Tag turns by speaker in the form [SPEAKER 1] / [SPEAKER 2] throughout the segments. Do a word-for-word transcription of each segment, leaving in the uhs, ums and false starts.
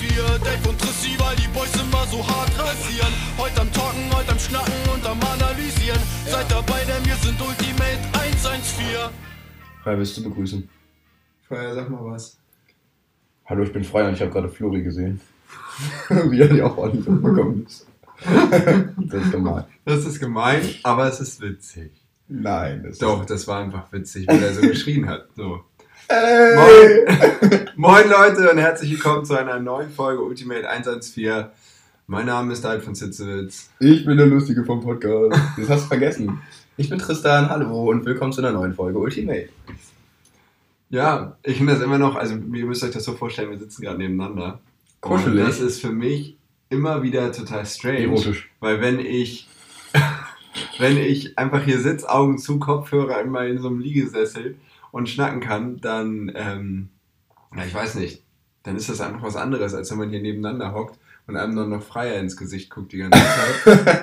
[SPEAKER 1] hier, Dave und Trissi, weil die Boys immer so hart rasieren. Heute am Talken, heute am Schnacken und am Analysieren. Ja. Seid dabei, denn wir sind Ultimate eins eins vier.
[SPEAKER 2] Freier, willst du begrüßen?
[SPEAKER 3] Freier, sag mal was.
[SPEAKER 2] Hallo, ich bin Freier und ich habe gerade Flori gesehen. Wie er die auch ordentlich umgekommen ist. Das ist gemein.
[SPEAKER 3] Das ist gemein, aber es ist witzig.
[SPEAKER 2] Nein. Das
[SPEAKER 3] Doch, das war einfach witzig, weil er so geschrien hat. So.
[SPEAKER 2] Ey.
[SPEAKER 3] Moin. Moin Leute und herzlich willkommen zu einer neuen Folge Ultimate eins eins vier. Mein Name ist David von Zitzewitz.
[SPEAKER 2] Ich bin der Lustige vom Podcast. Das hast du vergessen. Ich bin Tristan, hallo und willkommen zu einer neuen Folge Ultimate.
[SPEAKER 3] Ja, ich finde das immer noch, also ihr müsst euch das so vorstellen, wir sitzen gerade nebeneinander.
[SPEAKER 2] Kuschelig.
[SPEAKER 3] Und das ist für mich immer wieder total strange.
[SPEAKER 2] Erotisch.
[SPEAKER 3] Weil wenn ich, wenn ich einfach hier sitze, Augen zu, Kopfhörer immer in so einem Liegesessel und schnacken kann, dann, ähm, ja, ich weiß nicht, dann ist das einfach was anderes, als wenn man hier nebeneinander hockt und einem dann noch Freier ins Gesicht guckt die ganze Zeit.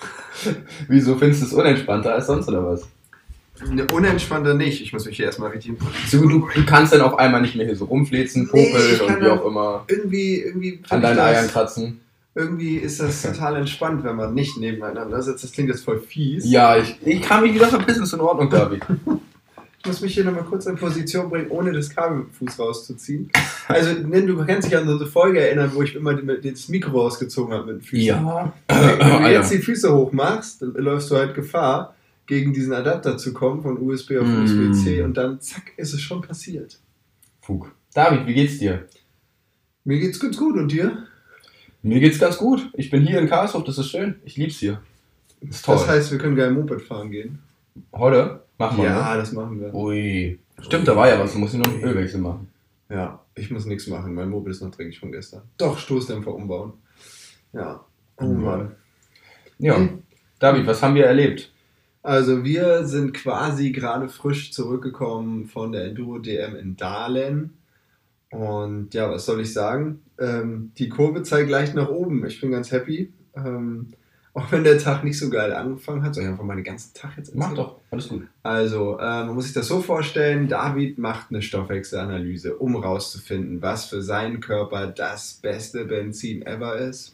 [SPEAKER 2] Wieso findest du es unentspannter als sonst oder was?
[SPEAKER 3] Ne, unentspannter nicht, ich muss mich hier erstmal richtig in
[SPEAKER 2] So, du, du kannst dann auf einmal nicht mehr hier so rumflezen, popeln
[SPEAKER 3] Nee,
[SPEAKER 2] und wie auch immer
[SPEAKER 3] Irgendwie, irgendwie
[SPEAKER 2] an deinen Eiern kratzen.
[SPEAKER 3] Irgendwie ist das total entspannt, wenn man nicht nebeneinander sitzt. Das klingt jetzt voll fies.
[SPEAKER 2] Ja, ich, ich kann mich wieder verpissen, ist in Ordnung, David.
[SPEAKER 3] Ich muss mich hier nochmal kurz in Position bringen, ohne das Kabel mit dem Fuß rauszuziehen. Also, du kannst dich an so eine Folge erinnern, wo ich immer das Mikro rausgezogen habe mit den Füßen.
[SPEAKER 2] Ja.
[SPEAKER 3] Wenn du jetzt die Füße hoch machst, dann läufst du halt Gefahr, gegen diesen Adapter zu kommen, von U S B auf U S B C, und dann zack, ist es schon passiert.
[SPEAKER 2] Fug. David, wie geht's dir?
[SPEAKER 3] Mir geht's ganz gut, und dir?
[SPEAKER 2] Mir geht's ganz gut. Ich bin hier in Karlsruhe, das ist schön. Ich lieb's hier. Das ist toll.
[SPEAKER 3] Das heißt, wir können geil Moped fahren gehen.
[SPEAKER 2] Heute? Machen wir,
[SPEAKER 3] Ja,
[SPEAKER 2] ne?
[SPEAKER 3] das machen wir.
[SPEAKER 2] Ui. Stimmt, da war ja was. Du musst nur noch einen Ölwechsel machen.
[SPEAKER 3] Ja, ich muss nichts machen. Mein Moped ist noch dreckig von gestern. Doch, Stoßdämpfer umbauen. Ja. Oh Mann.
[SPEAKER 2] Ja.
[SPEAKER 3] Hm.
[SPEAKER 2] David, was haben wir erlebt?
[SPEAKER 3] Also wir sind quasi gerade frisch zurückgekommen von der Enduro-D M in Dahlem. Und ja, was soll ich sagen? Ähm, die Kurve zeigt leicht nach oben. Ich bin ganz happy. Ähm, auch wenn der Tag nicht so geil angefangen hat. Soll ich einfach mal den ganzen Tag jetzt erzählen?
[SPEAKER 2] Mach doch, alles gut.
[SPEAKER 3] Also, ähm, man muss sich das so vorstellen, David macht eine Stoffwechselanalyse, um rauszufinden, was für seinen Körper das beste Benzin ever ist.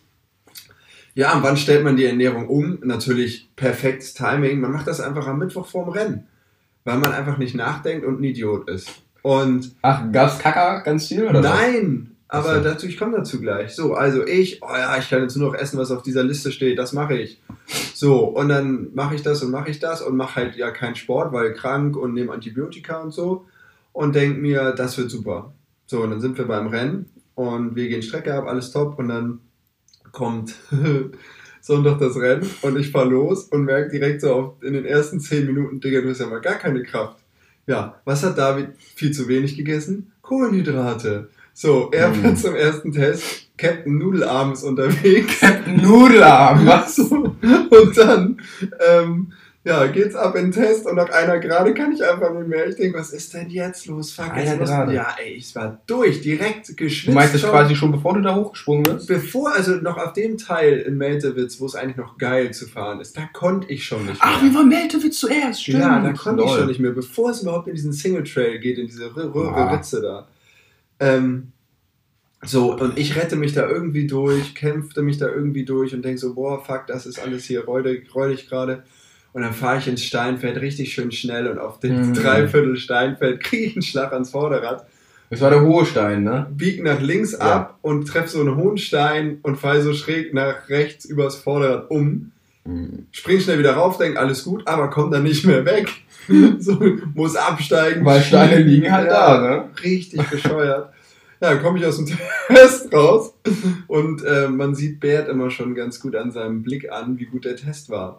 [SPEAKER 3] Ja, und wann stellt man die Ernährung um? Natürlich perfektes Timing. Man macht das einfach am Mittwoch vorm Rennen, weil man einfach nicht nachdenkt und ein Idiot ist. Und
[SPEAKER 2] Ach, gab's Kaka ganz viel, oder?
[SPEAKER 3] nein,
[SPEAKER 2] was?
[SPEAKER 3] aber dazu, ich komme dazu gleich. So, also ich, oh ja, ich kann jetzt nur noch essen, was auf dieser Liste steht, das mache ich. So, und dann mache ich das und mache ich das und mache halt ja keinen Sport, weil krank und nehme Antibiotika und so, und denke mir, das wird super. So, und dann sind wir beim Rennen und wir gehen Strecke ab, alles top, und dann kommt Sonntag das Rennen und ich fahre los und merke direkt so auf, in den ersten zehn Minuten, Digga, du hast ja mal gar keine Kraft. Ja, was hat David viel zu wenig gegessen? Kohlenhydrate. So, er
[SPEAKER 2] Mm.
[SPEAKER 3] wird zum ersten Test, Captain Nudelarm ist unterwegs.
[SPEAKER 2] Captain Nudelarm, was?
[SPEAKER 3] So, und dann, ähm, ja, geht's ab in den Test und nach einer Gerade kann ich einfach nicht mehr. Ich denke, was ist denn jetzt los? Fuck,
[SPEAKER 2] Einer
[SPEAKER 3] jetzt muss-
[SPEAKER 2] Gerade?
[SPEAKER 3] Ja, ey, ich war durch, direkt geschwitzt.
[SPEAKER 2] Du meinst das
[SPEAKER 3] schon.
[SPEAKER 2] quasi schon, bevor du da hochgesprungen bist?
[SPEAKER 3] Bevor, also noch auf dem Teil in Meltewitz, wo es eigentlich noch geil zu fahren ist, da konnte ich schon nicht mehr.
[SPEAKER 2] Ach, wie war Meltewitz zuerst? Stimmt.
[SPEAKER 3] Ja, da konnte ich
[SPEAKER 2] Lol.
[SPEAKER 3] schon nicht mehr, bevor es überhaupt in diesen Single Trail geht, in diese R- R-
[SPEAKER 2] Ah.
[SPEAKER 3] Ritze da. Ähm, so, und ich rette mich da irgendwie durch, kämpfte mich da irgendwie durch und denke so, boah, fuck, das ist alles hier räudig, räudig gerade. Und dann fahre ich ins Steinfeld richtig schön schnell und auf dem
[SPEAKER 2] Mhm.
[SPEAKER 3] Dreiviertel Steinfeld kriege ich einen Schlag ans Vorderrad,
[SPEAKER 2] Das war der hohe Stein, ne?
[SPEAKER 3] bieg nach links
[SPEAKER 2] Ja.
[SPEAKER 3] ab und treffe so einen hohen Stein und fall so schräg nach rechts übers Vorderrad um.
[SPEAKER 2] Mhm.
[SPEAKER 3] Spring schnell wieder rauf, denk alles gut, aber komm dann nicht mehr weg. So, muss absteigen.
[SPEAKER 2] Weil Steine liegen halt da, ne?
[SPEAKER 3] Richtig bescheuert. Ja, komme ich aus dem Test raus und äh, man sieht Bert immer schon ganz gut an seinem Blick an, wie gut der Test war.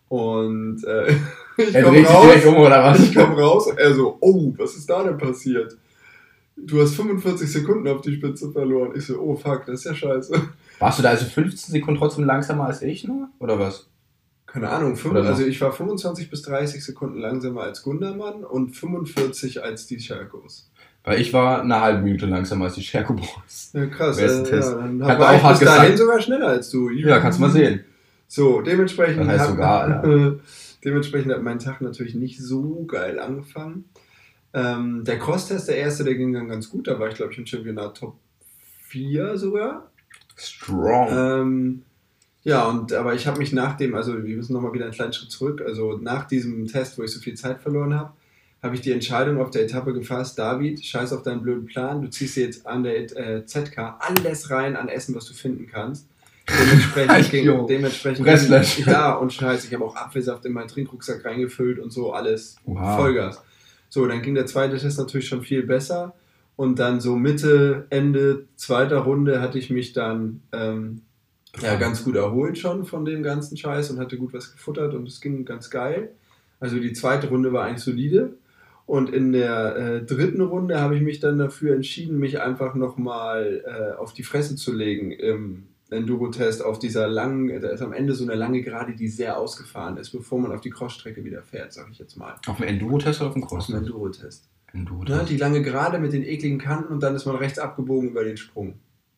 [SPEAKER 3] Und äh, ich
[SPEAKER 2] Er
[SPEAKER 3] komme
[SPEAKER 2] dreht sich
[SPEAKER 3] raus,
[SPEAKER 2] direkt um, oder was?
[SPEAKER 3] ich komme raus und er so, oh, was ist da denn passiert? Du hast fünfundvierzig Sekunden auf die Spitze verloren. Ich so, oh fuck, das ist ja scheiße.
[SPEAKER 2] Warst du da also fünfzehn Sekunden trotzdem langsamer als ich nur? Oder was?
[SPEAKER 3] Keine Ahnung, fünf,
[SPEAKER 2] Oder noch?
[SPEAKER 3] also ich war fünfundzwanzig bis dreißig Sekunden langsamer als Gundermann und fünfundvierzig als die Scherkos.
[SPEAKER 2] Weil ich war eine halbe Minute langsamer als die Scherko Boys.
[SPEAKER 3] Ja, krass.
[SPEAKER 2] Besten
[SPEAKER 3] Äh,
[SPEAKER 2] Test.
[SPEAKER 3] ja, dann
[SPEAKER 2] Hat
[SPEAKER 3] war
[SPEAKER 2] auch
[SPEAKER 3] ich
[SPEAKER 2] hart
[SPEAKER 3] bis dahin
[SPEAKER 2] gesagt.
[SPEAKER 3] sogar schneller als du.
[SPEAKER 2] Ja, kannst du mal sehen.
[SPEAKER 3] So, dementsprechend,
[SPEAKER 2] Das heißt
[SPEAKER 3] hat,
[SPEAKER 2] sogar, Alter.
[SPEAKER 3] dementsprechend hat mein Tag natürlich nicht so geil angefangen. Ähm, der Crosstest, der erste, der ging dann ganz gut. Da war ich, glaube ich, im Championat Top vier sogar.
[SPEAKER 2] Strong.
[SPEAKER 3] Ähm, ja, und aber ich habe mich nach dem, also wir müssen nochmal wieder einen kleinen Schritt zurück, also nach diesem Test, wo ich so viel Zeit verloren habe, habe ich die Entscheidung auf der Etappe gefasst, David, scheiß auf deinen blöden Plan, du ziehst dir jetzt an der äh, Z K alles rein an Essen, was du finden kannst. Dementsprechend ging, dementsprechend ging, ja, und scheiße, ich habe auch Apfelsaft in meinen Trinkrucksack reingefüllt und so, alles wow. Vollgas. So, dann ging der zweite Test natürlich schon viel besser und dann so Mitte, Ende zweiter Runde hatte ich mich dann ähm, ja, ganz gut erholt schon von dem ganzen Scheiß und hatte gut was gefuttert und es ging ganz geil. Also die zweite Runde war eigentlich solide und in der äh, dritten Runde habe ich mich dann dafür entschieden, mich einfach nochmal äh, auf die Fresse zu legen im Enduro-Test auf dieser langen, da ist am Ende so eine lange Gerade, die sehr ausgefahren ist, bevor man auf die Crossstrecke wieder fährt, sag ich jetzt mal.
[SPEAKER 2] Auf dem Enduro-Test oder auf dem Cross?
[SPEAKER 3] Auf dem Enduro-Test.
[SPEAKER 2] Enduro-Test.
[SPEAKER 3] Ja, die lange Gerade mit den ekligen Kanten und dann ist man rechts abgebogen über den Sprung.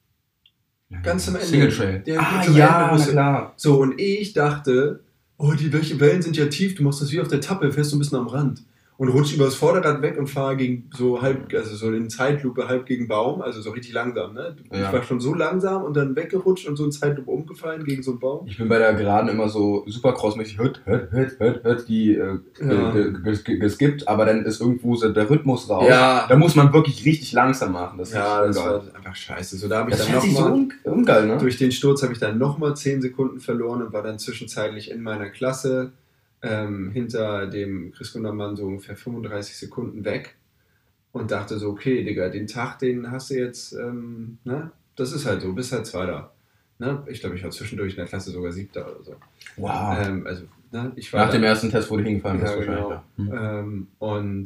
[SPEAKER 3] Ja, ganz zum Ende.
[SPEAKER 2] Single Trail.
[SPEAKER 3] Der
[SPEAKER 2] ah ja, na klar.
[SPEAKER 3] So, und ich dachte, oh, die Wellen sind ja tief, du machst das wie auf der Tappe, fährst du ein bisschen am Rand. Und rutsche übers Vorderrad weg und fahre gegen so halb, also so in Zeitlupe halb gegen Baum, also so richtig langsam, ne? Ja. Ich war schon so langsam und dann weggerutscht und so in Zeitlupe umgefallen gegen so einen Baum.
[SPEAKER 2] Ich bin bei der Geraden immer so Supercross-mäßig, hört, hört, hört, hört, hört, die äh, ja. geskippt, aber dann ist irgendwo so der Rhythmus raus. Ja. Da muss man wirklich richtig langsam machen. Das
[SPEAKER 3] ja, das war einfach scheiße. So, da habe ich
[SPEAKER 2] das
[SPEAKER 3] dann noch mal,
[SPEAKER 2] so un- ungeil, ne?
[SPEAKER 3] Durch den Sturz habe ich dann nochmal zehn Sekunden verloren und war dann zwischenzeitlich in meiner Klasse Ähm, hinter dem Chris Gundermann so ungefähr fünfunddreißig Sekunden weg und dachte so, okay, Digga, den Tag, den hast du jetzt, ähm, ne? Das ist halt so, bist halt Zweiter. Ne? Ich glaube, ich war zwischendurch in der Klasse sogar Siebter oder so.
[SPEAKER 2] Wow.
[SPEAKER 3] Ähm, also, ne? ich war
[SPEAKER 2] Nach dem ersten Test wurde hingefallen.
[SPEAKER 3] Ja, genau. Hm. Ähm, und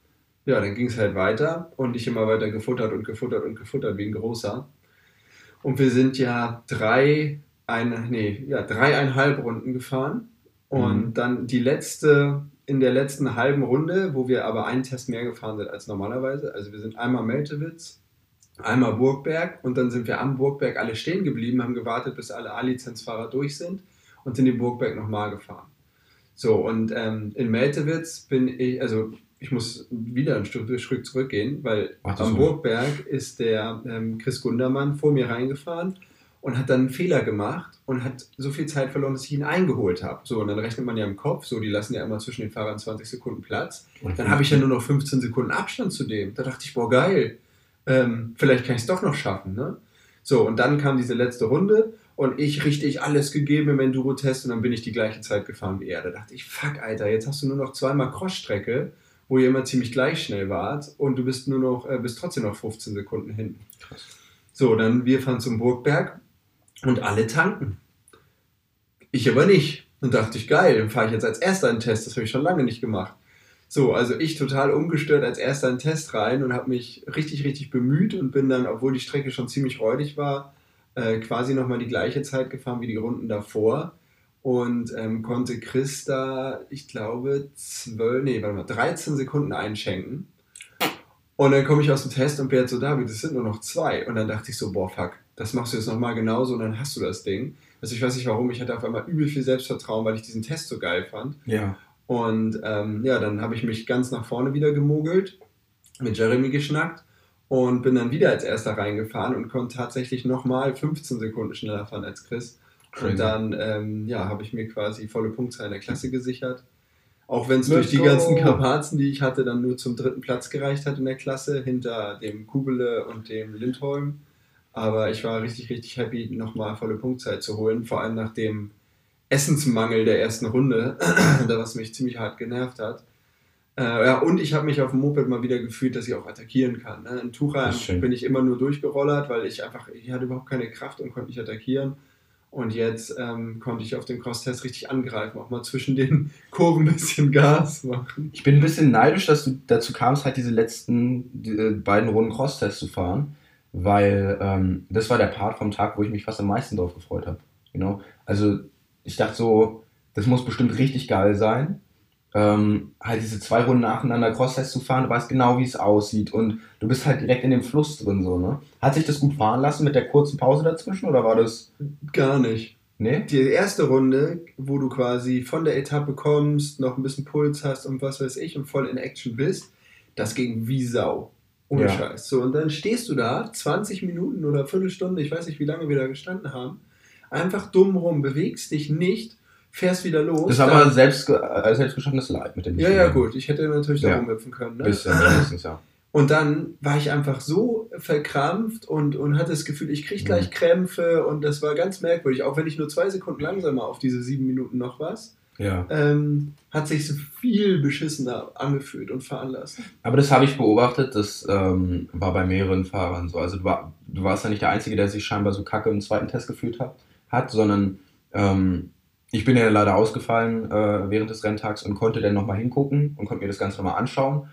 [SPEAKER 3] ja, dann ging es halt weiter und ich immer weiter gefuttert und gefuttert und gefuttert wie ein Großer. Und wir sind ja drei, ein, nee, ja, dreieinhalb Runden gefahren. Und mhm. dann die letzte, in der letzten halben Runde, wo wir aber einen Test mehr gefahren sind als normalerweise. Also wir sind einmal Meltewitz, einmal Burgberg und dann sind wir am Burgberg alle stehen geblieben, haben gewartet, bis alle A-Lizenzfahrer durch sind und sind den Burgberg nochmal gefahren. So, und ähm, in Meltewitz bin ich, also ich muss wieder ein Stück, Stück zurückgehen, weil Ach, am Burgberg ist der ähm, Chris Gundermann vor mir reingefahren und hat dann einen Fehler gemacht und hat so viel Zeit verloren, dass ich ihn eingeholt habe. So, und dann rechnet man ja im Kopf, so, die lassen ja immer zwischen den Fahrern zwanzig Sekunden Platz. Und dann habe ich ja nur noch fünfzehn Sekunden Abstand zu dem. Da dachte ich, boah, geil, ähm, vielleicht kann ich es doch noch schaffen, ne? So, und dann kam diese letzte Runde und ich richtig alles gegeben im Enduro-Test und dann bin ich die gleiche Zeit gefahren wie er. Da dachte ich, fuck, Alter, jetzt hast du nur noch zweimal Crossstrecke, wo ihr immer ziemlich gleich schnell wart und du bist nur noch, äh, bist trotzdem noch fünfzehn Sekunden hinten. So, dann wir fahren zum Burgberg und alle tanken. Ich aber nicht. Und dachte ich, geil, dann fahre ich jetzt als Erster einen Test. Das habe ich schon lange nicht gemacht. So, also ich total ungestört als Erster einen Test rein und habe mich richtig, richtig bemüht und bin dann, obwohl die Strecke schon ziemlich räudig war, äh, quasi nochmal die gleiche Zeit gefahren wie die Runden davor und ähm, konnte Chris da, ich glaube, zwölf, nee, warte mal, dreizehn Sekunden einschenken. Und dann komme ich aus dem Test und Bert so, David, das sind nur noch zwei. Und dann dachte ich so, boah, fuck, das machst du jetzt nochmal genauso und dann hast du das Ding. Also ich weiß nicht warum, ich hatte auf einmal übel viel Selbstvertrauen, weil ich diesen Test so geil fand.
[SPEAKER 2] Ja.
[SPEAKER 3] Und ähm, ja, dann habe ich mich ganz nach vorne wieder gemogelt, mit Jeremy geschnackt und bin dann wieder als Erster reingefahren und konnte tatsächlich nochmal fünfzehn Sekunden schneller fahren als Chris. Crazy. Und dann ähm, ja, habe ich mir quasi volle Punktzahl in der Klasse gesichert. Auch wenn es durch die ganzen Karpazen, die ich hatte, dann nur zum dritten Platz gereicht hat in der Klasse, hinter dem Kubele und dem Lindholm. Aber ich war richtig, richtig happy, nochmal volle Punktzeit zu holen, vor allem nach dem Essensmangel der ersten Runde, was mich ziemlich hart genervt hat. Äh, ja, und ich habe mich auf dem Moped mal wieder gefühlt, dass ich auch attackieren kann. Ne? In Tuchheim bin ich immer nur durchgerollert, weil ich einfach, ich hatte überhaupt keine Kraft und konnte nicht attackieren. Und jetzt ähm, konnte ich auf dem Crosstest richtig angreifen, auch mal zwischen den Kurven ein bisschen Gas machen.
[SPEAKER 2] Ich bin ein bisschen neidisch, dass du dazu kamst, halt diese letzten die, äh, beiden Runden Crosstest zu fahren, weil ähm, das war der Part vom Tag, wo ich mich fast am meisten drauf gefreut habe. You know? Also ich dachte so, das muss bestimmt richtig geil sein, ähm, halt diese zwei Runden nacheinander Crosstest zu fahren, du weißt genau, wie es aussieht und du bist halt direkt in dem Fluss drin, so, ne? Hat sich das gut fahren lassen mit der kurzen Pause dazwischen oder war das...
[SPEAKER 3] Gar nicht.
[SPEAKER 2] Nee?
[SPEAKER 3] Die erste Runde, wo du quasi von der Etappe kommst, noch ein bisschen Puls hast und was weiß ich und voll in Action bist, das ging wie Sau. Ohne
[SPEAKER 2] Ja.
[SPEAKER 3] Scheiß. So, und dann stehst du da, zwanzig Minuten oder Viertelstunde, ich weiß nicht, wie lange wir da gestanden haben, einfach dumm rum, bewegst dich nicht, fährst wieder los.
[SPEAKER 2] Das ist
[SPEAKER 3] dann-
[SPEAKER 2] aber selbst, äh, selbstgeschaffenes Leid mit dem
[SPEAKER 3] Ja, ja, gut. Ich hätte natürlich da
[SPEAKER 2] Ja.
[SPEAKER 3] rumhüpfen können. Ne?
[SPEAKER 2] Bisschen mindestens, ja.
[SPEAKER 3] Und dann war ich einfach so verkrampft und, und hatte das Gefühl, ich kriege gleich
[SPEAKER 2] Mhm.
[SPEAKER 3] Krämpfe und das war ganz merkwürdig. Auch wenn ich nur zwei Sekunden langsamer auf diese sieben Minuten noch was,
[SPEAKER 2] Ja.
[SPEAKER 3] ähm, hat sich so viel beschissener angefühlt und veranlasst.
[SPEAKER 2] Aber das habe ich beobachtet, das ähm, war bei mehreren Fahrern so. Also du, war, du warst ja nicht der Einzige, der sich scheinbar so kacke im zweiten Test gefühlt hat, hat sondern ähm, ich bin ja leider ausgefallen äh, während des Renntags und konnte dann nochmal hingucken und konnte mir das Ganze nochmal anschauen.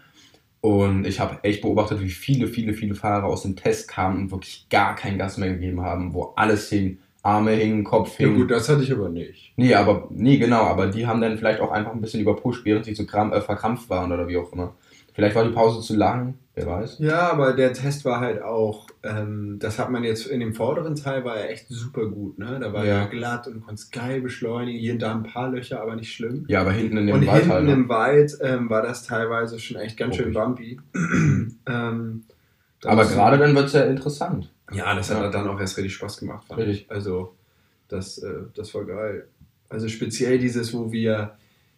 [SPEAKER 2] Und ich habe echt beobachtet, wie viele, viele, viele Fahrer aus dem Test kamen und wirklich gar kein Gas mehr gegeben haben, wo alles hing, Arme hingen, Kopf
[SPEAKER 3] Ja
[SPEAKER 2] hing.
[SPEAKER 3] gut, das hatte ich aber nicht.
[SPEAKER 2] Nee, aber, nee, genau, aber die haben dann vielleicht auch einfach ein bisschen überpusht, während sie so kram, äh, verkrampft waren oder wie auch immer. Vielleicht war die Pause zu lang, wer weiß.
[SPEAKER 3] Ja, aber der Test war halt auch, ähm, das hat man jetzt in dem vorderen Teil, war er echt super gut. Ne? Da war
[SPEAKER 2] Ja.
[SPEAKER 3] er glatt und du konntest geil beschleunigen, hier und da ein paar Löcher, aber nicht schlimm.
[SPEAKER 2] Ja, aber hinten in dem
[SPEAKER 3] Und
[SPEAKER 2] Wald
[SPEAKER 3] hinten
[SPEAKER 2] halt. Ne?
[SPEAKER 3] im Wald ähm, war das teilweise schon echt ganz schön
[SPEAKER 2] Ruppig.
[SPEAKER 3] bumpy. ähm, da
[SPEAKER 2] Aber
[SPEAKER 3] musst du-
[SPEAKER 2] gerade dann wird es ja interessant.
[SPEAKER 3] Ja, das hat
[SPEAKER 2] Ja.
[SPEAKER 3] dann auch erst richtig Spaß gemacht, fand
[SPEAKER 2] Richtig.
[SPEAKER 3] ich. Also, das, äh, das war geil. Also speziell dieses, wo wir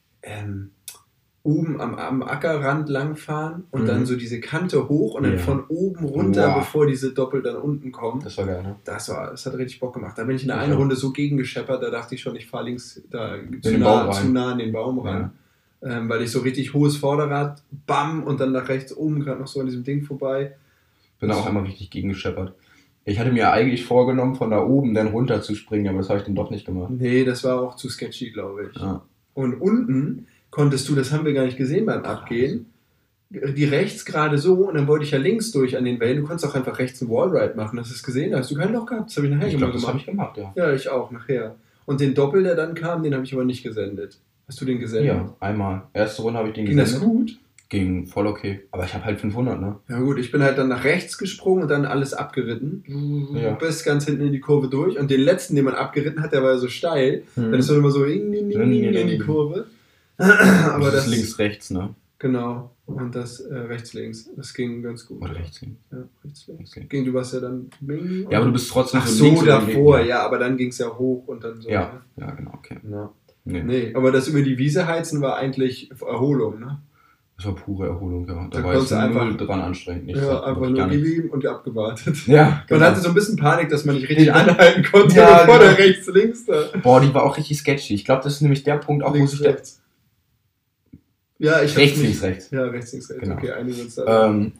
[SPEAKER 3] ähm, oben am, am Ackerrand langfahren und
[SPEAKER 2] Mhm.
[SPEAKER 3] dann so diese Kante hoch und dann
[SPEAKER 2] Ja.
[SPEAKER 3] von oben runter,
[SPEAKER 2] Boah.
[SPEAKER 3] bevor diese Doppel dann unten kommen.
[SPEAKER 2] Das war geil, ne?
[SPEAKER 3] Das war, das hat richtig Bock gemacht. Da bin ich in der
[SPEAKER 2] Ich
[SPEAKER 3] einen
[SPEAKER 2] auch.
[SPEAKER 3] Runde so gegengescheppert, da dachte ich schon, ich fahre links da zu
[SPEAKER 2] den
[SPEAKER 3] nah,
[SPEAKER 2] Baum rein.
[SPEAKER 3] zu nah an den Baum ran. Ähm, weil ich so richtig hohes Vorderrad, bam, und dann nach rechts oben gerade noch so an diesem Ding vorbei.
[SPEAKER 2] Bin da auch einmal richtig gegengescheppert. Ich hatte mir eigentlich vorgenommen, von da oben dann runter zu springen, aber das habe ich dann doch nicht gemacht.
[SPEAKER 3] Nee, das war auch zu sketchy, glaube ich.
[SPEAKER 2] Ja.
[SPEAKER 3] Und unten konntest du, das haben wir gar nicht gesehen beim Abgehen, die rechts gerade so und dann wollte ich ja links durch an den Wellen. Du konntest auch einfach rechts einen Wallride machen. Hast du es gesehen? Da hast du keinen Loch gehabt. Das habe ich nachher
[SPEAKER 2] Ich
[SPEAKER 3] immer
[SPEAKER 2] glaube, das habe
[SPEAKER 3] gemacht.
[SPEAKER 2] ich gemacht, ja.
[SPEAKER 3] Ja, ich auch, nachher. Und den Doppel, der dann kam, den habe ich aber nicht gesendet. Hast du den gesendet?
[SPEAKER 2] Ja, einmal. Erste Runde habe ich den
[SPEAKER 3] Ging das
[SPEAKER 2] gesendet.
[SPEAKER 3] gut?
[SPEAKER 2] Ging voll okay. Aber ich habe halt fünfhundert, ne?
[SPEAKER 3] Ja gut, ich bin halt dann nach rechts gesprungen und dann alles abgeritten.
[SPEAKER 2] Ja.
[SPEAKER 3] Bis ganz hinten in die Kurve durch. Und den letzten, den man abgeritten hat, der war ja so steil.
[SPEAKER 2] Hm.
[SPEAKER 3] Dann ist man immer so in, in, in, in, in die Kurve. Aber
[SPEAKER 2] das
[SPEAKER 3] das
[SPEAKER 2] ist links, rechts, ne?
[SPEAKER 3] Genau. Und das äh, rechts, links. Das ging ganz gut.
[SPEAKER 2] Oder rechts, links.
[SPEAKER 3] Ja, rechts, links.
[SPEAKER 2] Okay.
[SPEAKER 3] Ging, du warst ja dann bing,
[SPEAKER 2] Ja, aber du bist trotzdem
[SPEAKER 3] Ach
[SPEAKER 2] so
[SPEAKER 3] so,
[SPEAKER 2] links oder
[SPEAKER 3] davor,
[SPEAKER 2] links.
[SPEAKER 3] ja, aber dann ging es ja hoch und dann so.
[SPEAKER 2] Ja, ja, genau, okay.
[SPEAKER 3] Ne? Ja.
[SPEAKER 2] Nee.
[SPEAKER 3] Nee, aber das über die Wiese heizen war eigentlich Erholung, ne?
[SPEAKER 2] Das war pure Erholung, ja. Da,
[SPEAKER 3] Da
[SPEAKER 2] war jetzt
[SPEAKER 3] konntest du
[SPEAKER 2] null
[SPEAKER 3] einfach-
[SPEAKER 2] dran anstrengend. Nichts,
[SPEAKER 3] Ja, einfach nur
[SPEAKER 2] gar nicht.
[SPEAKER 3] gib ihm und abgewartet.
[SPEAKER 2] Ja, genau.
[SPEAKER 3] Man hatte so ein bisschen Panik, dass man nicht richtig
[SPEAKER 2] Ja.
[SPEAKER 3] anhalten konnte,
[SPEAKER 2] Ja,
[SPEAKER 3] bevor
[SPEAKER 2] genau.
[SPEAKER 3] der rechts, links da.
[SPEAKER 2] Boah, die war auch richtig sketchy. Ich glaube, das ist nämlich der Punkt auch, wo
[SPEAKER 3] links,
[SPEAKER 2] sich der...
[SPEAKER 3] rechts. Ja, ich hab's
[SPEAKER 2] Rechts,
[SPEAKER 3] nicht-
[SPEAKER 2] links, rechts.
[SPEAKER 3] Ja, rechts, links, rechts.
[SPEAKER 2] Genau.
[SPEAKER 3] Okay, einigen uns da.
[SPEAKER 2] Ähm,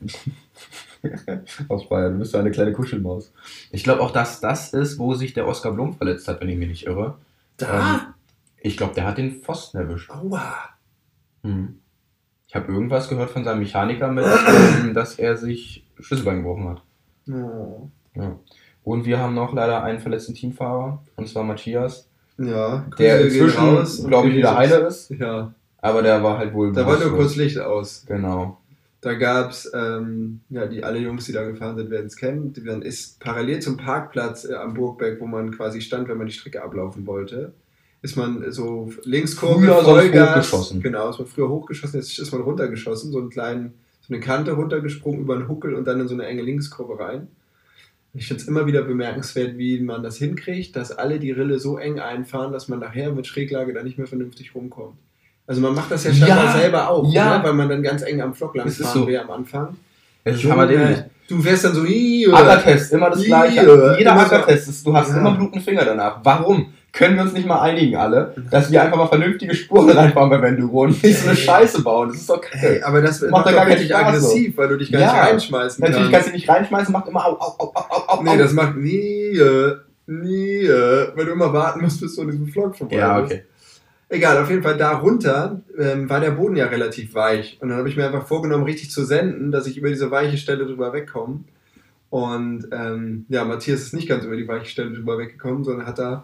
[SPEAKER 2] aus Bayern, du bist so eine kleine Kuschelmaus. Ich glaube auch, dass das ist, wo sich der Oskar Blum verletzt hat, wenn ich mich nicht irre.
[SPEAKER 3] da?
[SPEAKER 2] Ich glaube, der hat den Pfosten erwischt.
[SPEAKER 3] Aua.
[SPEAKER 2] Hm. Ich habe irgendwas gehört von seinem Mechaniker mit, ähm, dass er sich Schlüsselbein gebrochen hat.
[SPEAKER 3] Oh.
[SPEAKER 2] Ja. Und wir haben noch leider einen verletzten Teamfahrer, und zwar Matthias,
[SPEAKER 3] Ja,
[SPEAKER 2] der
[SPEAKER 3] Grüße gehen
[SPEAKER 2] inzwischen,
[SPEAKER 3] raus und
[SPEAKER 2] glaube ich, wieder
[SPEAKER 3] Jesus.
[SPEAKER 2] heile ist.
[SPEAKER 3] Ja,
[SPEAKER 2] Aber der war halt wohl
[SPEAKER 3] da war nur
[SPEAKER 2] bewusstlos.
[SPEAKER 3] kurz Licht aus.
[SPEAKER 2] Genau.
[SPEAKER 3] Da gab es, ähm, ja, die alle Jungs, die da gefahren sind, werden es kennen. Die- Dann ist parallel zum Parkplatz äh, am Burgberg, wo man quasi stand, wenn man die Strecke ablaufen wollte, ist man so Linkskurve,
[SPEAKER 2] Früher sonst
[SPEAKER 3] Vollgas.
[SPEAKER 2] hochgeschossen.
[SPEAKER 3] Genau, ist man früher hochgeschossen, jetzt ist man runtergeschossen, so einen kleinen, so eine Kante runtergesprungen über einen Huckel und dann in so eine enge Linkskurve rein. Ich finde es immer wieder bemerkenswert, wie man das hinkriegt, dass alle die Rille so eng einfahren, dass man nachher mit Schräglage da nicht mehr vernünftig rumkommt. Also man macht das ja scheinbar
[SPEAKER 2] Ja,
[SPEAKER 3] selber auch,
[SPEAKER 2] ja.
[SPEAKER 3] ne? Weil man dann ganz eng am Flock lang
[SPEAKER 2] Es ist
[SPEAKER 3] fahren
[SPEAKER 2] so.
[SPEAKER 3] will am Anfang.
[SPEAKER 2] Es ist
[SPEAKER 3] Junge,
[SPEAKER 2] hammerdämlich.
[SPEAKER 3] Du fährst dann so, "Ih,
[SPEAKER 2] Ackertest, immer das Gleiche.
[SPEAKER 3] Ih,
[SPEAKER 2] Jeder
[SPEAKER 3] immer so-
[SPEAKER 2] Ackertest ist, du hast
[SPEAKER 3] Ja.
[SPEAKER 2] immer blutende Finger danach. Warum? Können wir uns nicht mal einigen alle, dass wir einfach mal vernünftige Spuren reinfahren bei Venduro und nicht so eine
[SPEAKER 3] Ey.
[SPEAKER 2] Scheiße bauen? Das ist doch kacke.
[SPEAKER 3] Ey, aber das
[SPEAKER 2] Macht
[SPEAKER 3] macht
[SPEAKER 2] doch
[SPEAKER 3] doch
[SPEAKER 2] gar keinen
[SPEAKER 3] richtig
[SPEAKER 2] Spaß
[SPEAKER 3] aggressiv, weil du dich gar
[SPEAKER 2] Ja.
[SPEAKER 3] nicht reinschmeißen
[SPEAKER 2] Natürlich
[SPEAKER 3] kannst.
[SPEAKER 2] kannst du nicht reinschmeißen, macht immer au, au, au, au, au, au.
[SPEAKER 3] Nee, das macht nie, äh, nie, äh, weil du immer warten musst, bis du an diesem Vlog vorbei
[SPEAKER 2] Ja,
[SPEAKER 3] bist.
[SPEAKER 2] okay.
[SPEAKER 3] Egal, auf jeden Fall da runter ähm, war der Boden ja relativ weich. Und dann habe ich mir einfach vorgenommen, richtig zu senden, dass ich über diese weiche Stelle drüber wegkomme. Und ähm, ja, Matthias ist nicht ganz über die weiche Stelle drüber weggekommen, sondern hat da,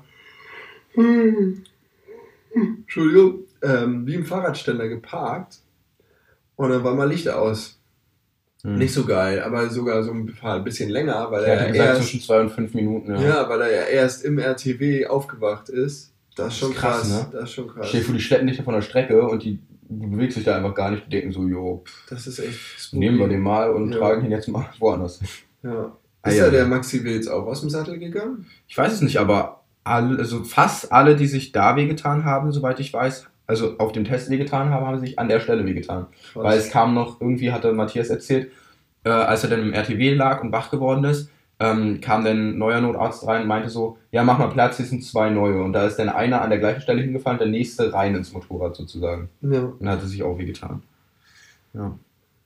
[SPEAKER 3] Entschuldigung, ähm, wie im Fahrradständer geparkt. Und dann war mal Licht aus.
[SPEAKER 2] Hm.
[SPEAKER 3] Nicht so geil, aber sogar so ein paar- bisschen länger, weil
[SPEAKER 2] Er
[SPEAKER 3] er
[SPEAKER 2] hat
[SPEAKER 3] ja
[SPEAKER 2] gesagt
[SPEAKER 3] erst,
[SPEAKER 2] zwischen zwei und fünf Minuten. Ja.
[SPEAKER 3] ja, weil er ja erst im R T W aufgewacht ist. Das ist
[SPEAKER 2] Das
[SPEAKER 3] schon
[SPEAKER 2] ist
[SPEAKER 3] krass.
[SPEAKER 2] krass, ne?
[SPEAKER 3] Das ist schon krass.
[SPEAKER 2] Stell dir vor, die schleppen dich da von der Strecke und die du bewegst dich da einfach gar nicht. Die denken so, jo, pff,
[SPEAKER 3] Das ist echt spooky.
[SPEAKER 2] nehmen wir den mal und
[SPEAKER 3] Ja.
[SPEAKER 2] tragen ihn jetzt mal woanders hin.
[SPEAKER 3] Ja.
[SPEAKER 2] Ah,
[SPEAKER 3] Ist
[SPEAKER 2] ja.
[SPEAKER 3] ja der Maxi Wills auch aus dem Sattel gegangen?
[SPEAKER 2] Ich weiß es nicht, aber alle, also fast alle, die sich da wehgetan haben, soweit ich weiß, also auf dem Test wehgetan haben, haben sich an der Stelle wehgetan.
[SPEAKER 3] Krass.
[SPEAKER 2] Weil es kam noch, irgendwie hatte Matthias erzählt, äh, als er dann im R T W lag und wach geworden ist, ähm, kam dann ein neuer Notarzt rein und meinte so, ja, mach mal Platz, hier sind zwei neue. Und da ist dann einer an der gleichen Stelle hingefallen, der nächste rein ins Motorrad sozusagen.
[SPEAKER 3] Ja.
[SPEAKER 2] Und hatte sich auch wehgetan. Ja.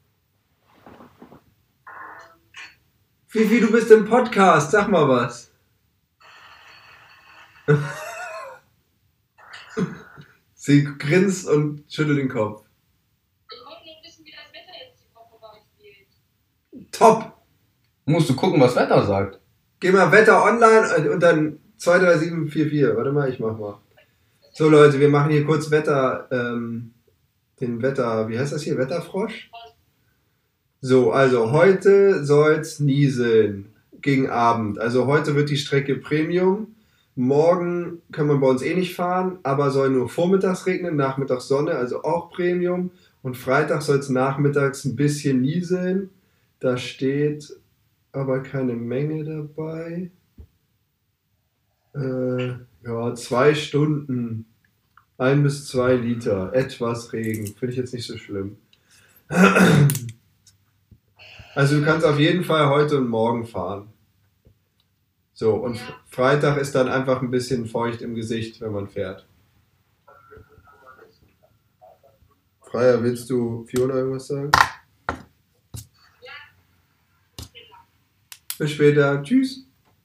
[SPEAKER 3] Fifi, du bist im Podcast, sag mal was. Sie grinst und schüttelt den Kopf.
[SPEAKER 4] Ich wollte nur wissen, wie das Wetter jetzt die Woche bei euch geht.
[SPEAKER 3] Top!
[SPEAKER 2] Musst du gucken, was Wetter sagt.
[SPEAKER 3] Geh mal Wetter online und dann zwei drei sieben vier vier. Warte mal, ich mach mal. So Leute, wir machen hier kurz Wetter, ähm, den Wetter, wie heißt das hier? Wetterfrosch? So, also heute soll's nieseln gegen Abend. Also heute wird die Strecke Premium. Morgen kann man bei uns eh nicht fahren, aber soll nur vormittags regnen, nachmittags Sonne, also auch Premium. Und Freitag soll es nachmittags ein bisschen nieseln. Da steht aber keine Menge dabei. Äh, ja, zwei Stunden. Ein bis zwei Liter. Etwas Regen. Finde ich jetzt nicht so schlimm. Also du kannst auf jeden Fall heute und morgen fahren. So, und
[SPEAKER 4] Ja.
[SPEAKER 3] Freitag ist dann einfach ein bisschen feucht im Gesicht, wenn man fährt. Freier, willst du Fiona irgendwas sagen? Bis später. Tschüss.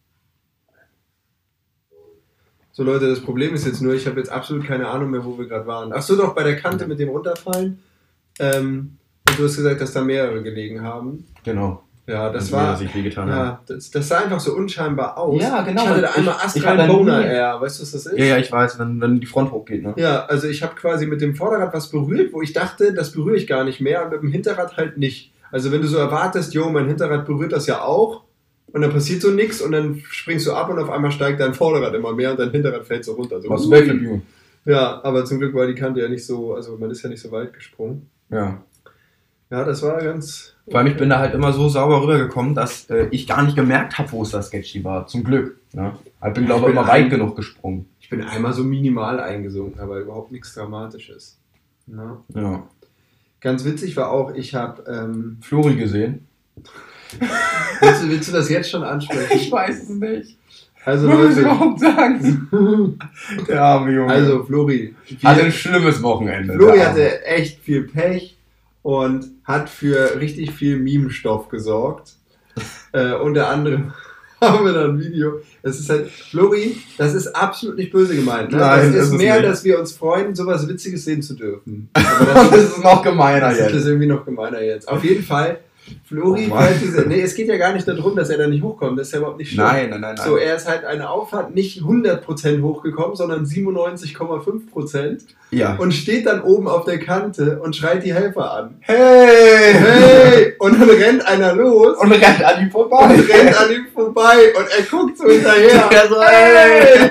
[SPEAKER 3] So Leute, das Problem ist jetzt nur, ich habe jetzt absolut keine Ahnung mehr, wo wir gerade waren. Ach so, doch, bei der Kante mit dem Runterfallen. Ähm, und du hast gesagt, dass da mehrere gelegen haben.
[SPEAKER 2] Genau.
[SPEAKER 3] Ja, das
[SPEAKER 2] Und wie er
[SPEAKER 3] war...
[SPEAKER 2] sich wehgetan hat.
[SPEAKER 3] Ja, das, das sah einfach so unscheinbar aus.
[SPEAKER 2] Ja, genau.
[SPEAKER 3] Ich hatte da
[SPEAKER 2] Ich-
[SPEAKER 3] einmal
[SPEAKER 2] ich
[SPEAKER 3] Astral
[SPEAKER 2] hatte da
[SPEAKER 3] Boner
[SPEAKER 2] nie-
[SPEAKER 3] Air. Weißt du, was das ist?
[SPEAKER 2] Ja, ja, ich weiß, wenn, wenn die Front hochgeht, ne?
[SPEAKER 3] Ja, also ich habe quasi mit dem Vorderrad was berührt, wo ich dachte, das berühre ich gar nicht mehr, und mit dem Hinterrad halt nicht. Also wenn du so erwartest, jo, mein Hinterrad berührt das ja auch, und dann passiert so nichts und dann springst du ab und auf einmal steigt dein Vorderrad immer mehr und dein Hinterrad fällt so runter. So,
[SPEAKER 2] Was
[SPEAKER 3] ui.
[SPEAKER 2] Backflip, Junge.
[SPEAKER 3] Ja, aber zum Glück war die Kante ja nicht so, also man ist ja nicht so weit gesprungen.
[SPEAKER 2] Ja.
[SPEAKER 3] Ja, das war ganz...
[SPEAKER 2] Vor allem, ich bin da halt immer so sauber rübergekommen, dass äh, ich gar nicht gemerkt habe, wo es das Sketchy war. Zum Glück. Ne? Ich bin, glaube ich,
[SPEAKER 3] bin
[SPEAKER 2] immer weit
[SPEAKER 3] ein-
[SPEAKER 2] genug gesprungen.
[SPEAKER 3] Ich bin einmal so minimal eingesunken, aber überhaupt nichts Dramatisches. Ja.
[SPEAKER 2] Ja.
[SPEAKER 3] Ganz witzig war auch, ich habe... Ähm,
[SPEAKER 2] Flori gesehen.
[SPEAKER 3] willst, du, willst du das jetzt schon ansprechen?
[SPEAKER 2] weiß es nicht.
[SPEAKER 3] Also
[SPEAKER 2] Was soll ich
[SPEAKER 3] Leute,
[SPEAKER 2] überhaupt sagen? Der arme Junge.
[SPEAKER 3] also Flori,
[SPEAKER 2] hatte
[SPEAKER 3] wir,
[SPEAKER 2] ein schlimmes Wochenende.
[SPEAKER 3] Flori
[SPEAKER 2] der Arme.
[SPEAKER 3] hatte echt viel Pech und hat für richtig viel Meme-Stoff gesorgt. äh, unter anderem haben wir da ein Video. Es ist halt, Flori, das ist absolut nicht böse gemeint. Ne?
[SPEAKER 2] Nein,
[SPEAKER 3] das
[SPEAKER 2] ist
[SPEAKER 3] ist
[SPEAKER 2] es
[SPEAKER 3] mehr,
[SPEAKER 2] nicht.
[SPEAKER 3] dass wir uns freuen, sowas Witziges sehen zu dürfen. Aber
[SPEAKER 2] Und das ist noch gemeiner
[SPEAKER 3] das ist
[SPEAKER 2] jetzt.
[SPEAKER 3] das irgendwie noch gemeiner jetzt. Auf jeden Fall, Flori,
[SPEAKER 2] Oh Mann.
[SPEAKER 3] fährt diese, nee, es geht ja gar nicht darum, dass er da nicht hochkommt. Das ist ja überhaupt nicht schlimm.
[SPEAKER 2] Nein, nein, nein, nein.
[SPEAKER 3] So, er ist halt eine Auffahrt nicht hundert Prozent hochgekommen, sondern siebenundneunzig Komma fünf Prozent
[SPEAKER 2] ja.
[SPEAKER 3] und steht dann oben auf der Kante und schreit die Helfer an.
[SPEAKER 2] Hey!
[SPEAKER 3] Hey! Und dann rennt einer los
[SPEAKER 2] Und rennt an ihm vorbei.
[SPEAKER 3] und rennt an ihm vorbei und er guckt so hinterher.
[SPEAKER 2] Der so, hey!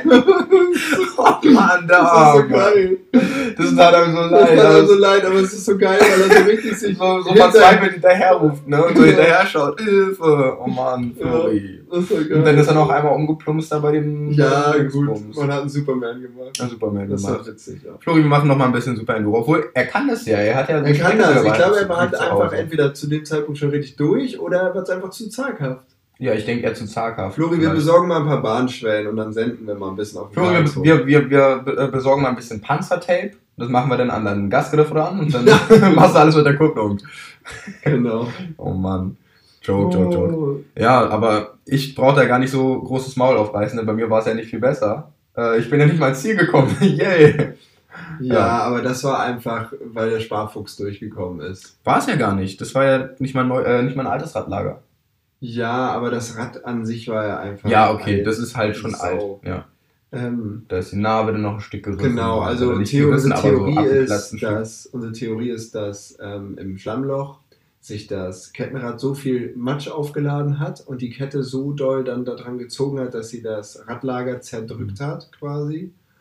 [SPEAKER 2] Oh Mann, der
[SPEAKER 3] Das ist so
[SPEAKER 2] Arme.
[SPEAKER 3] geil.
[SPEAKER 2] Das ist halt so
[SPEAKER 3] Das
[SPEAKER 2] leid.
[SPEAKER 3] tut mir
[SPEAKER 2] dass
[SPEAKER 3] so leid, aber es ist so geil, weil er so richtig sich
[SPEAKER 2] so, so
[SPEAKER 3] hinter-
[SPEAKER 2] verzweifelt hinterher ruft, ne? Und so hinterher schaut. Hilfe! Oh Mann, Flori.
[SPEAKER 3] Das ist so geil.
[SPEAKER 2] Und dann ist er noch einmal umgeplumpst da bei dem.
[SPEAKER 3] Ja,
[SPEAKER 2] bei dem
[SPEAKER 3] gut.
[SPEAKER 2] Dingsbums.
[SPEAKER 3] Man hat einen Superman gemacht.
[SPEAKER 2] Ja, Superman
[SPEAKER 3] Das ist
[SPEAKER 2] gemacht.
[SPEAKER 3] doch witzig, ja.
[SPEAKER 2] Flori, wir machen noch mal ein bisschen Super Enduro. Obwohl, er kann das ja. Er hat ja.
[SPEAKER 3] Er kann das. Ich glaube, er war halt
[SPEAKER 2] zu
[SPEAKER 3] einfach
[SPEAKER 2] Hause.
[SPEAKER 3] entweder zu dem Zeitpunkt schon richtig durch oder er wird einfach zu zaghaft.
[SPEAKER 2] Ja, ich denke eher zu zaghaft.
[SPEAKER 3] Flori, wir
[SPEAKER 2] Vielleicht.
[SPEAKER 3] besorgen mal ein paar Bahnschwellen und dann senden wir mal ein bisschen auf den
[SPEAKER 2] Flori,
[SPEAKER 3] Karlsruhe.
[SPEAKER 2] wir, wir, wir, wir äh, besorgen mal ein bisschen Panzertape. Das machen wir dann an deinen Gasgriff dran und dann machst du alles mit der Kupplung.
[SPEAKER 3] Genau.
[SPEAKER 2] Oh Mann. Joke, joke, joke.
[SPEAKER 3] Oh.
[SPEAKER 2] Ja, aber ich brauche da gar nicht so großes Maul aufreißen, denn bei mir war es ja nicht viel besser. Äh, ich bin ja nicht mal ins Ziel gekommen. Yay!
[SPEAKER 3] Ja,
[SPEAKER 2] Ja.
[SPEAKER 3] aber das war einfach, weil der Sparfuchs durchgekommen ist.
[SPEAKER 2] War es ja gar nicht. Das war ja nicht mein, neu, äh, nicht mein altes Radlager.
[SPEAKER 3] Ja, aber das Rad an sich war ja einfach.
[SPEAKER 2] Ja, okay,
[SPEAKER 3] alt.
[SPEAKER 2] das ist halt schon
[SPEAKER 3] Sau.
[SPEAKER 2] alt. Ja.
[SPEAKER 3] Ähm,
[SPEAKER 2] Da ist die Narbe dann noch ein Stück gerissen.
[SPEAKER 3] genau, also
[SPEAKER 2] Oder nicht
[SPEAKER 3] Theo
[SPEAKER 2] gerissen,
[SPEAKER 3] unsere
[SPEAKER 2] aber so
[SPEAKER 3] Theorie
[SPEAKER 2] abgeplatzt ein
[SPEAKER 3] ist,
[SPEAKER 2] Stück.
[SPEAKER 3] dass, unsere Theorie ist, dass ähm, im Schlammloch sich das Kettenrad so viel Matsch aufgeladen hat und die Kette so doll dann daran gezogen hat, dass sie das Radlager zerdrückt hat quasi.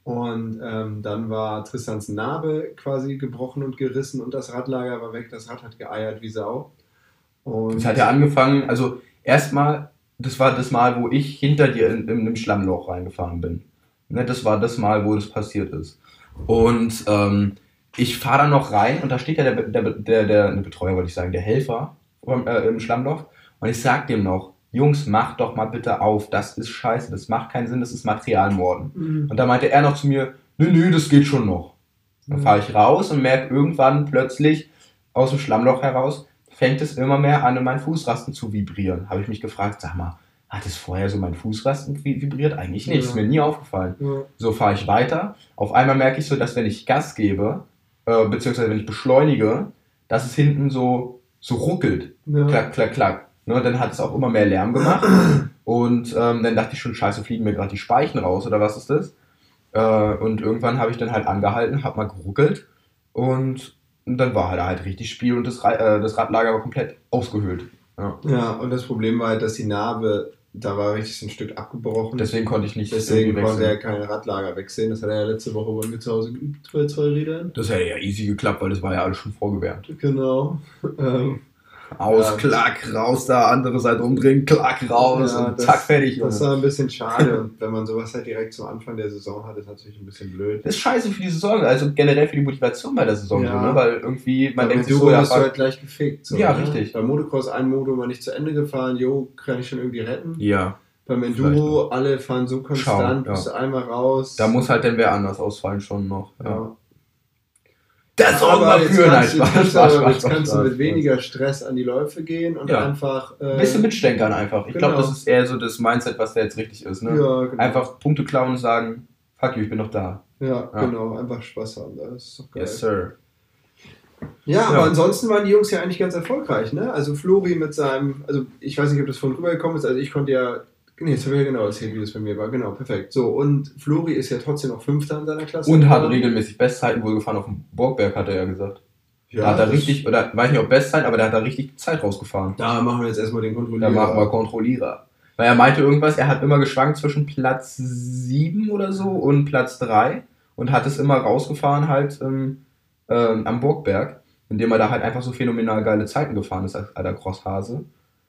[SPEAKER 3] Und ähm, dann war Tristans Narbe quasi gebrochen und gerissen und das Radlager war weg. Das Rad hat geeiert wie Sau. Und
[SPEAKER 2] Das hat ja angefangen, also erstmal, das war das Mal, wo ich hinter dir in, in einem Schlammloch reingefahren bin. Ne, das war das Mal, wo das passiert ist. Und ähm, ich fahre dann noch rein und da steht ja der, der, der, der, der Betreuer, wollte ich sagen, der Helfer äh, im Schlammloch. Und ich sag dem noch, Jungs, macht doch mal bitte auf, das ist scheiße, das macht keinen Sinn, das ist Materialmorden.
[SPEAKER 3] Mhm.
[SPEAKER 2] Und da meinte er noch zu mir, nö, nö, das geht schon noch. Dann fahre ich raus und merke irgendwann plötzlich aus dem Schlammloch heraus, fängt es immer mehr an, in meinen Fußrasten zu vibrieren. Habe ich mich gefragt, sag mal, hat es vorher so mein Fußrasten vibriert? Eigentlich nicht,
[SPEAKER 3] Ja.
[SPEAKER 2] ist mir nie aufgefallen.
[SPEAKER 3] Ja.
[SPEAKER 2] So fahre ich weiter. Auf einmal merke ich so, dass wenn ich Gas gebe, äh, beziehungsweise wenn ich beschleunige, dass es hinten so, so ruckelt.
[SPEAKER 3] Ja.
[SPEAKER 2] Klack, klack, klack. Ne, dann hat es auch immer mehr Lärm gemacht. Und ähm, dann dachte ich schon, scheiße, fliegen mir gerade die Speichen raus oder was ist das? Äh, und irgendwann habe ich dann halt angehalten, habe mal geruckelt und, und dann war halt, halt richtig Spiel und das, Ra- äh, das Radlager war komplett ausgehöhlt. Ja.
[SPEAKER 3] Ja, und das Problem war halt, dass die Narbe, da war richtig so ein Stück abgebrochen.
[SPEAKER 2] Deswegen konnte ich nicht
[SPEAKER 3] Deswegen
[SPEAKER 2] irgendwie
[SPEAKER 3] konnte er
[SPEAKER 2] wechseln.
[SPEAKER 3] keine Radlager wechseln. Das hat er ja letzte Woche bei mir zu Hause geübt bei zwei Rädern.
[SPEAKER 2] Das hätte ja easy geklappt, weil das war ja alles schon vorgewärmt.
[SPEAKER 3] Genau. Ähm,
[SPEAKER 2] Aus,
[SPEAKER 3] Ja.
[SPEAKER 2] klack, raus da, andere Seite umdrehen, klack, raus
[SPEAKER 3] Ja,
[SPEAKER 2] und
[SPEAKER 3] das-
[SPEAKER 2] zack, fertig.
[SPEAKER 3] das
[SPEAKER 2] Junge.
[SPEAKER 3] war ein bisschen schade. Und wenn man sowas halt direkt zum Anfang der Saison hat, ist natürlich ein bisschen blöd.
[SPEAKER 2] Das ist scheiße für die Saison, also generell für die Motivation bei der Saison,
[SPEAKER 3] Ja.
[SPEAKER 2] so, ne? Weil irgendwie, man
[SPEAKER 3] Bei
[SPEAKER 2] denkt sich
[SPEAKER 3] Enduro
[SPEAKER 2] so, ja,
[SPEAKER 3] bist du
[SPEAKER 2] fuck.
[SPEAKER 3] halt gleich gefickt. So,
[SPEAKER 2] Ja,
[SPEAKER 3] ne?
[SPEAKER 2] richtig.
[SPEAKER 3] Beim Motocross ein Modo mal nicht zu Ende gefahren, jo, kann ich schon irgendwie retten.
[SPEAKER 2] Ja,
[SPEAKER 3] Beim
[SPEAKER 2] Vielleicht
[SPEAKER 3] Enduro, alle fahren so konstant,
[SPEAKER 2] Schauen, ja.
[SPEAKER 3] bist du einmal raus.
[SPEAKER 2] da muss halt dann wer anders ausfallen schon noch. Ja.
[SPEAKER 3] ja.
[SPEAKER 2] Das soll
[SPEAKER 3] Aber
[SPEAKER 2] mal
[SPEAKER 3] jetzt
[SPEAKER 2] führen, nein,
[SPEAKER 3] kannst, du,
[SPEAKER 2] Spaß,
[SPEAKER 3] kannst,
[SPEAKER 2] Spaß,
[SPEAKER 3] du,
[SPEAKER 2] Spaß,
[SPEAKER 3] jetzt kannst
[SPEAKER 2] Spaß,
[SPEAKER 3] du mit
[SPEAKER 2] Spaß.
[SPEAKER 3] weniger Stress an die Läufe gehen und
[SPEAKER 2] Ja.
[SPEAKER 3] einfach. Äh,
[SPEAKER 2] Ein bisschen mitstänkern einfach. Ich glaube,
[SPEAKER 3] genau.
[SPEAKER 2] das ist eher so das Mindset, was da jetzt richtig ist. Ne?
[SPEAKER 3] Ja, genau.
[SPEAKER 2] Einfach Punkte klauen und sagen, fuck you, ich bin noch da.
[SPEAKER 3] Ja,
[SPEAKER 2] Ja.
[SPEAKER 3] genau, einfach Spaß haben. Das ist doch geil.
[SPEAKER 2] Yes, sir.
[SPEAKER 3] Ja, aber
[SPEAKER 2] Ja.
[SPEAKER 3] ansonsten waren die Jungs ja eigentlich ganz erfolgreich, ne? Also Flori mit seinem, also ich weiß nicht, ob das von rübergekommen ist, also ich konnte ja, nee, jetzt habe ich ja genau erzählt, wie das bei mir war, genau, perfekt. So, und Flori ist ja trotzdem noch Fünfter in seiner Klasse.
[SPEAKER 2] Und hat
[SPEAKER 3] geworden.
[SPEAKER 2] regelmäßig Bestzeiten wohl gefahren auf dem Burgberg, hat er ja gesagt.
[SPEAKER 3] Ja,
[SPEAKER 2] da hat er
[SPEAKER 3] das-
[SPEAKER 2] richtig, oder weiß nicht ob Bestzeit, aber der hat da richtig Zeit rausgefahren.
[SPEAKER 3] Da machen wir jetzt erstmal den
[SPEAKER 2] Da
[SPEAKER 3] Kontrollierer.
[SPEAKER 2] machen wir Kontrollierer. Weil er meinte irgendwas, er hat immer geschwankt zwischen Platz sieben oder so und Platz drei und hat es immer rausgefahren halt ähm, ähm, am Burgberg, indem er da halt einfach so phänomenal geile Zeiten gefahren ist als alter Crosshase.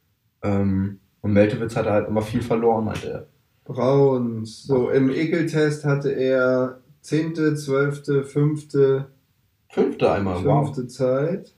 [SPEAKER 2] Ähm, und Meltewitz hat halt immer viel verloren, meinte er.
[SPEAKER 3] Brauns. So, im Ekeltest hatte er zehnte, zwölfte, fünfte,
[SPEAKER 2] Fünfte einmal, wow.
[SPEAKER 3] fünfte Zeit.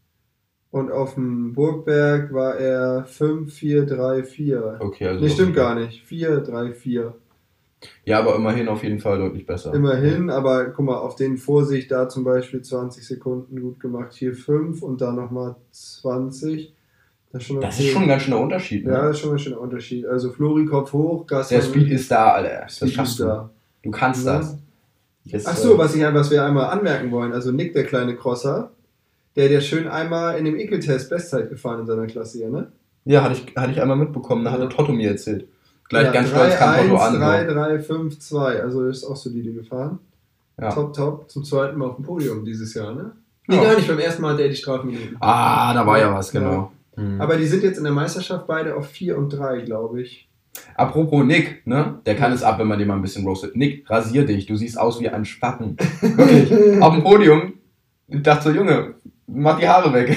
[SPEAKER 3] Und auf dem Burgberg war er fünf, vier, drei, vier.
[SPEAKER 2] Okay, also
[SPEAKER 3] Nee, stimmt gar nicht. vier, drei, vier.
[SPEAKER 2] Ja, aber immerhin auf jeden Fall deutlich besser.
[SPEAKER 3] Immerhin, aber guck mal, auf den Vorsicht da zum Beispiel zwanzig Sekunden gut gemacht, hier fünf und dann nochmal zwanzig. Das ist schon,
[SPEAKER 2] Das
[SPEAKER 3] okay.
[SPEAKER 2] ist schon ein ganz schöner Unterschied, ne?
[SPEAKER 3] Ja, das ist schon ein schöner Unterschied. Also Flori, Kopf hoch, Gas.
[SPEAKER 2] Der Speed ist da, Alter. Das
[SPEAKER 3] Speed
[SPEAKER 2] schaffst
[SPEAKER 3] ist
[SPEAKER 2] du.
[SPEAKER 3] da.
[SPEAKER 2] Du kannst
[SPEAKER 3] Ja.
[SPEAKER 2] das. Yes,
[SPEAKER 3] Ach
[SPEAKER 2] sir.
[SPEAKER 3] so, was, ich, was wir einmal anmerken wollen. Also Nick, der kleine Crosser, der der schön einmal in dem Ekeltest Bestzeit gefahren in seiner Klasse hier, ne?
[SPEAKER 2] Ja, hatte ich, hatte ich einmal mitbekommen, da
[SPEAKER 3] Ja.
[SPEAKER 2] hatte Totto mir erzählt. Gleich
[SPEAKER 3] Ja,
[SPEAKER 2] ganz
[SPEAKER 3] drei,
[SPEAKER 2] stolz kam Totto
[SPEAKER 3] eins,
[SPEAKER 2] an.
[SPEAKER 3] drei,
[SPEAKER 2] So.
[SPEAKER 3] drei, fünf, zwei. Also ist auch solide gefahren.
[SPEAKER 2] Ja.
[SPEAKER 3] Top, top. Zum zweiten Mal auf dem Podium dieses Jahr, ne? Nee,
[SPEAKER 2] Ja.
[SPEAKER 3] gar nicht. Beim ersten Mal hatte er die Strafminuten.
[SPEAKER 2] Ah, da war ja was, genau. Mhm.
[SPEAKER 3] Aber die sind jetzt in der Meisterschaft beide auf vier und drei, glaube ich.
[SPEAKER 2] Apropos Nick, ne? Der kann es ab, wenn man den mal ein bisschen roastet. Nick, rasier dich, du siehst aus wie ein Spacken. Wirklich. Auf dem Podium. Ich dachte so, Junge, mach die Haare weg.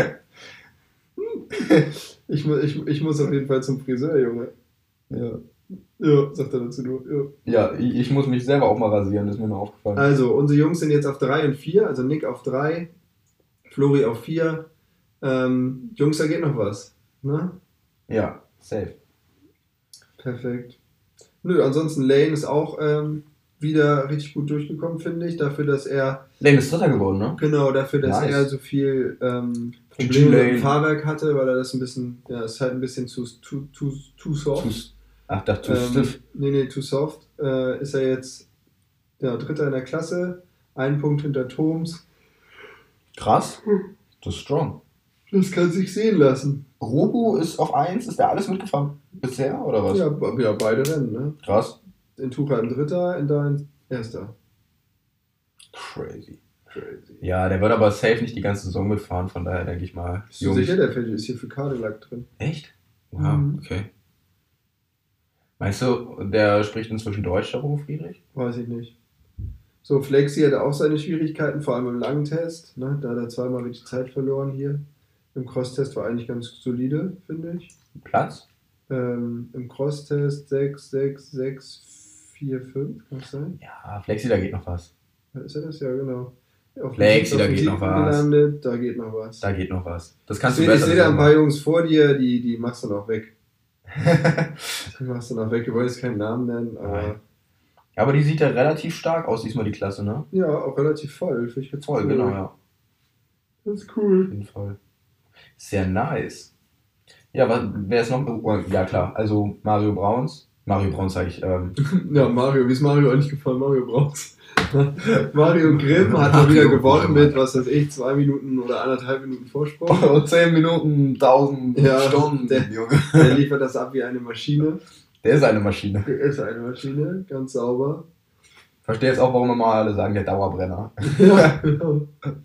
[SPEAKER 3] Ich, mu ich, ich muss auf jeden Fall zum Friseur, Junge.
[SPEAKER 2] Ja,
[SPEAKER 3] Ja, sagt er dazu nur. Ja.
[SPEAKER 2] ja ich, ich muss mich selber auch mal rasieren, das ist mir nur aufgefallen.
[SPEAKER 3] Also, unsere Jungs sind jetzt auf drei und vier. Also Nick auf drei, Flori auf vier. Ähm, Jungs, da geht noch was. Ne?
[SPEAKER 2] Ja, safe.
[SPEAKER 3] Perfekt. Nö, ansonsten Lane ist auch ähm, wieder richtig gut durchgekommen, finde ich. Dafür, dass er,
[SPEAKER 2] Lane ist Dritter geworden, ne?
[SPEAKER 3] genau, dafür, dass
[SPEAKER 2] Nice.
[SPEAKER 3] er so viel ähm,
[SPEAKER 2] G G
[SPEAKER 3] Probleme
[SPEAKER 2] Lane.
[SPEAKER 3] im Fahrwerk hatte, weil er das ein bisschen, ja, ist halt ein bisschen zu, zu, zu, zu soft.
[SPEAKER 2] Too- Ach, dachte,
[SPEAKER 3] Ähm,
[SPEAKER 2] too stiff.
[SPEAKER 3] Nee, nee, too soft. Äh, ist er jetzt ja, Dritter in der Klasse, ein Punkt hinter Thoms.
[SPEAKER 2] Krass. Das ist strong.
[SPEAKER 3] Das kann sich sehen lassen.
[SPEAKER 2] Robu ist auf eins, ist der alles mitgefahren bisher, oder was?
[SPEAKER 3] Ja, be- ja, beide Rennen, ne?
[SPEAKER 2] Krass.
[SPEAKER 3] In Tuchheim Dritter, in dein Erster.
[SPEAKER 2] Crazy.
[SPEAKER 3] Crazy.
[SPEAKER 2] Ja, der wird aber safe nicht die ganze Saison mitfahren, von daher denke ich mal.
[SPEAKER 3] Bist du sicher, der Feld ist hier für Cadillac drin?
[SPEAKER 2] Echt? Wow,
[SPEAKER 3] Mhm.
[SPEAKER 2] okay. Meinst du, der spricht inzwischen Deutsch, der Robu Friedrich?
[SPEAKER 3] Weiß ich nicht. So, Flexi hatte auch seine Schwierigkeiten, vor allem im langen Test. Ne? Da hat er zweimal richtig Zeit verloren hier. Im Crosstest war eigentlich ganz solide, finde ich.
[SPEAKER 2] Platz?
[SPEAKER 3] Ähm, Im Crosstest sechs, sechs, sechs, vier, fünf, kann das sein?
[SPEAKER 2] Ja, Flexi, da geht noch was.
[SPEAKER 3] Ist er das? Ja, genau. Auf
[SPEAKER 2] Flexi,
[SPEAKER 3] dem-
[SPEAKER 2] da
[SPEAKER 3] auf dem
[SPEAKER 2] geht noch
[SPEAKER 3] siebten
[SPEAKER 2] was.
[SPEAKER 3] Gelandet, da geht noch was.
[SPEAKER 2] Da geht noch was. Das
[SPEAKER 3] Ich
[SPEAKER 2] kannst du
[SPEAKER 3] sehe ich
[SPEAKER 2] besser
[SPEAKER 3] sehe da ein paar
[SPEAKER 2] machen.
[SPEAKER 3] Jungs vor dir, die, die machst du noch weg. Die machst du noch weg. Du wolltest keinen Namen nennen, aber
[SPEAKER 2] Nein. Aber die sieht ja relativ stark aus, diesmal die Klasse, ne?
[SPEAKER 3] ja, auch relativ voll. Finde ich ganz
[SPEAKER 2] Voll,
[SPEAKER 3] cool.
[SPEAKER 2] genau, ja.
[SPEAKER 3] Das ist cool.
[SPEAKER 2] Auf jeden Fall. Sehr nice. Ja, was, wer ist noch? Oh, ja, klar. Also Mario Brauns. Mario Brauns sage ich. Ähm,
[SPEAKER 3] Ja, Mario, wie ist Mario eigentlich gefallen? Mario braucht's. Mario Grimm hat mal
[SPEAKER 2] Mario
[SPEAKER 3] wieder gewonnen
[SPEAKER 2] Grimm,
[SPEAKER 3] mit,
[SPEAKER 2] Alter.
[SPEAKER 3] was weiß ich, zwei Minuten oder anderthalb Minuten Vorsprung.
[SPEAKER 2] und zehn Minuten, tausend
[SPEAKER 3] Ja,
[SPEAKER 2] Stunden,
[SPEAKER 3] der-
[SPEAKER 2] Junge.
[SPEAKER 3] Der liefert das ab wie eine Maschine.
[SPEAKER 2] Der ist eine Maschine.
[SPEAKER 3] Der ist eine Maschine, ganz sauber.
[SPEAKER 2] Verstehe jetzt auch, warum immer alle sagen, der Dauerbrenner.
[SPEAKER 3] Ja, genau.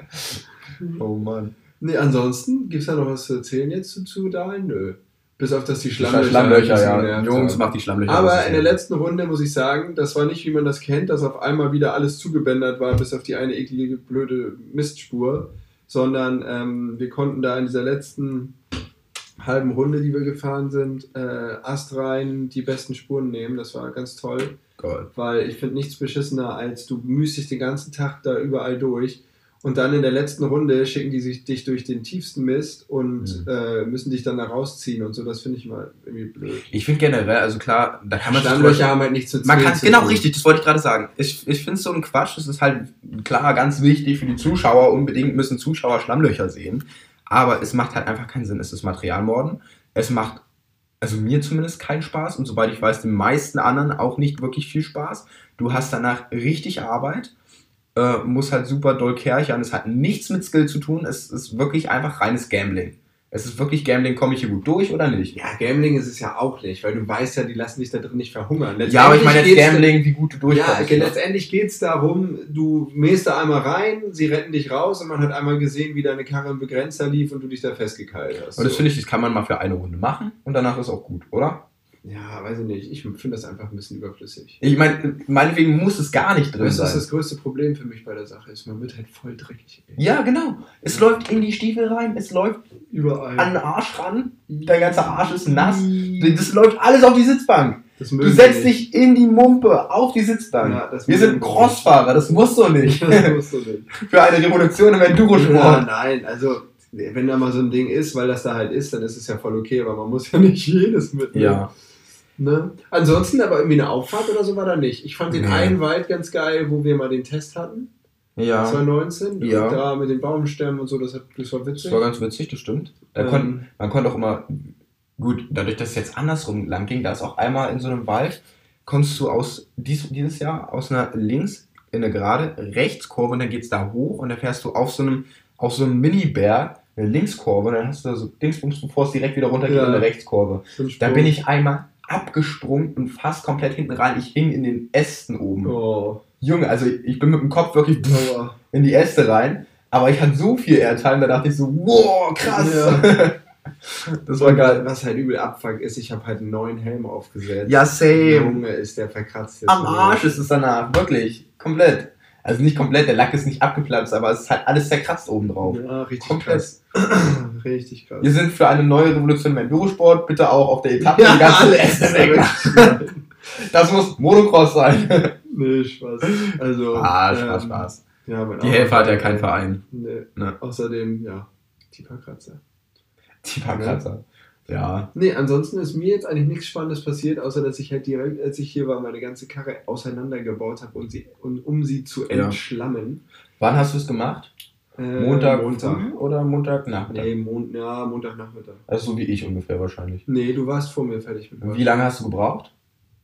[SPEAKER 2] Oh Mann.
[SPEAKER 3] Nee, ansonsten, gibt's da noch was zu erzählen jetzt zu, zu Dahl? Nö. Bis auf, dass die
[SPEAKER 2] Die
[SPEAKER 3] Schlammlöcher,
[SPEAKER 2] Schlammlöcher,
[SPEAKER 3] ein bisschen
[SPEAKER 2] ja.
[SPEAKER 3] genervt
[SPEAKER 2] Jungs,
[SPEAKER 3] haben.
[SPEAKER 2] macht die Schlammlöcher.
[SPEAKER 3] Aber
[SPEAKER 2] das ist
[SPEAKER 3] in der
[SPEAKER 2] ja-
[SPEAKER 3] letzten Runde muss ich sagen, das war nicht, wie man das kennt, dass auf einmal wieder alles zugebändert war, bis auf die eine eklige, blöde Mistspur, sondern ähm, wir konnten da in dieser letzten halben Runde, die wir gefahren sind, äh, astrein die besten Spuren nehmen. Das war ganz toll,
[SPEAKER 2] Gott.
[SPEAKER 3] weil ich finde nichts beschissener, als du bemühst dich den ganzen Tag da überall durch und dann in der letzten Runde schicken die sich dich durch den tiefsten Mist und
[SPEAKER 2] Mhm.
[SPEAKER 3] äh, müssen dich dann da rausziehen und so. Das finde ich mal irgendwie blöd.
[SPEAKER 2] Ich finde generell, also klar, da kann man sich
[SPEAKER 3] Schlammlöcher haben halt nichts zu
[SPEAKER 2] Man
[SPEAKER 3] zählen
[SPEAKER 2] kann
[SPEAKER 3] zu
[SPEAKER 2] genau
[SPEAKER 3] tun.
[SPEAKER 2] richtig, das wollte ich gerade sagen. Ich, ich finde es so ein Quatsch, das ist halt klar ganz wichtig für die Zuschauer, unbedingt müssen Zuschauer Schlammlöcher sehen, aber es macht halt einfach keinen Sinn, es ist Materialmorden, es macht, also mir zumindest keinen Spaß und soweit ich weiß, den meisten anderen auch nicht wirklich viel Spaß. Du hast danach richtig Arbeit, äh, musst halt super doll kerchern, es hat nichts mit Skill zu tun, es ist wirklich einfach reines Gambling. Es ist wirklich Gambling, komme ich hier gut durch oder nicht?
[SPEAKER 3] Ja, Gambling ist es ja auch nicht, weil du weißt ja, die lassen dich da drin nicht verhungern.
[SPEAKER 2] Ja, aber ich meine jetzt
[SPEAKER 3] Letztendlich geht's-
[SPEAKER 2] Gambling, wie gut du durchkommst.
[SPEAKER 3] Ja,
[SPEAKER 2] ne?
[SPEAKER 3] letztendlich geht es darum, du mähst da einmal rein, sie retten dich raus und man hat einmal gesehen, wie deine Karre im Begrenzer lief und du dich da festgekeilt hast.
[SPEAKER 2] Und das
[SPEAKER 3] So.
[SPEAKER 2] finde ich, das kann man mal für eine Runde machen und danach ist auch gut, oder?
[SPEAKER 3] Ja, weiß ich nicht. Ich finde das einfach ein bisschen überflüssig.
[SPEAKER 2] Ich meine, meinetwegen muss es gar nicht drin
[SPEAKER 3] Weißt du, was
[SPEAKER 2] sein.
[SPEAKER 3] das größte Problem für mich bei der Sache ist? Man wird halt voll dreckig. Ey.
[SPEAKER 2] Ja, genau. Es läuft in die Stiefel rein, es läuft
[SPEAKER 3] Überall.
[SPEAKER 2] an den Arsch ran, der ganze Arsch ist nass. Das läuft alles auf die Sitzbank.
[SPEAKER 3] Das
[SPEAKER 2] Du
[SPEAKER 3] mögen
[SPEAKER 2] setzt
[SPEAKER 3] wir
[SPEAKER 2] dich in die Mumpe auf die Sitzbank.
[SPEAKER 3] Ja, das
[SPEAKER 2] Wir
[SPEAKER 3] mögen
[SPEAKER 2] sind
[SPEAKER 3] wir
[SPEAKER 2] Crossfahrer, das musst du nicht.
[SPEAKER 3] nicht. Das musst du nicht.
[SPEAKER 2] Für eine Revolution im
[SPEAKER 3] Ja,
[SPEAKER 2] Endurosport.
[SPEAKER 3] nein, also wenn da mal so ein Ding ist, weil das da halt ist, dann ist es ja voll okay, aber man muss ja nicht jedes mitnehmen.
[SPEAKER 2] Ja.
[SPEAKER 3] Ne? Ansonsten aber irgendwie eine Auffahrt oder so war da nicht. Ich fand den
[SPEAKER 2] Nee.
[SPEAKER 3] einen Wald ganz geil, wo wir mal den Test hatten.
[SPEAKER 2] Ja.
[SPEAKER 3] zwanzig neunzehn.
[SPEAKER 2] Ja.
[SPEAKER 3] Und da mit den Baumstämmen und so, das, hat, das war witzig.
[SPEAKER 2] Das war ganz witzig, das stimmt. Da
[SPEAKER 3] Ähm,
[SPEAKER 2] kon, man konnte auch immer, gut, dadurch, dass es jetzt andersrum lang ging, da ist auch einmal in so einem Wald, konntest du aus dies, dieses Jahr aus einer links in eine gerade Rechtskurve und dann geht's da hoch und dann fährst du auf so einem, auf so einem Mini-Berg eine Linkskurve und dann hast du da so Dingsbums, bevor es direkt wieder runtergeht
[SPEAKER 3] Ja.
[SPEAKER 2] in eine Rechtskurve.
[SPEAKER 3] so ein
[SPEAKER 2] Da
[SPEAKER 3] Sprung.
[SPEAKER 2] bin ich einmal abgesprungen und fast komplett hinten rein. Ich hing in den Ästen oben.
[SPEAKER 3] Oh,
[SPEAKER 2] Junge, also ich, ich bin mit dem Kopf wirklich
[SPEAKER 3] Aua.
[SPEAKER 2] in die Äste rein, aber ich hatte so viel Airtime, da dachte ich so, wow, krass.
[SPEAKER 3] Ja.
[SPEAKER 2] Das war geil.
[SPEAKER 3] Was halt übel abfuck ist, ich habe halt einen neuen Helm aufgesetzt.
[SPEAKER 2] Ja, same.
[SPEAKER 3] Junge, ist der verkratzt jetzt.
[SPEAKER 2] Am Arsch ist es danach, wirklich. Komplett. Also nicht komplett, der Lack ist nicht abgeplatzt, aber es ist halt alles zerkratzt oben drauf.
[SPEAKER 3] Ja, richtig
[SPEAKER 2] Komplett.
[SPEAKER 3] krass. richtig krass.
[SPEAKER 2] Wir sind für eine neue Revolution im Endurosport, bitte auch auf der Etappe
[SPEAKER 3] Ja,
[SPEAKER 2] die ganzen
[SPEAKER 3] alles.
[SPEAKER 2] Äste weg. Das muss Motocross sein.
[SPEAKER 3] Nee, Spaß. Also,
[SPEAKER 2] Ah, Spaß,
[SPEAKER 3] ähm,
[SPEAKER 2] Spaß.
[SPEAKER 3] Ja, mein
[SPEAKER 2] Die Helfer hat ja keinen Verein.
[SPEAKER 3] Nee.
[SPEAKER 2] Ne.
[SPEAKER 3] Außerdem, ja, tiefer Kratzer.
[SPEAKER 2] Die paar Kratzer. Ja.
[SPEAKER 3] Nee, ansonsten ist mir jetzt eigentlich nichts Spannendes passiert, außer dass ich halt direkt, als ich hier war, meine ganze Karre auseinandergebaut habe, und sie, und, um sie zu
[SPEAKER 2] Ja.
[SPEAKER 3] entschlammen.
[SPEAKER 2] Wann hast du es gemacht?
[SPEAKER 3] Äh,
[SPEAKER 2] Montag,
[SPEAKER 3] Montag.
[SPEAKER 2] früh oder Montagnachmittag?
[SPEAKER 3] Nee, Mon ja, Montagnachmittag.
[SPEAKER 2] Also so wie ich ungefähr wahrscheinlich.
[SPEAKER 3] Nee, du warst vor mir fertig mit
[SPEAKER 2] Wie lange hast du gebraucht?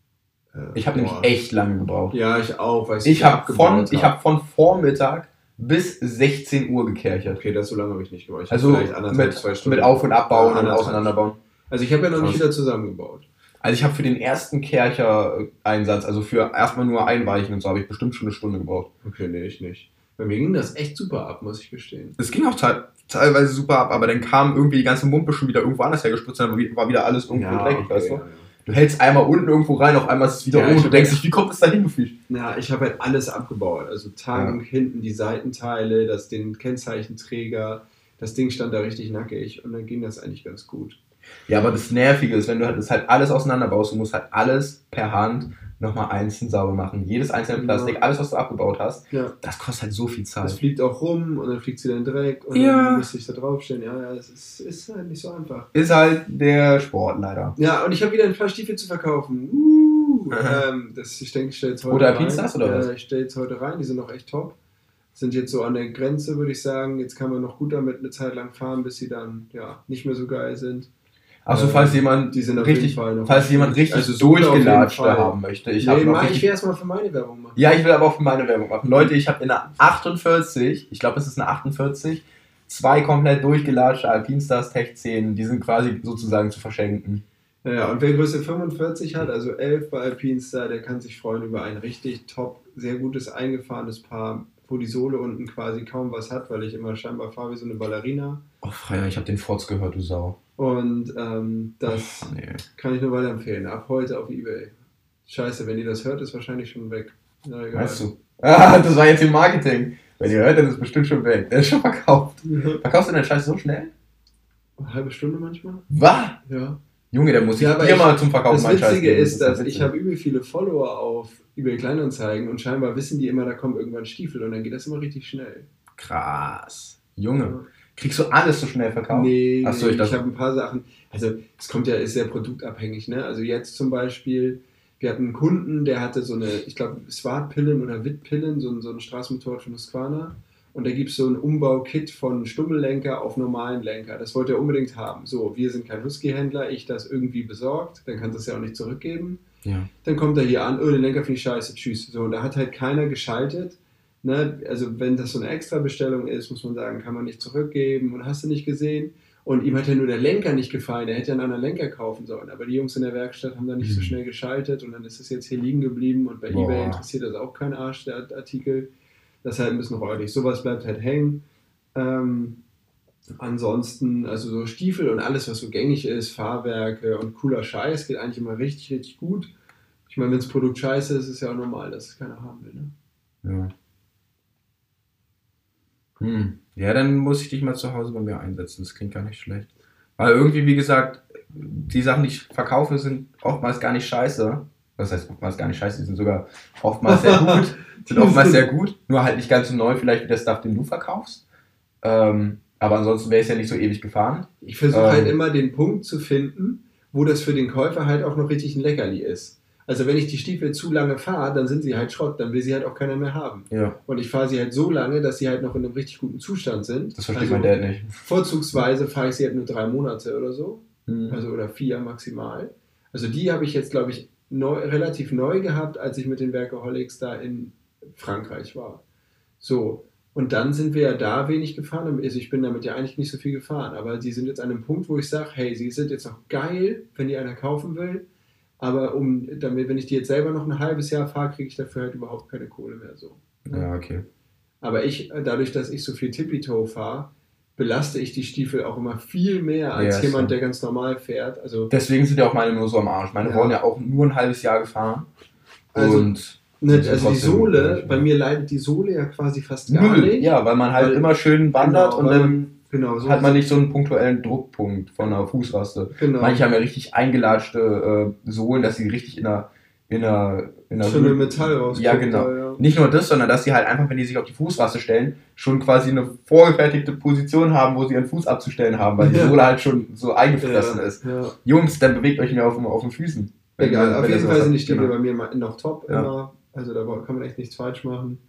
[SPEAKER 3] Äh,
[SPEAKER 2] Ich habe nämlich
[SPEAKER 3] boah.
[SPEAKER 2] echt lange gebraucht.
[SPEAKER 3] Ja, ich auch, weil
[SPEAKER 2] Ich habe von,
[SPEAKER 3] abgebaut
[SPEAKER 2] ich hab von Vormittag bis sechzehn Uhr gekerchert.
[SPEAKER 3] Okay, das so lange habe ich nicht gebraucht. Ich
[SPEAKER 2] Also
[SPEAKER 3] hab vielleicht anderthalb, zwei
[SPEAKER 2] mit,
[SPEAKER 3] Stunden.
[SPEAKER 2] mit Auf- und Abbauen
[SPEAKER 3] Ja,
[SPEAKER 2] und
[SPEAKER 3] anderthalb.
[SPEAKER 2] Auseinanderbauen.
[SPEAKER 3] Also ich habe ja noch nicht
[SPEAKER 2] Krass.
[SPEAKER 3] wieder zusammengebaut.
[SPEAKER 2] Also ich habe für den ersten Kercher-Einsatz, also für erstmal nur Einweichen und so, habe ich bestimmt schon eine Stunde gebraucht.
[SPEAKER 3] Okay, nee, ich nicht. Bei mir ging das echt super ab, muss ich gestehen.
[SPEAKER 2] Es ging auch te teilweise super ab, aber dann kam irgendwie die ganze Mumpe schon wieder irgendwo anders hergespritzt und dann war wieder alles irgendwo dreckig,
[SPEAKER 3] okay,
[SPEAKER 2] weißt du?
[SPEAKER 3] ja, ja.
[SPEAKER 2] du hältst einmal unten irgendwo rein, auf einmal ist es wieder
[SPEAKER 3] Ja,
[SPEAKER 2] oben.
[SPEAKER 3] ich
[SPEAKER 2] Du denkst
[SPEAKER 3] hab-
[SPEAKER 2] dich, wie kommt es da hingefischt?
[SPEAKER 3] Ja, ich habe halt alles abgebaut. Also Tank, hinten die Seitenteile, das, den Kennzeichenträger. Das Ding stand da richtig nackig und dann ging das eigentlich ganz gut.
[SPEAKER 2] Ja, aber das Nervige ist, wenn du halt das halt alles auseinanderbaust, du musst halt alles per Hand nochmal einzeln sauber machen. Jedes einzelne Plastik,
[SPEAKER 3] Ja.
[SPEAKER 2] alles, was du abgebaut hast,
[SPEAKER 3] Ja.
[SPEAKER 2] das kostet halt so viel
[SPEAKER 3] Das
[SPEAKER 2] Zeit.
[SPEAKER 3] fliegt auch rum und dann fliegt sie in den Dreck und
[SPEAKER 2] Ja.
[SPEAKER 3] dann muss ich da draufstellen. Ja, ja, es ist, ist halt nicht so einfach.
[SPEAKER 2] Ist halt der Sport leider.
[SPEAKER 3] Ja, und ich habe wieder ein paar Stiefel zu verkaufen. Uh, ähm, das, ich denke, ich stelle jetzt heute
[SPEAKER 2] Oder
[SPEAKER 3] rein.
[SPEAKER 2] Alpinstars, oder
[SPEAKER 3] ja,
[SPEAKER 2] was?
[SPEAKER 3] Ich stelle jetzt heute rein, die sind noch echt top. Sind jetzt so an der Grenze, würde ich sagen. Jetzt kann man noch gut damit eine Zeit lang fahren, bis sie dann ja nicht mehr so geil sind.
[SPEAKER 2] Achso,
[SPEAKER 3] Ähm,
[SPEAKER 2] falls jemand
[SPEAKER 3] die sind auf
[SPEAKER 2] richtig,
[SPEAKER 3] jeden Fall noch
[SPEAKER 2] falls jemand
[SPEAKER 3] gut.
[SPEAKER 2] richtig
[SPEAKER 3] Also so auf jeden
[SPEAKER 2] durchgelatschte
[SPEAKER 3] Fall.
[SPEAKER 2] haben möchte. Ich
[SPEAKER 3] Nee,
[SPEAKER 2] habe noch
[SPEAKER 3] Mann, ich
[SPEAKER 2] richtig,
[SPEAKER 3] will erstmal für meine Werbung machen.
[SPEAKER 2] ja, ich will aber auch für meine Werbung machen. Leute, ich habe in der achtundvierzig, ich glaube, es ist eine achtundvierzig, zwei komplett durchgelatschte Alpinstars Tech zehn, die sind quasi sozusagen zu verschenken.
[SPEAKER 3] Ja, und wer Größe fünfundvierzig hat, also elf bei Alpinstar, der kann sich freuen über ein richtig top, sehr gutes eingefahrenes Paar, wo die Sohle unten quasi kaum was hat, weil ich immer scheinbar fahre wie so eine Ballerina.
[SPEAKER 2] Oh, Freier, ich habe den Furz gehört, du Sau.
[SPEAKER 3] Und ähm, das
[SPEAKER 2] Oh, nee.
[SPEAKER 3] kann ich nur weiterempfehlen. Ab heute auf Ebay. Scheiße, wenn ihr das hört, ist wahrscheinlich schon weg. Na egal.
[SPEAKER 2] Weißt du? Ah, das war jetzt im Marketing. Wenn ihr hört, dann ist es bestimmt schon weg. Der ist schon verkauft. Verkaufst du den Scheiß so schnell?
[SPEAKER 3] Eine halbe Stunde manchmal?
[SPEAKER 2] Was?
[SPEAKER 3] Ja.
[SPEAKER 2] Junge, der muss ich
[SPEAKER 3] Ja, aber
[SPEAKER 2] dir
[SPEAKER 3] ich-
[SPEAKER 2] mal zum Verkaufen
[SPEAKER 3] Das
[SPEAKER 2] meinen Scheiß
[SPEAKER 3] Witzige
[SPEAKER 2] geben.
[SPEAKER 3] ist, dass
[SPEAKER 2] ja
[SPEAKER 3] ich
[SPEAKER 2] witzig.
[SPEAKER 3] habe übel viele Follower auf eBay Kleinanzeigen und scheinbar wissen die immer, da kommen irgendwann Stiefel und dann geht das immer richtig schnell.
[SPEAKER 2] Krass. Junge, kriegst du alles so schnell verkauft?
[SPEAKER 3] Nee,
[SPEAKER 2] Ach so,
[SPEAKER 3] nee,
[SPEAKER 2] ich
[SPEAKER 3] ich,
[SPEAKER 2] dachte-
[SPEAKER 3] habe ein paar Sachen. Also, es kommt ja, ist sehr produktabhängig, ne? Also, jetzt zum Beispiel, wir hatten einen Kunden, der hatte so eine, ich glaube, Swart-Pillen oder Witt-Pillen, so ein, so ein Straßenmotorrad von Husqvarna. Und da gibt es so ein Umbau-Kit von Stummellenker auf normalen Lenker. Das wollte er unbedingt haben. So, wir sind kein Husky-Händler, ich das irgendwie besorgt, dann kannst du es ja auch nicht zurückgeben.
[SPEAKER 2] Ja.
[SPEAKER 3] Dann kommt er hier an, oh, den Lenker finde ich scheiße, tschüss. So, und da hat halt keiner geschaltet. Ne? Also wenn das so eine Extra-Bestellung ist, muss man sagen, kann man nicht zurückgeben und hast du nicht gesehen. Und ihm hat ja nur der Lenker nicht gefallen, er hätte ja einen anderen Lenker kaufen sollen. Aber die Jungs in der Werkstatt haben da nicht so
[SPEAKER 2] Mhm.
[SPEAKER 3] schnell geschaltet und dann ist es jetzt hier liegen geblieben und bei
[SPEAKER 2] Boah.
[SPEAKER 3] eBay interessiert das auch keinen Arsch, der Artikel. Das ist halt ein bisschen räudig. Sowas bleibt halt hängen. Ähm, ansonsten, also so Stiefel und alles, was so gängig ist, Fahrwerke und cooler Scheiß, geht eigentlich immer richtig, richtig gut. Ich meine, wenn das Produkt scheiße ist, ist es ja auch normal, dass es keiner haben will. Ne?
[SPEAKER 2] Ja. Hm. Ja, dann muss ich dich mal zu Hause bei mir einsetzen. Das klingt gar nicht schlecht. Weil irgendwie, wie gesagt, die Sachen, die ich verkaufe, sind oftmals gar nicht scheiße. Das heißt oftmals gar nicht scheiße, die sind sogar oftmals sehr gut. Sind oftmals sehr gut. Nur halt nicht ganz so neu, vielleicht wie der Stuff, den du verkaufst. Ähm, aber ansonsten wäre es ja nicht so ewig gefahren.
[SPEAKER 3] Ich versuche
[SPEAKER 2] Ähm.
[SPEAKER 3] halt immer den Punkt zu finden, wo das für den Käufer halt auch noch richtig ein Leckerli ist. Also wenn ich die Stiefel zu lange fahre, dann sind sie halt Schrott, dann will sie halt auch keiner mehr haben.
[SPEAKER 2] Ja,
[SPEAKER 3] Und ich fahre sie halt so lange, dass sie halt noch in einem richtig guten Zustand sind.
[SPEAKER 2] das versteht
[SPEAKER 3] also
[SPEAKER 2] mein Dad nicht.
[SPEAKER 3] Vorzugsweise fahre ich sie halt nur drei Monate oder so.
[SPEAKER 2] Hm.
[SPEAKER 3] Also oder vier maximal. Also die habe ich jetzt, glaube ich, neu, relativ neu gehabt, als ich mit den Werkeholics da in Frankreich war. So, und dann sind wir ja da wenig gefahren. Also ich bin damit ja eigentlich nicht so viel gefahren, aber die sind jetzt an einem Punkt, wo ich sage, hey, sie sind jetzt noch geil, wenn die einer kaufen will, aber um, damit, wenn ich die jetzt selber noch ein halbes Jahr fahre, kriege ich dafür halt überhaupt keine Kohle mehr so.
[SPEAKER 2] Ja, okay.
[SPEAKER 3] Aber ich, dadurch, dass ich so viel Tippy-Toe fahre, belaste ich die Stiefel auch immer viel mehr als
[SPEAKER 2] Ja,
[SPEAKER 3] jemand,
[SPEAKER 2] so.
[SPEAKER 3] der ganz normal fährt. Also,
[SPEAKER 2] Deswegen sind ja auch meine nur so am Arsch. Meine
[SPEAKER 3] Ja.
[SPEAKER 2] wurden ja auch nur ein halbes Jahr gefahren.
[SPEAKER 3] Also,
[SPEAKER 2] und
[SPEAKER 3] ne,
[SPEAKER 2] sind
[SPEAKER 3] also die
[SPEAKER 2] trotzdem
[SPEAKER 3] Sohle,
[SPEAKER 2] gleich,
[SPEAKER 3] bei
[SPEAKER 2] ja.
[SPEAKER 3] mir leidet die Sohle ja quasi fast gar
[SPEAKER 2] null.
[SPEAKER 3] nicht.
[SPEAKER 2] Ja, weil man halt
[SPEAKER 3] Weil-
[SPEAKER 2] immer schön wandert
[SPEAKER 3] Genau,
[SPEAKER 2] und
[SPEAKER 3] weil
[SPEAKER 2] dann
[SPEAKER 3] Genau, so
[SPEAKER 2] hat man nicht so einen punktuellen Druckpunkt von einer Fußraste.
[SPEAKER 3] genau.
[SPEAKER 2] Manche haben ja richtig eingelatschte äh, Sohlen, dass sie richtig in einer in einer, in einer
[SPEAKER 3] schon mit Metall rauskommt.
[SPEAKER 2] Ja, genau.
[SPEAKER 3] Da, ja.
[SPEAKER 2] Nicht nur das, sondern dass sie halt einfach, wenn die sich auf die Fußraste stellen, schon quasi eine vorgefertigte Position haben, wo sie ihren Fuß abzustellen haben, weil die
[SPEAKER 3] Ja.
[SPEAKER 2] Sohle halt schon so eingefressen
[SPEAKER 3] ja,
[SPEAKER 2] ist.
[SPEAKER 3] Ja.
[SPEAKER 2] Jungs, dann bewegt euch mehr auf, den- auf den Füßen. Wenn
[SPEAKER 3] Egal,
[SPEAKER 2] ihr-
[SPEAKER 3] auf
[SPEAKER 2] wenn ihr
[SPEAKER 3] jeden
[SPEAKER 2] sowas
[SPEAKER 3] Fall sind die
[SPEAKER 2] habt.
[SPEAKER 3] Stiefel
[SPEAKER 2] Genau.
[SPEAKER 3] bei mir ma- noch top
[SPEAKER 2] Ja.
[SPEAKER 3] immer. Also da kann man echt nichts falsch machen.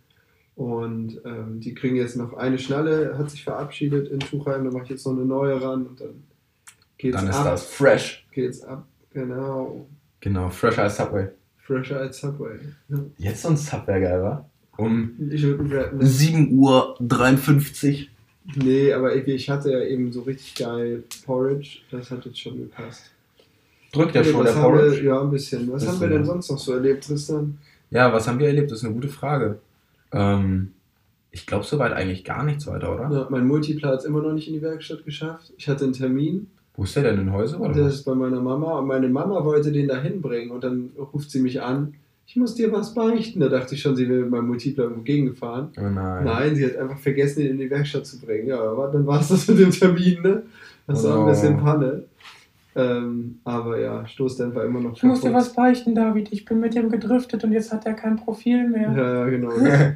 [SPEAKER 3] Und ähm, die kriegen jetzt noch eine Schnalle, hat sich verabschiedet in Tuchheim, da mache ich jetzt noch eine neue ran und dann geht's
[SPEAKER 2] Dann ist
[SPEAKER 3] ab.
[SPEAKER 2] das fresh.
[SPEAKER 3] Geht's ab, genau.
[SPEAKER 2] Genau, fresher als Subway.
[SPEAKER 3] Fresher als Subway. Ja.
[SPEAKER 2] Jetzt so ein Subway, geil, wa? Um
[SPEAKER 3] Ich würde rappen.
[SPEAKER 2] sieben Uhr dreiundfünfzig.
[SPEAKER 3] Nee, aber ich, ich hatte ja eben so richtig geil Porridge, das hat jetzt schon gepasst.
[SPEAKER 2] Drückt ja
[SPEAKER 3] Okay,
[SPEAKER 2] schon der
[SPEAKER 3] was haben wir,
[SPEAKER 2] Porridge.
[SPEAKER 3] ja, ein bisschen. Was
[SPEAKER 2] Bisschen,
[SPEAKER 3] haben wir denn
[SPEAKER 2] ja.
[SPEAKER 3] sonst noch so erlebt, Tristan?
[SPEAKER 2] Ja, was haben wir erlebt? Das ist eine gute Frage. Ähm, ich glaube soweit eigentlich gar nichts weiter, oder?
[SPEAKER 3] Ja, mein Multipla hat es immer noch nicht in die Werkstatt geschafft. Ich hatte einen Termin
[SPEAKER 2] Wo ist der denn, in Häuser oder
[SPEAKER 3] Der
[SPEAKER 2] was?
[SPEAKER 3] ist bei meiner Mama und meine Mama wollte den da hinbringen und dann ruft sie mich an, ich muss dir was beichten. Da dachte ich schon, sie wäre mit meinem Multipler irgendwo gegengefahren.
[SPEAKER 2] Oh nein.
[SPEAKER 3] Nein, sie hat einfach vergessen, ihn in die Werkstatt zu bringen. Ja, aber dann war es das mit dem Termin, ne? Das war
[SPEAKER 2] Oh.
[SPEAKER 3] ein bisschen Panne. Ähm, aber ja, Stoßdämpfer immer noch
[SPEAKER 2] Ich muss dir
[SPEAKER 3] kaputt.
[SPEAKER 2] was beichten, David. Ich bin mit dem gedriftet und jetzt hat er kein Profil mehr.
[SPEAKER 3] Ja, ja, genau.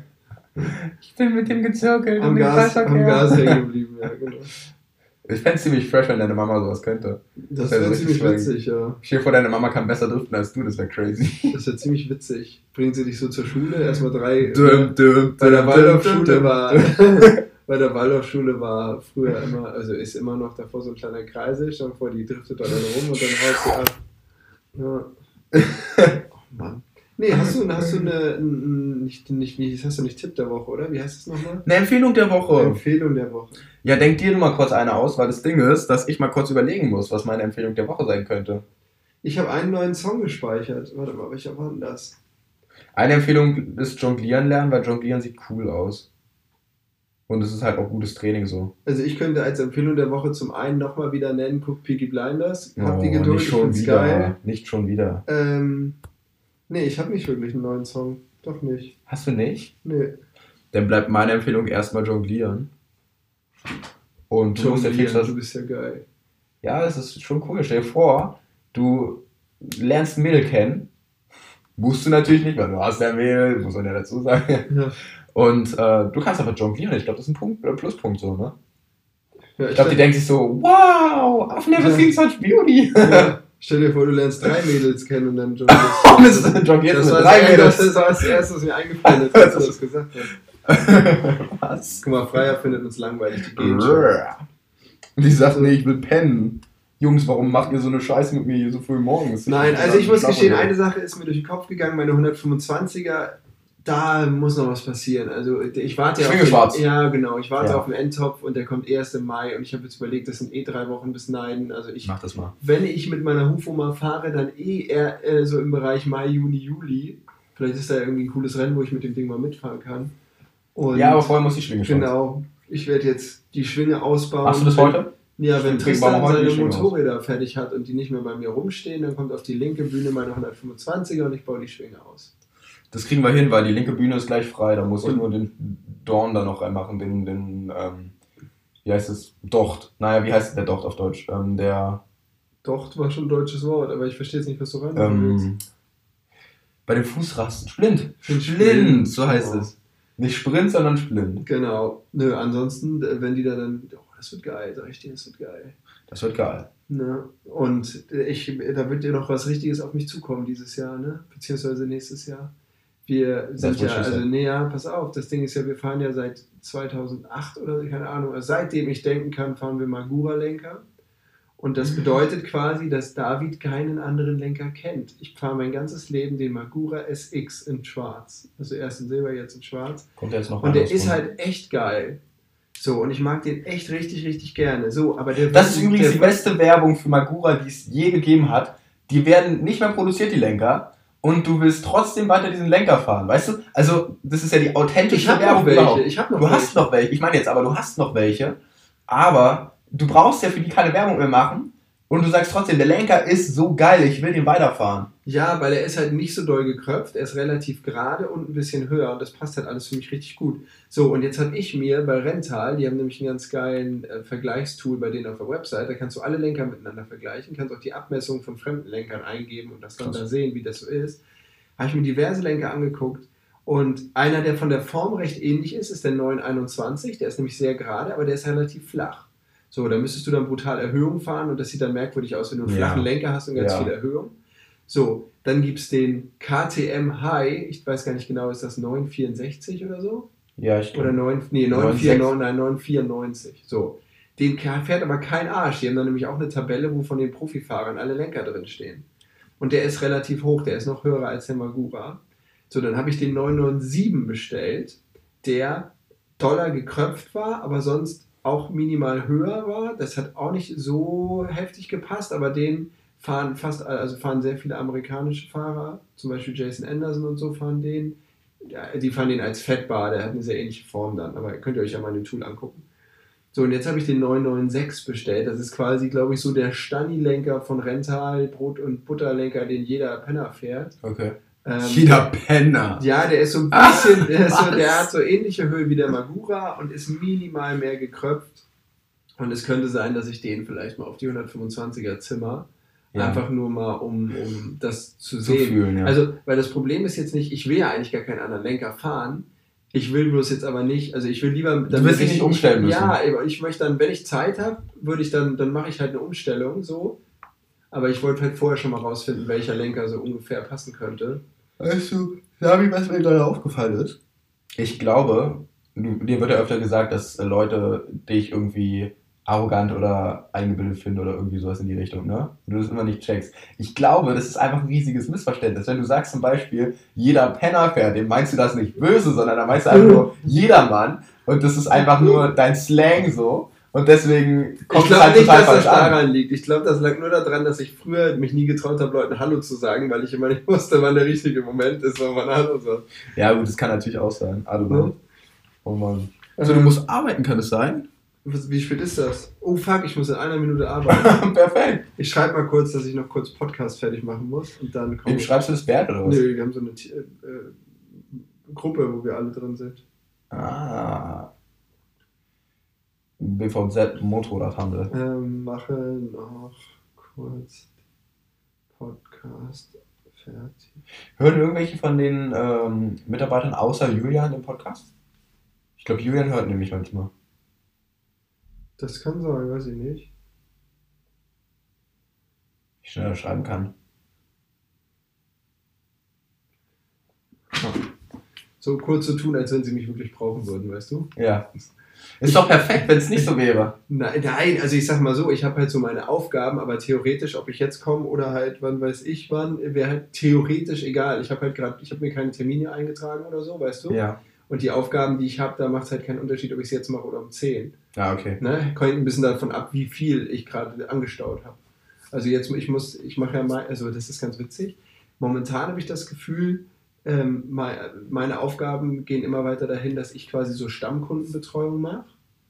[SPEAKER 2] Ich bin mit dem gezirkelt
[SPEAKER 3] am
[SPEAKER 2] und im
[SPEAKER 3] Gas, am
[SPEAKER 2] Kreisverkehr.
[SPEAKER 3] Gas hängen geblieben, ja, genau.
[SPEAKER 2] Ich fände es ziemlich fresh, wenn deine Mama sowas könnte.
[SPEAKER 3] Das
[SPEAKER 2] wär so
[SPEAKER 3] wäre
[SPEAKER 2] richtig
[SPEAKER 3] ziemlich
[SPEAKER 2] swag.
[SPEAKER 3] witzig, ja.
[SPEAKER 2] Stell dir vor, deine Mama kann besser driften als du, das wäre crazy.
[SPEAKER 3] Das wäre ziemlich witzig. Bringt sie dich so zur Schule, erstmal drei.
[SPEAKER 2] Dum, dum,
[SPEAKER 3] Bei der
[SPEAKER 2] dum,
[SPEAKER 3] Waldorfschule
[SPEAKER 2] dum, dum.
[SPEAKER 3] war, bei der Waldorfschule war früher immer, also ist immer noch davor so ein kleiner Kreisel, stand vor, die driftet da dann rum und dann haut sie ab. Ja. Oh Mann. Nee, hast du, hast du eine, n- nicht, nicht, wie hast du nicht Tipp der Woche, oder? Wie heißt es nochmal?
[SPEAKER 2] Eine Empfehlung der Woche.
[SPEAKER 3] Empfehlung der Woche.
[SPEAKER 2] Ja, denk dir nur mal kurz eine aus, weil das Ding ist, dass ich mal kurz überlegen muss, was meine Empfehlung der Woche sein könnte.
[SPEAKER 3] Ich habe einen neuen Song gespeichert. Warte mal, welcher war denn das?
[SPEAKER 2] Eine Empfehlung ist Jonglieren lernen, weil Jonglieren sieht cool aus. Und es ist halt auch gutes Training so.
[SPEAKER 3] Also ich könnte als Empfehlung der Woche zum einen nochmal wieder nennen, guck Peaky Blinders. Hab die
[SPEAKER 2] Oh,
[SPEAKER 3] Geduld,
[SPEAKER 2] nicht
[SPEAKER 3] ich
[SPEAKER 2] schon
[SPEAKER 3] find's
[SPEAKER 2] wieder.
[SPEAKER 3] geil.
[SPEAKER 2] Nicht schon wieder.
[SPEAKER 3] Ähm, nee, ich habe nicht wirklich einen neuen Song. Doch nicht.
[SPEAKER 2] Hast du nicht?
[SPEAKER 3] Nee.
[SPEAKER 2] Dann bleibt meine Empfehlung erstmal jonglieren. Und du musst dir
[SPEAKER 3] Jonglieren,
[SPEAKER 2] viel
[SPEAKER 3] du bist ja geil.
[SPEAKER 2] Ja, es ist schon cool. Stell dir vor, du lernst ein Mädel kennen. Musst du natürlich nicht, weil du hast ja ein Mädel, muss man ja dazu sagen.
[SPEAKER 3] Ja.
[SPEAKER 2] Und äh, du kannst aber jonglieren. Ich glaube, das ist ein Punkt, äh, Pluspunkt so, ne?
[SPEAKER 3] Ja,
[SPEAKER 2] Ich glaube, die denkt sich so, wow, I've never
[SPEAKER 3] Ja.
[SPEAKER 2] seen such beauty.
[SPEAKER 3] ja, stell dir vor, du lernst drei Mädels kennen und dann
[SPEAKER 2] Und es
[SPEAKER 3] jonglierst.
[SPEAKER 2] jongliert
[SPEAKER 3] Das
[SPEAKER 2] mit
[SPEAKER 3] war
[SPEAKER 2] drei
[SPEAKER 3] das,
[SPEAKER 2] Mädels.
[SPEAKER 3] das war das Erste, was mir eingefallen ist, als du das gesagt hast.
[SPEAKER 2] Was?
[SPEAKER 3] Guck mal, Freier findet uns langweilig, die gehen schon.
[SPEAKER 2] Und die sagt, nee, ich will pennen. Jungs, warum macht ihr so eine Scheiße mit mir hier so früh morgens?
[SPEAKER 3] Nein, also ich muss
[SPEAKER 2] Schlafen
[SPEAKER 3] gestehen,
[SPEAKER 2] will.
[SPEAKER 3] eine Sache ist mir durch den Kopf gegangen, meine hundertfünfundzwanziger, da muss noch was passieren. Also ich warte ja auf
[SPEAKER 2] Schwinge
[SPEAKER 3] den,
[SPEAKER 2] schwarz.
[SPEAKER 3] ja genau, ich warte
[SPEAKER 2] Ja.
[SPEAKER 3] auf den Endtopf und der kommt erst im Mai und ich habe jetzt überlegt, das sind eh drei Wochen bis Neiden. Also ich,
[SPEAKER 2] Mach das mal.
[SPEAKER 3] wenn ich mit meiner Hufo mal fahre, dann eh eher äh, so im Bereich Mai, Juni, Juli. Vielleicht ist da irgendwie ein cooles Rennen, wo ich mit dem Ding mal mitfahren kann. Und
[SPEAKER 2] Ja, aber vorher muss die Schwinge schwarz.
[SPEAKER 3] genau, ich werde jetzt die Schwinge ausbauen.
[SPEAKER 2] Machst du das
[SPEAKER 3] Wenn-
[SPEAKER 2] heute?
[SPEAKER 3] Ja, wenn
[SPEAKER 2] Trinken wir
[SPEAKER 3] Tristan
[SPEAKER 2] mal heute die
[SPEAKER 3] seine
[SPEAKER 2] Schwinge aus.
[SPEAKER 3] Motorräder fertig hat und die nicht mehr bei mir rumstehen, dann kommt auf die linke Bühne meine hundertfünfundzwanziger und ich baue die Schwinge aus.
[SPEAKER 2] Das kriegen wir hin, weil die linke Bühne ist gleich frei. Da muss ich
[SPEAKER 3] Und-
[SPEAKER 2] nur den Dorn da noch reinmachen, den, den ähm, wie heißt es? Docht. Naja, wie heißt der Docht auf Deutsch? Ähm, der,
[SPEAKER 3] Doch, war schon ein deutsches Wort, aber ich verstehe jetzt nicht, was du reinmachen willst.
[SPEAKER 2] ähm, bei den Fußrasten. Splint.
[SPEAKER 3] Den
[SPEAKER 2] Splint, so heißt
[SPEAKER 3] Oh.
[SPEAKER 2] es. Nicht Sprint, sondern Splint.
[SPEAKER 3] Genau. Nö, ansonsten, äh, wenn die da dann, oh, das wird geil, sag ich dir, das wird geil.
[SPEAKER 2] Das wird geil.
[SPEAKER 3] Ne? Und äh, ich, da wird dir noch was Richtiges auf mich zukommen dieses Jahr, ne? Beziehungsweise nächstes Jahr. Wir sind
[SPEAKER 2] wollte
[SPEAKER 3] ja,
[SPEAKER 2] ich
[SPEAKER 3] also
[SPEAKER 2] sagen.
[SPEAKER 3] nee, ja, pass auf, das Ding ist ja, wir fahren ja seit zweitausendacht oder so, keine Ahnung, also seitdem ich denken kann, fahren wir Magura-Lenker. Und das bedeutet quasi, dass David keinen anderen Lenker kennt. Ich fahre mein ganzes Leben den Magura S X in schwarz. Also erst in Silber, jetzt in schwarz.
[SPEAKER 2] Kommt jetzt noch
[SPEAKER 3] Und der
[SPEAKER 2] anders
[SPEAKER 3] ist
[SPEAKER 2] rum.
[SPEAKER 3] halt echt geil. So, und ich mag den echt richtig, richtig gerne. So, aber der
[SPEAKER 2] Das ist übrigens
[SPEAKER 3] der,
[SPEAKER 2] die beste Werbung für Magura, die es je gegeben hat. Die werden nicht mehr produziert, die Lenker. Und du willst trotzdem weiter diesen Lenker fahren, weißt du? Also, das ist ja die
[SPEAKER 3] Ich
[SPEAKER 2] authentische
[SPEAKER 3] habe noch
[SPEAKER 2] Werbung überhaupt.
[SPEAKER 3] welche. Ich habe noch
[SPEAKER 2] Du
[SPEAKER 3] welche.
[SPEAKER 2] hast noch welche, ich meine jetzt aber, du hast noch welche, aber du brauchst ja für die keine Werbung mehr machen und du sagst trotzdem, der Lenker ist so geil, ich will den weiterfahren.
[SPEAKER 3] Ja, weil er ist halt nicht so doll gekröpft, er ist relativ gerade und ein bisschen höher und das passt halt alles für mich richtig gut. So, und jetzt habe ich mir bei Rental, die haben nämlich einen ganz geilen äh, Vergleichstool bei denen auf der Website, da kannst du alle Lenker miteinander vergleichen, kannst auch die Abmessung von fremden Lenkern eingeben und das dann
[SPEAKER 2] Krass.
[SPEAKER 3] da sehen, wie das so ist. Habe ich mir diverse Lenker angeguckt und einer, der von der Form recht ähnlich ist, ist der neun einundzwanzig, der ist nämlich sehr gerade, aber der ist relativ flach. So, da müsstest du dann brutal Erhöhung fahren und das sieht dann merkwürdig aus, wenn du einen
[SPEAKER 2] Ja.
[SPEAKER 3] flachen Lenker hast und ganz
[SPEAKER 2] Ja.
[SPEAKER 3] viel Erhöhung. So, dann gibt es den K T M High, ich weiß gar nicht genau, ist das neun vierundsechzig oder so?
[SPEAKER 2] Ja, ich
[SPEAKER 3] Oder neun, nee, neun vierundneunzig, nein, neun vierundneunzig. So, den fährt aber kein Arsch. Die haben dann nämlich auch eine Tabelle, wo von den Profifahrern alle Lenker drin stehen. Und der ist relativ hoch, der ist noch höher als der Magura. So, dann habe ich den neun neun sieben bestellt, der doller gekröpft war, aber sonst auch minimal höher war. Das hat auch nicht so heftig gepasst, aber den fahren fast, also fahren sehr viele amerikanische Fahrer, zum Beispiel Jason Anderson und so fahren den. Ja, die fahren den als Fettbar, der hat eine sehr ähnliche Form dann, aber könnt ihr euch ja mal in dem Tool angucken. So, und jetzt habe ich den neun neun sechs bestellt. Das ist quasi, glaube ich, so der Stani-Lenker von Rental, Brot- und Butterlenker, den jeder Penner fährt.
[SPEAKER 2] Okay.
[SPEAKER 3] Ähm,
[SPEAKER 2] Jeder Penner.
[SPEAKER 3] Ja, der ist so ein bisschen, der, ist so,
[SPEAKER 2] Was?
[SPEAKER 3] der hat so ähnliche Höhe wie der Magura und ist minimal mehr gekröpft. Und es könnte sein, dass ich den vielleicht mal auf die hundertfünfundzwanziger Zimmer.
[SPEAKER 2] Ja.
[SPEAKER 3] Einfach nur mal, um, um das zu
[SPEAKER 2] Zu
[SPEAKER 3] sehen.
[SPEAKER 2] fühlen, ja.
[SPEAKER 3] Also, weil das Problem ist jetzt nicht, ich will ja eigentlich gar keinen anderen Lenker fahren. Ich will bloß jetzt aber nicht, also ich will lieber...
[SPEAKER 2] Du willst dich
[SPEAKER 3] ich,
[SPEAKER 2] nicht umstellen müssen.
[SPEAKER 3] Ja, ich möchte dann, wenn ich Zeit habe, würde ich dann, dann mache ich halt eine Umstellung so. Aber ich wollte halt vorher schon mal rausfinden, welcher Lenker so ungefähr passen könnte.
[SPEAKER 2] Weißt du, Sabi, was mir gerade aufgefallen ist? Ich glaube, du, dir wird ja öfter gesagt, dass äh, Leute dich irgendwie arrogant oder eingebildet finden oder irgendwie sowas in die Richtung, ne? Und du das immer nicht checkst. Ich glaube, das ist einfach ein riesiges Missverständnis. Wenn du sagst zum Beispiel, jeder Penner fährt, dem meinst du das nicht böse, sondern da meinst du einfach nur jedermann. Und das ist einfach nur dein Slang so. Und deswegen kommt
[SPEAKER 3] Ich
[SPEAKER 2] es
[SPEAKER 3] glaube
[SPEAKER 2] halt
[SPEAKER 3] nicht,
[SPEAKER 2] total
[SPEAKER 3] dass das
[SPEAKER 2] falsch an.
[SPEAKER 3] daran liegt. Ich glaube, das lag nur daran, dass ich früher mich nie getraut habe, Leuten Hallo zu sagen, weil ich immer nicht wusste, wann der richtige Moment ist, wo man Hallo sagt.
[SPEAKER 2] Ja gut, das kann natürlich auch sein. I don't know. Oh Mann.
[SPEAKER 3] Also,
[SPEAKER 2] du musst arbeiten, kann es sein?
[SPEAKER 3] Was, wie spät ist das? Oh fuck, ich muss in einer Minute arbeiten.
[SPEAKER 2] Perfekt.
[SPEAKER 3] Ich schreibe mal kurz, dass ich noch kurz Podcast fertig machen muss und dann komme
[SPEAKER 2] Wem schreibst du das Bert oder was?
[SPEAKER 3] Nö, wir haben so eine äh, äh, Gruppe, wo wir alle drin sind.
[SPEAKER 2] Ah. B V Z Motorradhandel.
[SPEAKER 3] Ähm, mache noch kurz Podcast fertig.
[SPEAKER 2] Hören irgendwelche von den ähm, Mitarbeitern außer Julian den Podcast? Ich glaube, Julian hört nämlich manchmal.
[SPEAKER 3] Das kann sein, weiß ich nicht.
[SPEAKER 2] Wie schnell er schreiben kann.
[SPEAKER 3] So kurz zu tun, als wenn sie mich wirklich brauchen würden, weißt du?
[SPEAKER 2] Ja. Ist doch perfekt, wenn es nicht so wäre.
[SPEAKER 3] Nein, nein, also ich sag mal so, ich habe halt so meine Aufgaben, aber theoretisch, ob ich jetzt komme oder halt, wann weiß ich wann, wäre halt theoretisch egal. Ich habe halt gerade, ich habe mir keine Termine eingetragen oder so, weißt du?
[SPEAKER 2] Ja.
[SPEAKER 3] Und die Aufgaben, die ich habe, da macht es halt keinen Unterschied, ob ich es jetzt mache oder um zehn.
[SPEAKER 2] Ja, okay.
[SPEAKER 3] Ne? Kommt ein bisschen davon ab, wie viel ich gerade angestaut habe. Also jetzt, ich muss, ich mache ja mal, also das ist ganz witzig. Momentan habe ich das Gefühl, ähm, meine Aufgaben gehen immer weiter dahin, dass ich quasi so Stammkundenbetreuung mache,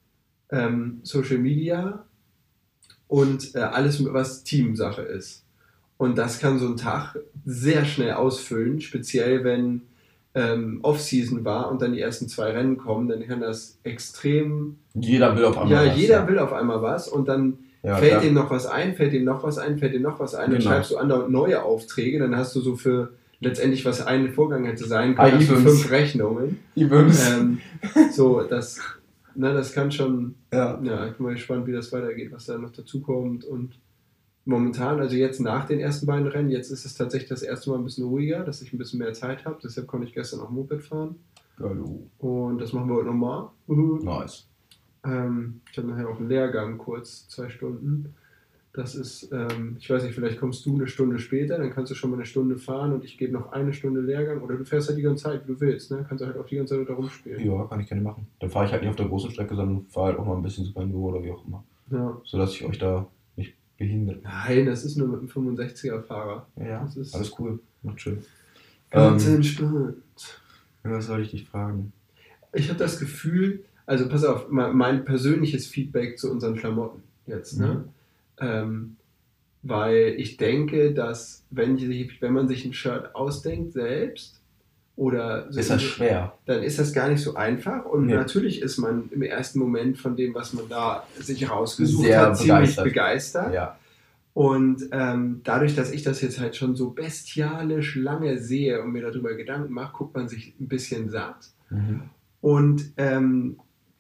[SPEAKER 3] ähm, Social Media und äh, alles, was Teamsache ist. Und das kann so ein Tag sehr schnell ausfüllen, speziell wenn ähm, Off-Season war und dann die ersten zwei Rennen kommen, dann kann das extrem...
[SPEAKER 2] Jeder will auf einmal
[SPEAKER 3] Ja,
[SPEAKER 2] was.
[SPEAKER 3] jeder
[SPEAKER 2] ja.
[SPEAKER 3] will auf einmal was und dann
[SPEAKER 2] Ja,
[SPEAKER 3] fällt
[SPEAKER 2] klar.
[SPEAKER 3] dem noch was ein, fällt dem noch was ein, fällt dem noch was ein, dann
[SPEAKER 2] Genau.
[SPEAKER 3] schreibst du andauernd neue Aufträge, dann hast du so für letztendlich, was ein Vorgang hätte sein
[SPEAKER 2] Ah,
[SPEAKER 3] können, hast du
[SPEAKER 2] E-Bums.
[SPEAKER 3] fünf Rechnungen.
[SPEAKER 2] E-Bums.
[SPEAKER 3] Ähm, so, das, na, das kann schon,
[SPEAKER 2] Ja.
[SPEAKER 3] ja, ich bin mal gespannt, wie das weitergeht, was da noch dazu kommt und momentan, also jetzt nach den ersten beiden Rennen, jetzt ist es tatsächlich das erste Mal ein bisschen ruhiger, dass ich ein bisschen mehr Zeit habe, deshalb konnte ich gestern auch Moped fahren
[SPEAKER 2] Hallo.
[SPEAKER 3] und das machen wir heute nochmal. Uhu.
[SPEAKER 2] Nice.
[SPEAKER 3] Ähm, ich habe nachher auch einen Lehrgang, kurz, zwei Stunden. Das ist, ähm, ich weiß nicht, vielleicht kommst du eine Stunde später, dann kannst du schon mal eine Stunde fahren und ich gebe noch eine Stunde Lehrgang oder du fährst halt die ganze Zeit, wie du willst, ne? Kannst du halt auch die ganze Zeit da rumspielen.
[SPEAKER 2] Ja, kann ich gerne machen. Dann fahre ich halt nicht auf der großen Strecke, sondern fahre halt auch mal ein bisschen Super Enduro oder wie auch immer.
[SPEAKER 3] Ja.
[SPEAKER 2] Sodass ich euch da nicht behindert.
[SPEAKER 3] Nein, das ist nur mit einem fünfundsechziger-Fahrer.
[SPEAKER 2] Ja, ja.
[SPEAKER 3] Das ist
[SPEAKER 2] Alles cool. Macht schön.
[SPEAKER 3] ganz
[SPEAKER 2] Ähm,
[SPEAKER 3] entspannt.
[SPEAKER 2] was soll ich dich fragen?
[SPEAKER 3] Ich habe das Gefühl, also pass auf, mein, mein persönliches Feedback zu unseren Klamotten jetzt, ne?
[SPEAKER 2] Mhm.
[SPEAKER 3] Ähm, weil ich denke, dass wenn, die, wenn man sich ein Shirt ausdenkt selbst oder so,
[SPEAKER 2] Ist das schwer?
[SPEAKER 3] dann ist das gar nicht so einfach und
[SPEAKER 2] Nee.
[SPEAKER 3] natürlich ist man im ersten Moment von dem, was man da sich rausgesucht
[SPEAKER 2] Sehr
[SPEAKER 3] hat, ziemlich
[SPEAKER 2] begeistert.
[SPEAKER 3] begeistert.
[SPEAKER 2] Ja.
[SPEAKER 3] Und ähm, dadurch, dass ich das jetzt halt schon so bestialisch lange sehe und mir darüber Gedanken mache, guckt man sich ein bisschen satt.
[SPEAKER 2] Mhm.
[SPEAKER 3] Und ähm,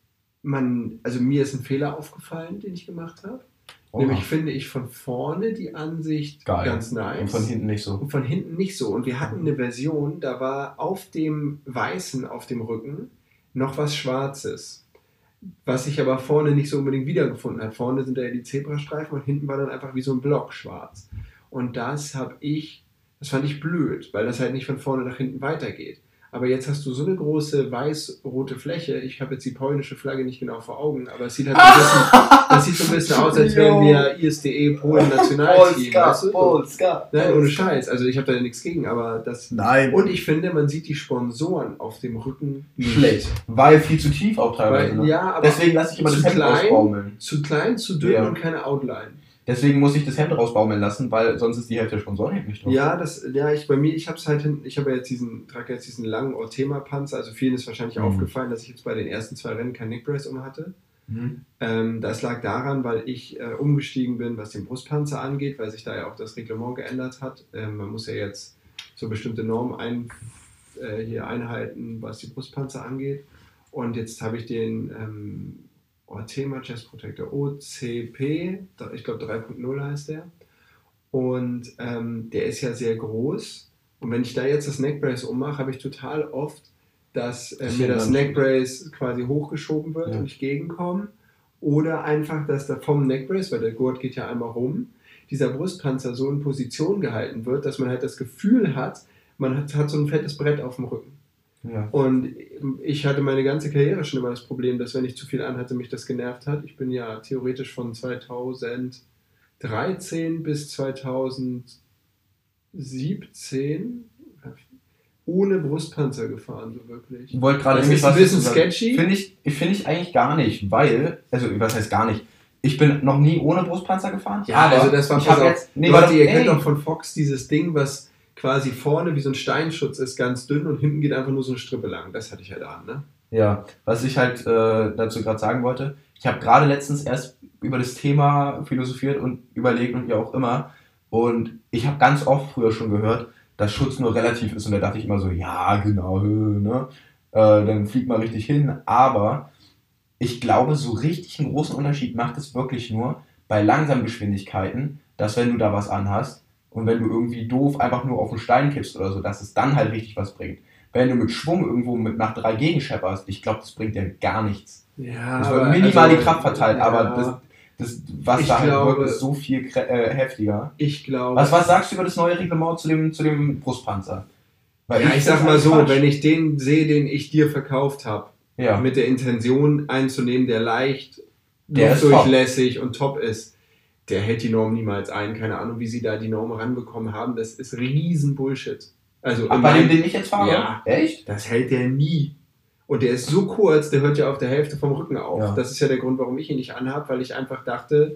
[SPEAKER 3] man, also mir ist ein Fehler aufgefallen, den ich gemacht habe.
[SPEAKER 2] Oha.
[SPEAKER 3] Nämlich finde ich von vorne die Ansicht
[SPEAKER 2] Geil.
[SPEAKER 3] ganz nice.
[SPEAKER 2] Und von hinten nicht so.
[SPEAKER 3] Und von hinten nicht so. Und wir hatten eine Version, da war auf dem Weißen auf dem Rücken noch was Schwarzes. Was sich aber vorne nicht so unbedingt wiedergefunden hat. Vorne sind da ja die Zebrastreifen und hinten war dann einfach wie so ein Block schwarz. Und das habe ich, das fand ich blöd, weil das halt nicht von vorne nach hinten weitergeht. Aber jetzt hast du so eine große weiß-rote Fläche. Ich habe jetzt die polnische Flagge nicht genau vor Augen, aber es sieht halt ein bisschen, das sieht so ein bisschen aus, als wären wir I S D E Polen Nationalteam. Weißt du?
[SPEAKER 2] Polska.
[SPEAKER 3] Nein, ohne Scheiß. Also ich habe da nichts gegen, aber das...
[SPEAKER 2] Nein.
[SPEAKER 3] Und ich finde, man sieht die Sponsoren auf dem Rücken nicht.
[SPEAKER 2] Schlecht. Weil viel zu tief auch teilweise.
[SPEAKER 3] Weil,
[SPEAKER 2] ne?
[SPEAKER 3] ja, aber
[SPEAKER 2] Deswegen lasse ich immer
[SPEAKER 3] zu
[SPEAKER 2] das Hemd
[SPEAKER 3] klein,
[SPEAKER 2] rausbaumeln.
[SPEAKER 3] Zu klein, zu dünn
[SPEAKER 2] Ja.
[SPEAKER 3] und keine Outline.
[SPEAKER 2] Deswegen muss ich das Hemd rausbaumeln lassen, weil sonst ist die Hälfte der Sponsoren nicht drauf.
[SPEAKER 3] Ja, das, ja, ich bei mir, ich habe es halt hin, ich habe ja jetzt diesen, trage jetzt diesen langen Ortema-Panzer, also vielen ist wahrscheinlich
[SPEAKER 2] Mhm.
[SPEAKER 3] aufgefallen, dass ich jetzt bei den ersten zwei Rennen kein Neckbrace um hatte.
[SPEAKER 2] Mhm.
[SPEAKER 3] Ähm, das lag daran, weil ich äh, umgestiegen bin, was den Brustpanzer angeht, weil sich da ja auch das Reglement geändert hat. Ähm, man muss ja jetzt so bestimmte Normen ein, äh, hier einhalten, was die Brustpanzer angeht. Und jetzt habe ich den ähm, Ortema Chest Protector O C P, ich glaube drei Punkt null heißt der. Und ähm, der ist ja sehr groß. Und wenn ich da jetzt das Neckbrace ummache, habe ich total oft, dass äh,
[SPEAKER 2] Das
[SPEAKER 3] mir
[SPEAKER 2] ist
[SPEAKER 3] das
[SPEAKER 2] dann-
[SPEAKER 3] Neckbrace quasi hochgeschoben wird
[SPEAKER 2] Ja.
[SPEAKER 3] und ich gegenkomme. Oder einfach, dass da vom Neckbrace, weil der Gurt geht ja einmal rum, dieser Brustpanzer so in Position gehalten wird, dass man halt das Gefühl hat, man hat, hat so ein fettes Brett auf dem Rücken.
[SPEAKER 2] Ja.
[SPEAKER 3] Und ich hatte meine ganze Karriere schon immer das Problem, dass wenn ich zu viel anhatte, mich das genervt hat. Ich bin ja theoretisch von zweitausenddreizehn bis zweitausendsiebzehn ohne Brustpanzer gefahren, so wirklich.
[SPEAKER 2] Ich wollte gerade
[SPEAKER 3] Das
[SPEAKER 2] nämlich
[SPEAKER 3] ist ein
[SPEAKER 2] was
[SPEAKER 3] bisschen
[SPEAKER 2] dazu sagen.
[SPEAKER 3] sketchy.
[SPEAKER 2] Finde ich, finde ich eigentlich gar nicht, weil, also was heißt gar nicht, ich bin noch nie ohne Brustpanzer gefahren.
[SPEAKER 3] Ja,
[SPEAKER 2] aber
[SPEAKER 3] also das war
[SPEAKER 2] ich
[SPEAKER 3] pass
[SPEAKER 2] habe
[SPEAKER 3] auf,
[SPEAKER 2] jetzt, nee,
[SPEAKER 3] Leute,
[SPEAKER 2] warte,
[SPEAKER 3] ihr
[SPEAKER 2] ey,
[SPEAKER 3] kennt doch von Fox dieses Ding, was quasi vorne wie so ein Steinschutz ist, ganz dünn und hinten geht einfach nur so eine Strippe lang. Das hatte ich halt an, ne?
[SPEAKER 2] Ja, was ich halt äh, dazu gerade sagen wollte, ich habe gerade letztens erst über das Thema philosophiert und überlegt und wie auch immer. Und ich habe ganz oft früher schon gehört, dass Schutz nur relativ ist. Und da dachte ich immer so, ja, genau, ne? Äh, dann fliegt man richtig hin. Aber ich glaube, so richtig einen großen Unterschied macht es wirklich nur bei langsamen Geschwindigkeiten, dass wenn du da was anhast und wenn du irgendwie doof einfach nur auf den Stein kippst oder so, dass es dann halt richtig was bringt. Wenn du mit Schwung irgendwo mit nach drei gegenschepperst, ich glaube, das bringt dir gar nichts.
[SPEAKER 3] Ja,
[SPEAKER 2] Das wird minimal
[SPEAKER 3] also,
[SPEAKER 2] die Kraft verteilt,
[SPEAKER 3] ja,
[SPEAKER 2] aber das, das, was
[SPEAKER 3] Ich
[SPEAKER 2] da halt
[SPEAKER 3] glaube-
[SPEAKER 2] wirkt, ist so viel krä- äh, heftiger.
[SPEAKER 3] ich glaube.
[SPEAKER 2] Was, was sagst du über das neue Reglement zu dem, zu dem Brustpanzer? Weil
[SPEAKER 3] ja, ich sag
[SPEAKER 2] find's
[SPEAKER 3] mal so,
[SPEAKER 2] Quatsch.
[SPEAKER 3] wenn ich den sehe, den ich dir verkauft habe,
[SPEAKER 2] Ja,
[SPEAKER 3] mit der Intention einzunehmen, der leicht
[SPEAKER 2] Der ist
[SPEAKER 3] durchlässig und top ist, der hält die Norm niemals ein. Keine Ahnung, wie sie da die Norm ranbekommen haben. Das ist riesen Bullshit. Also
[SPEAKER 2] Ach,
[SPEAKER 3] in
[SPEAKER 2] bei dem,
[SPEAKER 3] meinem-
[SPEAKER 2] den ich jetzt fahre?
[SPEAKER 3] Ja.
[SPEAKER 2] Echt?
[SPEAKER 3] das hält der nie. Und der ist so kurz, der hört ja auf der Hälfte vom Rücken auf.
[SPEAKER 2] Ja.
[SPEAKER 3] Das ist ja der Grund, warum ich ihn nicht anhabe, weil ich einfach dachte,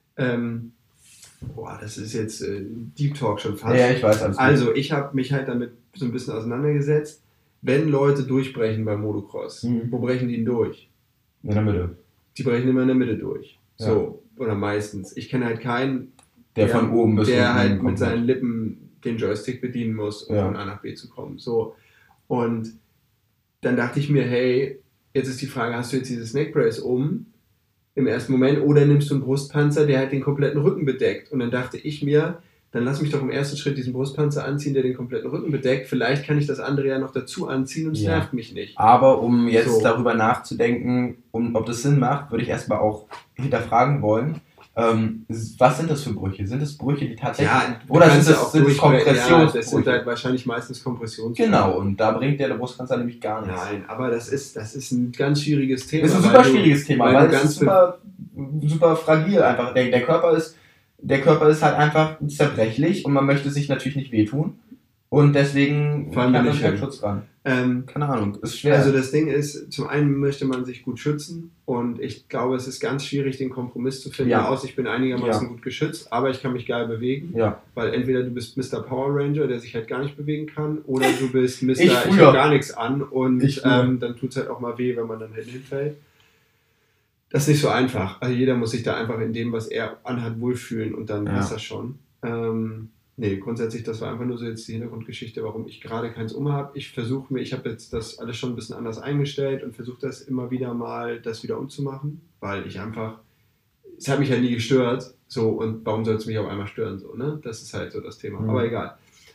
[SPEAKER 3] ähm, boah, das ist jetzt äh, Deep Talk schon fast.
[SPEAKER 2] Ja, ich weiß alles. gut.
[SPEAKER 3] Also, ich habe mich halt damit so ein bisschen auseinandergesetzt. Wenn Leute durchbrechen beim Motocross,
[SPEAKER 2] Mhm.
[SPEAKER 3] wo brechen die denn durch?
[SPEAKER 2] In der Mitte.
[SPEAKER 3] Die brechen immer in der Mitte durch.
[SPEAKER 2] Ja.
[SPEAKER 3] So, oder meistens. Ich kenne halt keinen,
[SPEAKER 2] Der
[SPEAKER 3] der,
[SPEAKER 2] von oben bis
[SPEAKER 3] der
[SPEAKER 2] unten
[SPEAKER 3] halt mit
[SPEAKER 2] kommt.
[SPEAKER 3] seinen Lippen den Joystick bedienen muss, um
[SPEAKER 2] Ja.
[SPEAKER 3] von A nach B zu kommen. So. Und dann dachte ich mir, hey, jetzt ist die Frage, hast du jetzt dieses Neckbrace um im ersten Moment oder nimmst du einen Brustpanzer, der halt den kompletten Rücken bedeckt? Und dann dachte ich mir, dann lass mich doch im ersten Schritt diesen Brustpanzer anziehen, der den kompletten Rücken bedeckt. Vielleicht kann ich das andere ja noch dazu anziehen und es
[SPEAKER 2] Ja.
[SPEAKER 3] nervt mich nicht.
[SPEAKER 2] Aber um jetzt
[SPEAKER 3] So.
[SPEAKER 2] darüber nachzudenken, um, ob das Sinn macht, würde ich erstmal auch hinterfragen wollen, ähm, was sind das für Brüche? Sind das Brüche, die tatsächlich...
[SPEAKER 3] du
[SPEAKER 2] oder
[SPEAKER 3] kannst
[SPEAKER 2] sind
[SPEAKER 3] ja
[SPEAKER 2] das, sind das
[SPEAKER 3] durchbrechen. Ja, das sind
[SPEAKER 2] Kompressionsbrüche?
[SPEAKER 3] halt wahrscheinlich meistens Kompressions.
[SPEAKER 2] Genau, und da bringt der Brustpanzer nämlich gar nichts.
[SPEAKER 3] Nein, aber das ist, das ist ein ganz schwieriges Thema.
[SPEAKER 2] Das ist ein
[SPEAKER 3] weil
[SPEAKER 2] super
[SPEAKER 3] du-
[SPEAKER 2] schwieriges Thema,
[SPEAKER 3] weil
[SPEAKER 2] weil,
[SPEAKER 3] du
[SPEAKER 2] es
[SPEAKER 3] ganz
[SPEAKER 2] ist super, super fragil einfach. Der, der, Körper ist, der Körper ist halt einfach zerbrechlich und man möchte sich natürlich nicht wehtun. Und deswegen
[SPEAKER 3] Vor allem
[SPEAKER 2] kann
[SPEAKER 3] bin
[SPEAKER 2] man
[SPEAKER 3] ich
[SPEAKER 2] keinen
[SPEAKER 3] hin.
[SPEAKER 2] Schutz ran.
[SPEAKER 3] Ähm,
[SPEAKER 2] Keine Ahnung, ist schwer.
[SPEAKER 3] also das Ding ist, zum einen möchte man sich gut schützen und ich glaube, es ist ganz schwierig, den Kompromiss zu finden.
[SPEAKER 2] Ja.
[SPEAKER 3] Aus, ich bin einigermaßen
[SPEAKER 2] Ja.
[SPEAKER 3] gut geschützt, aber ich kann mich geil bewegen,
[SPEAKER 2] ja.
[SPEAKER 3] weil entweder du bist Mister Power Ranger, der sich halt gar nicht bewegen kann, oder du bist Mister
[SPEAKER 2] Ich
[SPEAKER 3] ich,
[SPEAKER 2] früher.
[SPEAKER 3] habe gar nichts an und
[SPEAKER 2] Ich früher.
[SPEAKER 3] ähm, dann tut es halt auch mal weh, wenn man dann halt hinfällt. Das ist nicht so einfach. Also jeder muss sich da einfach in dem, was er anhat, wohlfühlen und dann
[SPEAKER 2] Ja.
[SPEAKER 3] passt das schon. Ähm, nee, grundsätzlich, das war einfach nur so jetzt die Hintergrundgeschichte, warum ich gerade keins um habe. Ich versuche mir, ich habe jetzt das alles schon ein bisschen anders eingestellt und versuche das immer wieder mal, das wieder umzumachen, weil ich einfach, es hat mich halt nie gestört, so, und warum soll es mich auf einmal stören, so, ne? Das ist halt so das Thema,
[SPEAKER 2] Mhm.
[SPEAKER 3] aber egal.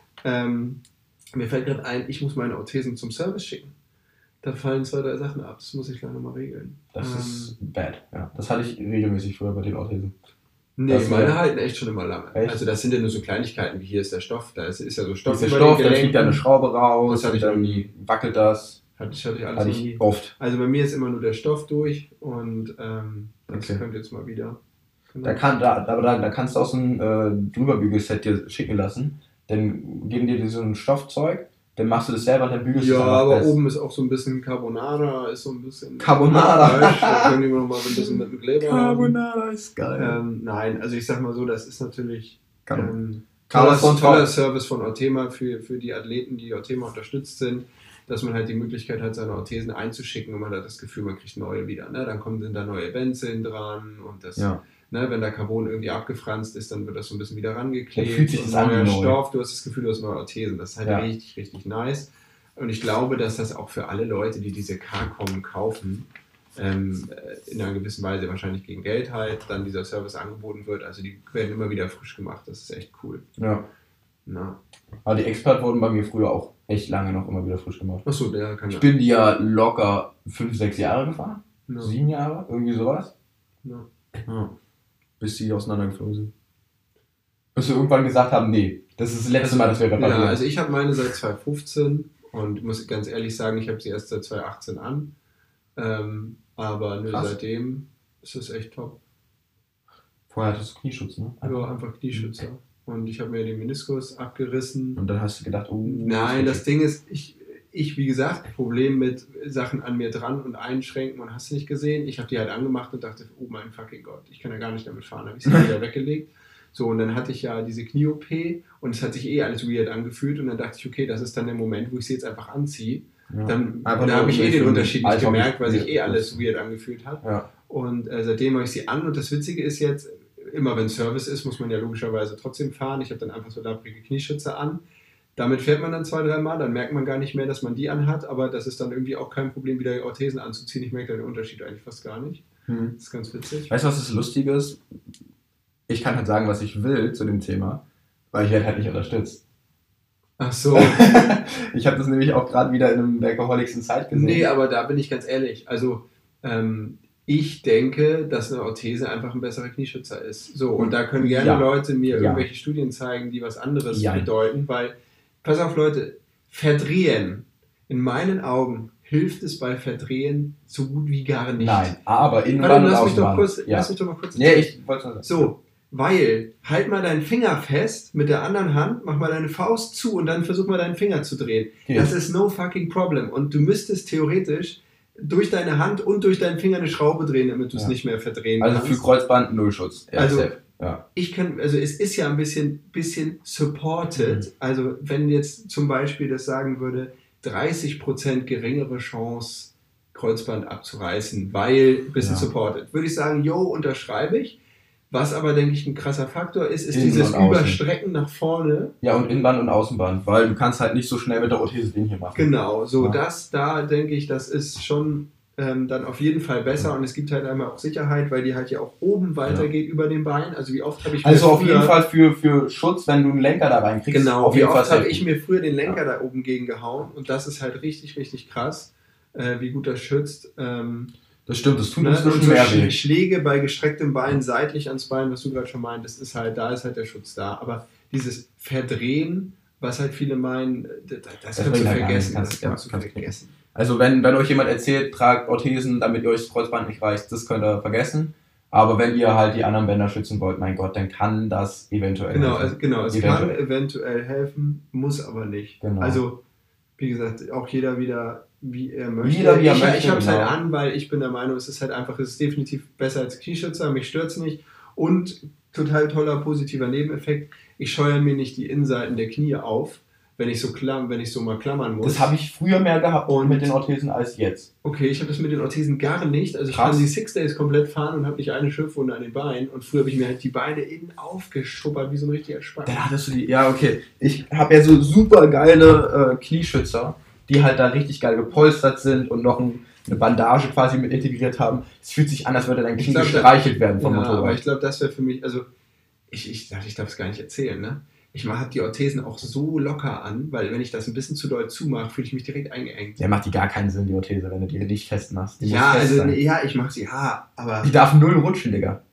[SPEAKER 3] Ähm, mir fällt gerade ein, ich muss meine Orthesen zum Service schicken. Da fallen zwei, drei Sachen ab, das muss ich gleich nochmal regeln.
[SPEAKER 2] Das
[SPEAKER 3] Ähm,
[SPEAKER 2] ist bad. Ja. Das hatte ich regelmäßig früher bei den Orthesen.
[SPEAKER 3] Nee,
[SPEAKER 2] Das
[SPEAKER 3] meine
[SPEAKER 2] wär-
[SPEAKER 3] halten echt schon immer lange.
[SPEAKER 2] Echt?
[SPEAKER 3] Also das sind ja nur so Kleinigkeiten, wie hier ist der Stoff, da ist, ist ja so Stoff
[SPEAKER 2] Dieser
[SPEAKER 3] über
[SPEAKER 2] Stoff,
[SPEAKER 3] den
[SPEAKER 2] dann fliegt da eine
[SPEAKER 3] Gelenken.
[SPEAKER 2] Schraube raus,
[SPEAKER 3] Das hatte ich
[SPEAKER 2] und
[SPEAKER 3] noch
[SPEAKER 2] dann
[SPEAKER 3] nie.
[SPEAKER 2] wackelt das.
[SPEAKER 3] Hatte ich, hatte ich alles
[SPEAKER 2] Hatte
[SPEAKER 3] noch
[SPEAKER 2] ich
[SPEAKER 3] nie.
[SPEAKER 2] oft.
[SPEAKER 3] Also bei mir ist immer nur der Stoff durch und ähm, das
[SPEAKER 2] Okay.
[SPEAKER 3] könnte jetzt mal wieder. Genau.
[SPEAKER 2] Da, kann, da, aber da, da kannst du auch so ein äh, Drüberbügelset dir schicken lassen. Dann geben die dir so ein Stoffzeug, dann machst du das selber und dann bügelst du
[SPEAKER 3] Ja,
[SPEAKER 2] es einfach
[SPEAKER 3] aber
[SPEAKER 2] fest.
[SPEAKER 3] oben ist auch so ein bisschen Carbonara, ist so ein bisschen.
[SPEAKER 2] Carbonara.
[SPEAKER 3] Weißt du, Da können die noch mal so ein bisschen mit dem Kleber haben.
[SPEAKER 2] Carbonara ist geil.
[SPEAKER 3] Ähm, nein, also ich sag mal so, das ist natürlich
[SPEAKER 2] Kann-
[SPEAKER 3] ähm,
[SPEAKER 2] Kann
[SPEAKER 3] toller,
[SPEAKER 2] das von
[SPEAKER 3] toller
[SPEAKER 2] toll.
[SPEAKER 3] Service von Ortema für, für die Athleten, die Ortema unterstützt sind, dass man halt die Möglichkeit hat, seine Orthesen einzuschicken und man hat das Gefühl, man kriegt neue wieder. Ne? Dann kommen sind da neue Benzin dran und das,
[SPEAKER 2] Ja.
[SPEAKER 3] ne, wenn da Carbon irgendwie abgefranst ist, dann wird das so ein bisschen wieder
[SPEAKER 2] Dann
[SPEAKER 3] rangeklebt.
[SPEAKER 2] fühlt sich
[SPEAKER 3] und
[SPEAKER 2] das an wie
[SPEAKER 3] neuer
[SPEAKER 2] neu.
[SPEAKER 3] Stoff, du hast das Gefühl, du hast neue Orthesen. Das ist halt
[SPEAKER 2] Ja.
[SPEAKER 3] richtig, richtig nice. Und ich glaube, dass das auch für alle Leute, die diese K-Com kaufen, ähm, äh, in einer gewissen Weise wahrscheinlich gegen Geld halt, dann dieser Service angeboten wird. Also die werden immer wieder frisch gemacht. Das ist echt cool.
[SPEAKER 2] Ja.
[SPEAKER 3] Na.
[SPEAKER 2] Aber die Expert wurden bei mir früher auch echt lange noch immer wieder frisch gemacht.
[SPEAKER 3] Achso, der kann
[SPEAKER 2] Ich
[SPEAKER 3] ja.
[SPEAKER 2] bin die ja locker fünf, sechs Jahre gefahren.
[SPEAKER 3] Ja.
[SPEAKER 2] Sieben Jahre, irgendwie sowas.
[SPEAKER 3] Ja.
[SPEAKER 2] Ja. Bis die auseinandergeflogen sind. Bis wir irgendwann gesagt haben, nee, das ist das letzte Mal, dass wir reparieren.
[SPEAKER 3] Ja, also ich habe meine seit zwanzig fünfzehn und muss ganz ehrlich sagen, ich habe sie erst seit zwanzig achtzehn an. Ähm, aber nur
[SPEAKER 2] Krass.
[SPEAKER 3] seitdem ist es echt top.
[SPEAKER 2] Vorher hattest du Knieschutz, ne?
[SPEAKER 3] Ja, einfach Knieschützer. Und ich habe mir den Meniskus abgerissen.
[SPEAKER 2] Und dann hast du gedacht, oh.
[SPEAKER 3] Nein, das Ding ist, ich, ich wie gesagt, Problem mit Sachen an mir dran und einschränken und hast du nicht gesehen. Ich habe die halt angemacht und dachte, oh mein fucking Gott, ich kann ja gar nicht damit fahren. Habe ich sie wieder weggelegt. So, und dann hatte ich ja diese Knie-O P und es hat sich eh alles weird angefühlt und dann dachte ich, okay, das ist dann der Moment, wo ich sie jetzt einfach anziehe.
[SPEAKER 2] Ja.
[SPEAKER 3] Dann,
[SPEAKER 2] Einfach
[SPEAKER 3] da
[SPEAKER 2] nur,
[SPEAKER 3] habe ich
[SPEAKER 2] um
[SPEAKER 3] eh
[SPEAKER 2] für
[SPEAKER 3] den
[SPEAKER 2] den
[SPEAKER 3] Unterschied nicht
[SPEAKER 2] Alltag
[SPEAKER 3] gemerkt, weil sich
[SPEAKER 2] weird
[SPEAKER 3] eh alles
[SPEAKER 2] ist.
[SPEAKER 3] weird angefühlt hat.
[SPEAKER 2] Ja.
[SPEAKER 3] Und äh, seitdem habe ich sie an und das Witzige ist jetzt, immer wenn Service ist, muss man ja logischerweise trotzdem fahren. Ich habe dann einfach so labrige Knieschützer an. Damit fährt man dann zwei, drei Mal, dann merkt man gar nicht mehr, dass man die anhat, aber das ist dann irgendwie auch kein Problem, wieder die Orthesen anzuziehen. Ich merke da den Unterschied eigentlich fast gar nicht.
[SPEAKER 2] Hm.
[SPEAKER 3] Das ist ganz witzig.
[SPEAKER 2] Weißt du, was das Lustige ist? Ich kann halt sagen, was ich will zu dem Thema, weil ich werde halt nicht unterstützt.
[SPEAKER 3] Ach so.
[SPEAKER 2] Ich habe das nämlich auch gerade wieder in einem Workaholics Inside gesehen.
[SPEAKER 3] Nee, aber da bin ich ganz ehrlich. Also, ähm, ich denke, dass eine Orthese einfach ein besserer Knieschützer ist. So, und da können gerne
[SPEAKER 2] Ja.
[SPEAKER 3] Leute mir
[SPEAKER 2] Ja.
[SPEAKER 3] irgendwelche Studien zeigen, die was anderes
[SPEAKER 2] Ja.
[SPEAKER 3] bedeuten, weil, pass auf Leute, Verdrehen, in meinen Augen hilft es bei Verdrehen so gut wie gar nicht.
[SPEAKER 2] Nein, aber in
[SPEAKER 3] Warte, lass mich, doch kurz,
[SPEAKER 2] ja.
[SPEAKER 3] lass mich doch mal kurz
[SPEAKER 2] Nee, ich wollte nur sagen.
[SPEAKER 3] So, weil, halt mal deinen Finger fest mit der anderen Hand, mach mal deine Faust zu und dann versuch mal deinen Finger zu drehen.
[SPEAKER 2] Geht.
[SPEAKER 3] Das ist no fucking problem. Und du müsstest theoretisch durch deine Hand und durch deinen Finger eine Schraube drehen, damit du es
[SPEAKER 2] Ja.
[SPEAKER 3] nicht mehr verdrehen
[SPEAKER 2] Also
[SPEAKER 3] kannst.
[SPEAKER 2] für Kreuzband null Schutz. Ja,
[SPEAKER 3] Also-
[SPEAKER 2] safe. Ja.
[SPEAKER 3] Ich kann, also es ist ja ein bisschen, bisschen supported.
[SPEAKER 2] Mhm.
[SPEAKER 3] Also wenn jetzt zum Beispiel das sagen würde, dreißig Prozent geringere Chance, Kreuzband abzureißen, weil ein bisschen
[SPEAKER 2] Ja.
[SPEAKER 3] supported. Würde ich sagen, yo, unterschreibe ich. Was aber, denke ich, ein krasser Faktor ist, ist
[SPEAKER 2] Innen
[SPEAKER 3] dieses
[SPEAKER 2] und außen.
[SPEAKER 3] Überstrecken nach vorne.
[SPEAKER 2] Ja, und Innenband und Außenband, weil du kannst halt nicht so schnell mit der Orthese den hier machen.
[SPEAKER 3] Genau, so
[SPEAKER 2] Ja.
[SPEAKER 3] das, da denke ich, das ist schon ähm, dann auf jeden Fall besser
[SPEAKER 2] Ja.
[SPEAKER 3] und es gibt halt einmal auch Sicherheit, weil die halt ja auch oben weitergeht über den Bein. Also wie oft habe ich
[SPEAKER 2] Also
[SPEAKER 3] mir
[SPEAKER 2] auf jeden
[SPEAKER 3] früher-
[SPEAKER 2] Fall für, für Schutz, wenn du einen Lenker da reinkriegst.
[SPEAKER 3] Genau,
[SPEAKER 2] auf
[SPEAKER 3] wie
[SPEAKER 2] jeden Fall
[SPEAKER 3] oft habe
[SPEAKER 2] safe.
[SPEAKER 3] ich mir früher den Lenker da oben gegen gehauen und das ist halt richtig, richtig krass, äh, wie gut das schützt. Ähm,
[SPEAKER 2] Das stimmt, das tut
[SPEAKER 3] ne?
[SPEAKER 2] uns
[SPEAKER 3] Und
[SPEAKER 2] schon
[SPEAKER 3] so
[SPEAKER 2] mehr
[SPEAKER 3] Sch-
[SPEAKER 2] weh.
[SPEAKER 3] Schläge bei gestrecktem Bein seitlich ans Bein, was du gerade schon meintest, ist halt, da ist halt der Schutz da. Aber dieses Verdrehen, was halt viele meinen, das, das kannst du
[SPEAKER 2] bringt halt gar
[SPEAKER 3] vergessen.
[SPEAKER 2] nichts, kannst-
[SPEAKER 3] Das
[SPEAKER 2] ja,
[SPEAKER 3] kannst du
[SPEAKER 2] kannst-
[SPEAKER 3] vergessen.
[SPEAKER 2] Also wenn, wenn euch jemand erzählt, tragt Orthesen, damit ihr euch das Kreuzband nicht reißt, das könnt ihr vergessen. Aber wenn ihr halt die anderen Bänder schützen wollt, mein Gott, dann kann das eventuell
[SPEAKER 3] Genau,
[SPEAKER 2] helfen.
[SPEAKER 3] also, genau, es
[SPEAKER 2] Eventuell.
[SPEAKER 3] kann eventuell helfen, muss aber nicht.
[SPEAKER 2] Genau.
[SPEAKER 3] Also, wie gesagt, auch jeder wieder, wie er möchte.
[SPEAKER 2] Jeder, wie er
[SPEAKER 3] ich
[SPEAKER 2] möchte,
[SPEAKER 3] ich habe es
[SPEAKER 2] genau.
[SPEAKER 3] halt an, weil ich bin der Meinung, es ist halt einfach, es ist definitiv besser als Knieschützer, mich stört es nicht. Und total toller positiver Nebeneffekt, ich scheue mir nicht die Innenseiten der Knie auf, wenn ich so klamm, wenn ich so mal klammern muss.
[SPEAKER 2] Das habe ich früher mehr gehabt
[SPEAKER 3] Und-
[SPEAKER 2] mit den Orthesen als jetzt.
[SPEAKER 3] Okay, ich habe das mit den Orthesen gar nicht. Also ich
[SPEAKER 2] Krass.
[SPEAKER 3] kann die Six Days komplett fahren und habe nicht eine Schiffwunde an den Beinen. Und früher habe ich mir halt die Beine innen aufgeschuppert, wie so ein richtiger Spaß.
[SPEAKER 2] Dann hattest du die, ja okay. Ich habe ja so super geile äh, Knieschützer, die halt da richtig geil gepolstert sind und noch ein, eine Bandage quasi mit integriert haben. Es fühlt sich an, als würde dein
[SPEAKER 3] Ich
[SPEAKER 2] Knie
[SPEAKER 3] glaub, da-
[SPEAKER 2] gestreichelt werden vom
[SPEAKER 3] Ja, aber
[SPEAKER 2] Motorrad.
[SPEAKER 3] ich glaube, das wäre für mich, also ich, ich, ich darf es gar nicht erzählen, ne? Ich habe die Orthesen auch so locker an, weil wenn ich das ein bisschen zu doll zumache, fühle ich mich direkt eingeengt.
[SPEAKER 2] Ja, macht die gar keinen Sinn, die Orthese, wenn du die nicht festmachst. Die
[SPEAKER 3] Ja,
[SPEAKER 2] muss fest
[SPEAKER 3] also
[SPEAKER 2] sein.
[SPEAKER 3] nee, ja, ich mache sie, ja, aber
[SPEAKER 2] Die darf null rutschen, Digga.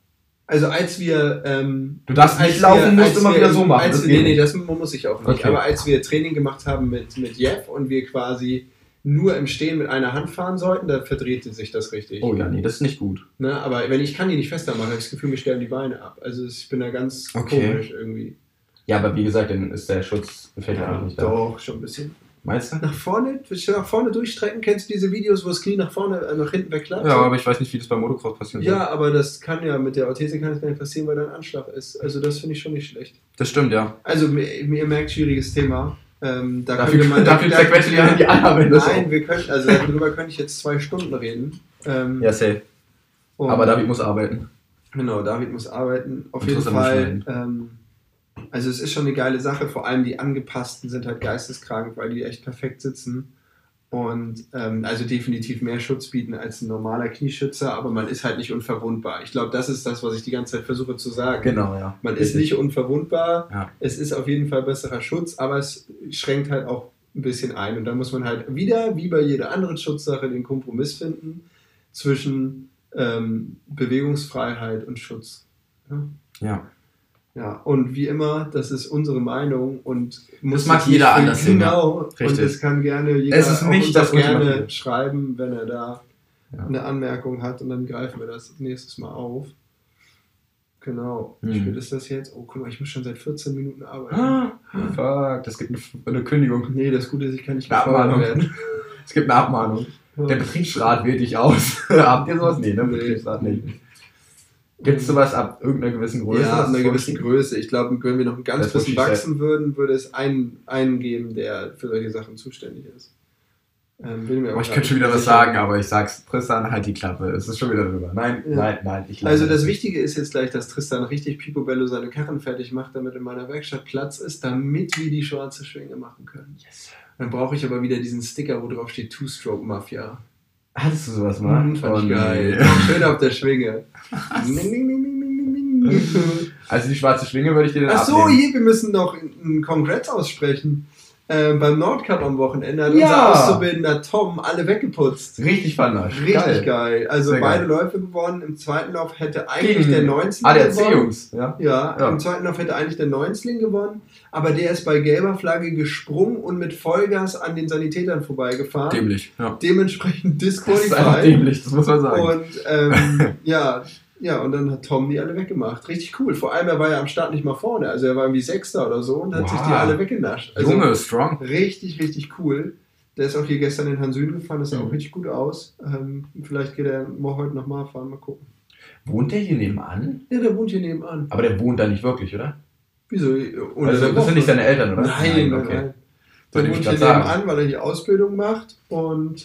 [SPEAKER 3] Also als wir... Ähm,
[SPEAKER 2] Du darfst nicht
[SPEAKER 3] als
[SPEAKER 2] laufen, musst
[SPEAKER 3] als
[SPEAKER 2] immer wieder so machen,
[SPEAKER 3] Als
[SPEAKER 2] das
[SPEAKER 3] wir,
[SPEAKER 2] geht
[SPEAKER 3] nee, nee,
[SPEAKER 2] nicht.
[SPEAKER 3] das muss ich auch nicht.
[SPEAKER 2] Okay.
[SPEAKER 3] Aber als wir Training gemacht haben mit, mit Jeff und wir quasi nur im Stehen mit einer Hand fahren sollten, da verdrehte sich das richtig.
[SPEAKER 2] Oh ja, nee, das ist nicht gut.
[SPEAKER 3] Ne? Aber wenn ich kann die nicht fester machen, habe ich das Gefühl, mir sterben die Beine ab. Also ich bin da ganz
[SPEAKER 2] Okay.
[SPEAKER 3] komisch irgendwie.
[SPEAKER 2] Ja, aber wie gesagt, dann ist der Schutz fällt ja auch nicht da.
[SPEAKER 3] Doch, schon ein bisschen.
[SPEAKER 2] Meinst du?
[SPEAKER 3] Nach vorne, willst du nach vorne durchstrecken? Kennst du diese Videos, wo das Knie nach vorne, äh, nach hinten wegklappt?
[SPEAKER 2] Ja, aber ich weiß nicht, wie das beim Motocross passiert.
[SPEAKER 3] Ja, aber das kann ja mit der Orthese kann das gar nicht passieren, weil da ein Anschlag ist. Also das finde ich schon nicht schlecht.
[SPEAKER 2] Das stimmt, ja.
[SPEAKER 3] Also mir- ihr merkt, schwieriges Thema. Ähm, da
[SPEAKER 2] Dafür,
[SPEAKER 3] können wir mal,
[SPEAKER 2] dafür
[SPEAKER 3] da-
[SPEAKER 2] zerquetschen die die Arme. Das
[SPEAKER 3] Nein,
[SPEAKER 2] auch.
[SPEAKER 3] wir können, also darüber könnte ich jetzt zwei Stunden reden. Ähm,
[SPEAKER 2] Ja, safe.
[SPEAKER 3] und-
[SPEAKER 2] Aber David muss arbeiten.
[SPEAKER 3] Genau, David muss arbeiten. Auf
[SPEAKER 2] Und
[SPEAKER 3] jeden
[SPEAKER 2] Tristan muss
[SPEAKER 3] Fall.
[SPEAKER 2] schneiden.
[SPEAKER 3] Ähm, also es ist schon eine geile Sache. Vor allem die angepassten sind halt geisteskrank, weil die echt perfekt sitzen. Und ähm, also definitiv mehr Schutz bieten als ein normaler Knieschützer, aber man ist halt nicht unverwundbar. Ich glaube, das ist das, was ich die ganze Zeit versuche zu sagen.
[SPEAKER 2] Genau, ja.
[SPEAKER 3] Man ist nicht unverwundbar,
[SPEAKER 2] Ja.
[SPEAKER 3] es ist auf jeden Fall besserer Schutz, aber es schränkt halt auch ein bisschen ein. Und da muss man halt wieder, wie bei jeder anderen Schutzsache, den Kompromiss finden zwischen ähm, Bewegungsfreiheit und Schutz. Ja?
[SPEAKER 2] Ja.
[SPEAKER 3] Ja, und wie immer, das ist unsere Meinung und muss
[SPEAKER 2] mag
[SPEAKER 3] jetzt
[SPEAKER 2] jeder
[SPEAKER 3] nicht-
[SPEAKER 2] anders sehen,
[SPEAKER 3] Genau,
[SPEAKER 2] ja.
[SPEAKER 3] und
[SPEAKER 2] Richtig.
[SPEAKER 3] es kann gerne jeder
[SPEAKER 2] Es ist
[SPEAKER 3] auch
[SPEAKER 2] nicht
[SPEAKER 3] uns
[SPEAKER 2] das
[SPEAKER 3] auch gerne
[SPEAKER 2] Ultimative.
[SPEAKER 3] schreiben, wenn er da
[SPEAKER 2] Ja.
[SPEAKER 3] eine Anmerkung hat und dann greifen wir das nächstes Mal auf. Genau. Wie
[SPEAKER 2] Hm.
[SPEAKER 3] spät ist das jetzt? Oh, guck mal, ich muss schon seit vierzehn Minuten arbeiten.
[SPEAKER 2] Ah, fuck, das gibt eine, eine Kündigung.
[SPEAKER 3] Nee, das Gute ist, ich kann nicht
[SPEAKER 2] Eine
[SPEAKER 3] gefeuert
[SPEAKER 2] Abmahnung.
[SPEAKER 3] werden.
[SPEAKER 2] Es gibt eine Abmahnung. Der Betriebsrat wählt dich aus. Habt ihr sowas? Nee, der
[SPEAKER 3] Nee.
[SPEAKER 2] Betriebsrat nicht. Gibt es sowas ab irgendeiner gewissen Größe?
[SPEAKER 3] Ja, ab einer
[SPEAKER 2] Das
[SPEAKER 3] gewissen
[SPEAKER 2] vorgeschrieben?
[SPEAKER 3] Größe. Ich glaube, wenn wir noch ein ganz
[SPEAKER 2] Das wird
[SPEAKER 3] bisschen
[SPEAKER 2] she said.
[SPEAKER 3] wachsen würden, würde es einen, einen geben, der für solche Sachen zuständig ist. Ähm, bin mir
[SPEAKER 2] Aber
[SPEAKER 3] aber
[SPEAKER 2] ich
[SPEAKER 3] gar
[SPEAKER 2] könnte schon
[SPEAKER 3] nicht
[SPEAKER 2] wieder was
[SPEAKER 3] sicher.
[SPEAKER 2] sagen, aber ich sag's, Tristan, halt die Klappe. Es ist schon wieder drüber. Nein,
[SPEAKER 3] Ja.
[SPEAKER 2] nein, nein. Ich
[SPEAKER 3] Also
[SPEAKER 2] lasse
[SPEAKER 3] das
[SPEAKER 2] es.
[SPEAKER 3] Wichtige ist jetzt gleich, dass Tristan richtig picobello seine Karren fertig macht, damit in meiner Werkstatt Platz ist, damit wir die schwarze Schwinge machen können.
[SPEAKER 2] Yes.
[SPEAKER 3] Dann brauche ich aber wieder diesen Sticker, wo drauf steht Two-Stroke Mafia.
[SPEAKER 2] Hattest du sowas mal?
[SPEAKER 3] Mhm, fand
[SPEAKER 2] Oh,
[SPEAKER 3] ich geil.
[SPEAKER 2] nee.
[SPEAKER 3] Schön auf der Schwinge. Ning, ning, ning, ning, ning, ning, ning.
[SPEAKER 2] Also die schwarze Schwinge würde ich dir dann
[SPEAKER 3] Ach so,
[SPEAKER 2] abnehmen.
[SPEAKER 3] hier, wir müssen noch einen Congrats aussprechen. Ähm, beim Nordcup am Wochenende hat
[SPEAKER 2] Ja.
[SPEAKER 3] unser Auszubildender Tom alle weggeputzt.
[SPEAKER 2] Richtig fantasch.
[SPEAKER 3] Richtig geil.
[SPEAKER 2] geil.
[SPEAKER 3] Also
[SPEAKER 2] Sehr
[SPEAKER 3] beide
[SPEAKER 2] geil.
[SPEAKER 3] Läufe gewonnen. Im zweiten Lauf hätte eigentlich
[SPEAKER 2] Gegen
[SPEAKER 3] der neunzehn
[SPEAKER 2] A D A C
[SPEAKER 3] gewonnen.
[SPEAKER 2] Jungs, ja.
[SPEAKER 3] Ja,
[SPEAKER 2] Ja.
[SPEAKER 3] im zweiten Lauf hätte eigentlich der neunzehn gewonnen, aber der ist bei gelber Flagge gesprungen und mit Vollgas an den Sanitätern vorbeigefahren.
[SPEAKER 2] Dämlich. Ja.
[SPEAKER 3] Dementsprechend
[SPEAKER 2] Das ist einfach
[SPEAKER 3] disqualified.
[SPEAKER 2] dämlich, das muss man sagen.
[SPEAKER 3] Und ähm, ja, ja, und dann hat Tom die alle weggemacht. Richtig cool. Vor allem, er war ja am Start nicht mal vorne. Also er war irgendwie Sechster oder so und hat
[SPEAKER 2] Wow.
[SPEAKER 3] sich die alle weggenascht. Also
[SPEAKER 2] Junge, strong.
[SPEAKER 3] richtig, richtig cool. Der ist auch hier gestern in Hansün gefahren, das sah
[SPEAKER 2] Mhm.
[SPEAKER 3] auch richtig gut aus. Ähm, vielleicht geht er mo- heute nochmal fahren, mal gucken.
[SPEAKER 2] Wohnt der hier nebenan?
[SPEAKER 3] Ja, der wohnt hier nebenan.
[SPEAKER 2] Aber der wohnt da nicht wirklich, oder?
[SPEAKER 3] Wieso? Unter
[SPEAKER 2] Also
[SPEAKER 3] der
[SPEAKER 2] das sind
[SPEAKER 3] Woche?
[SPEAKER 2] nicht seine Eltern, oder?
[SPEAKER 3] Nein, nein,
[SPEAKER 2] okay.
[SPEAKER 3] nein.
[SPEAKER 2] Wollte
[SPEAKER 3] Der
[SPEAKER 2] ich
[SPEAKER 3] wohnt hier
[SPEAKER 2] grad sagen.
[SPEAKER 3] nebenan, weil er die Ausbildung macht. Und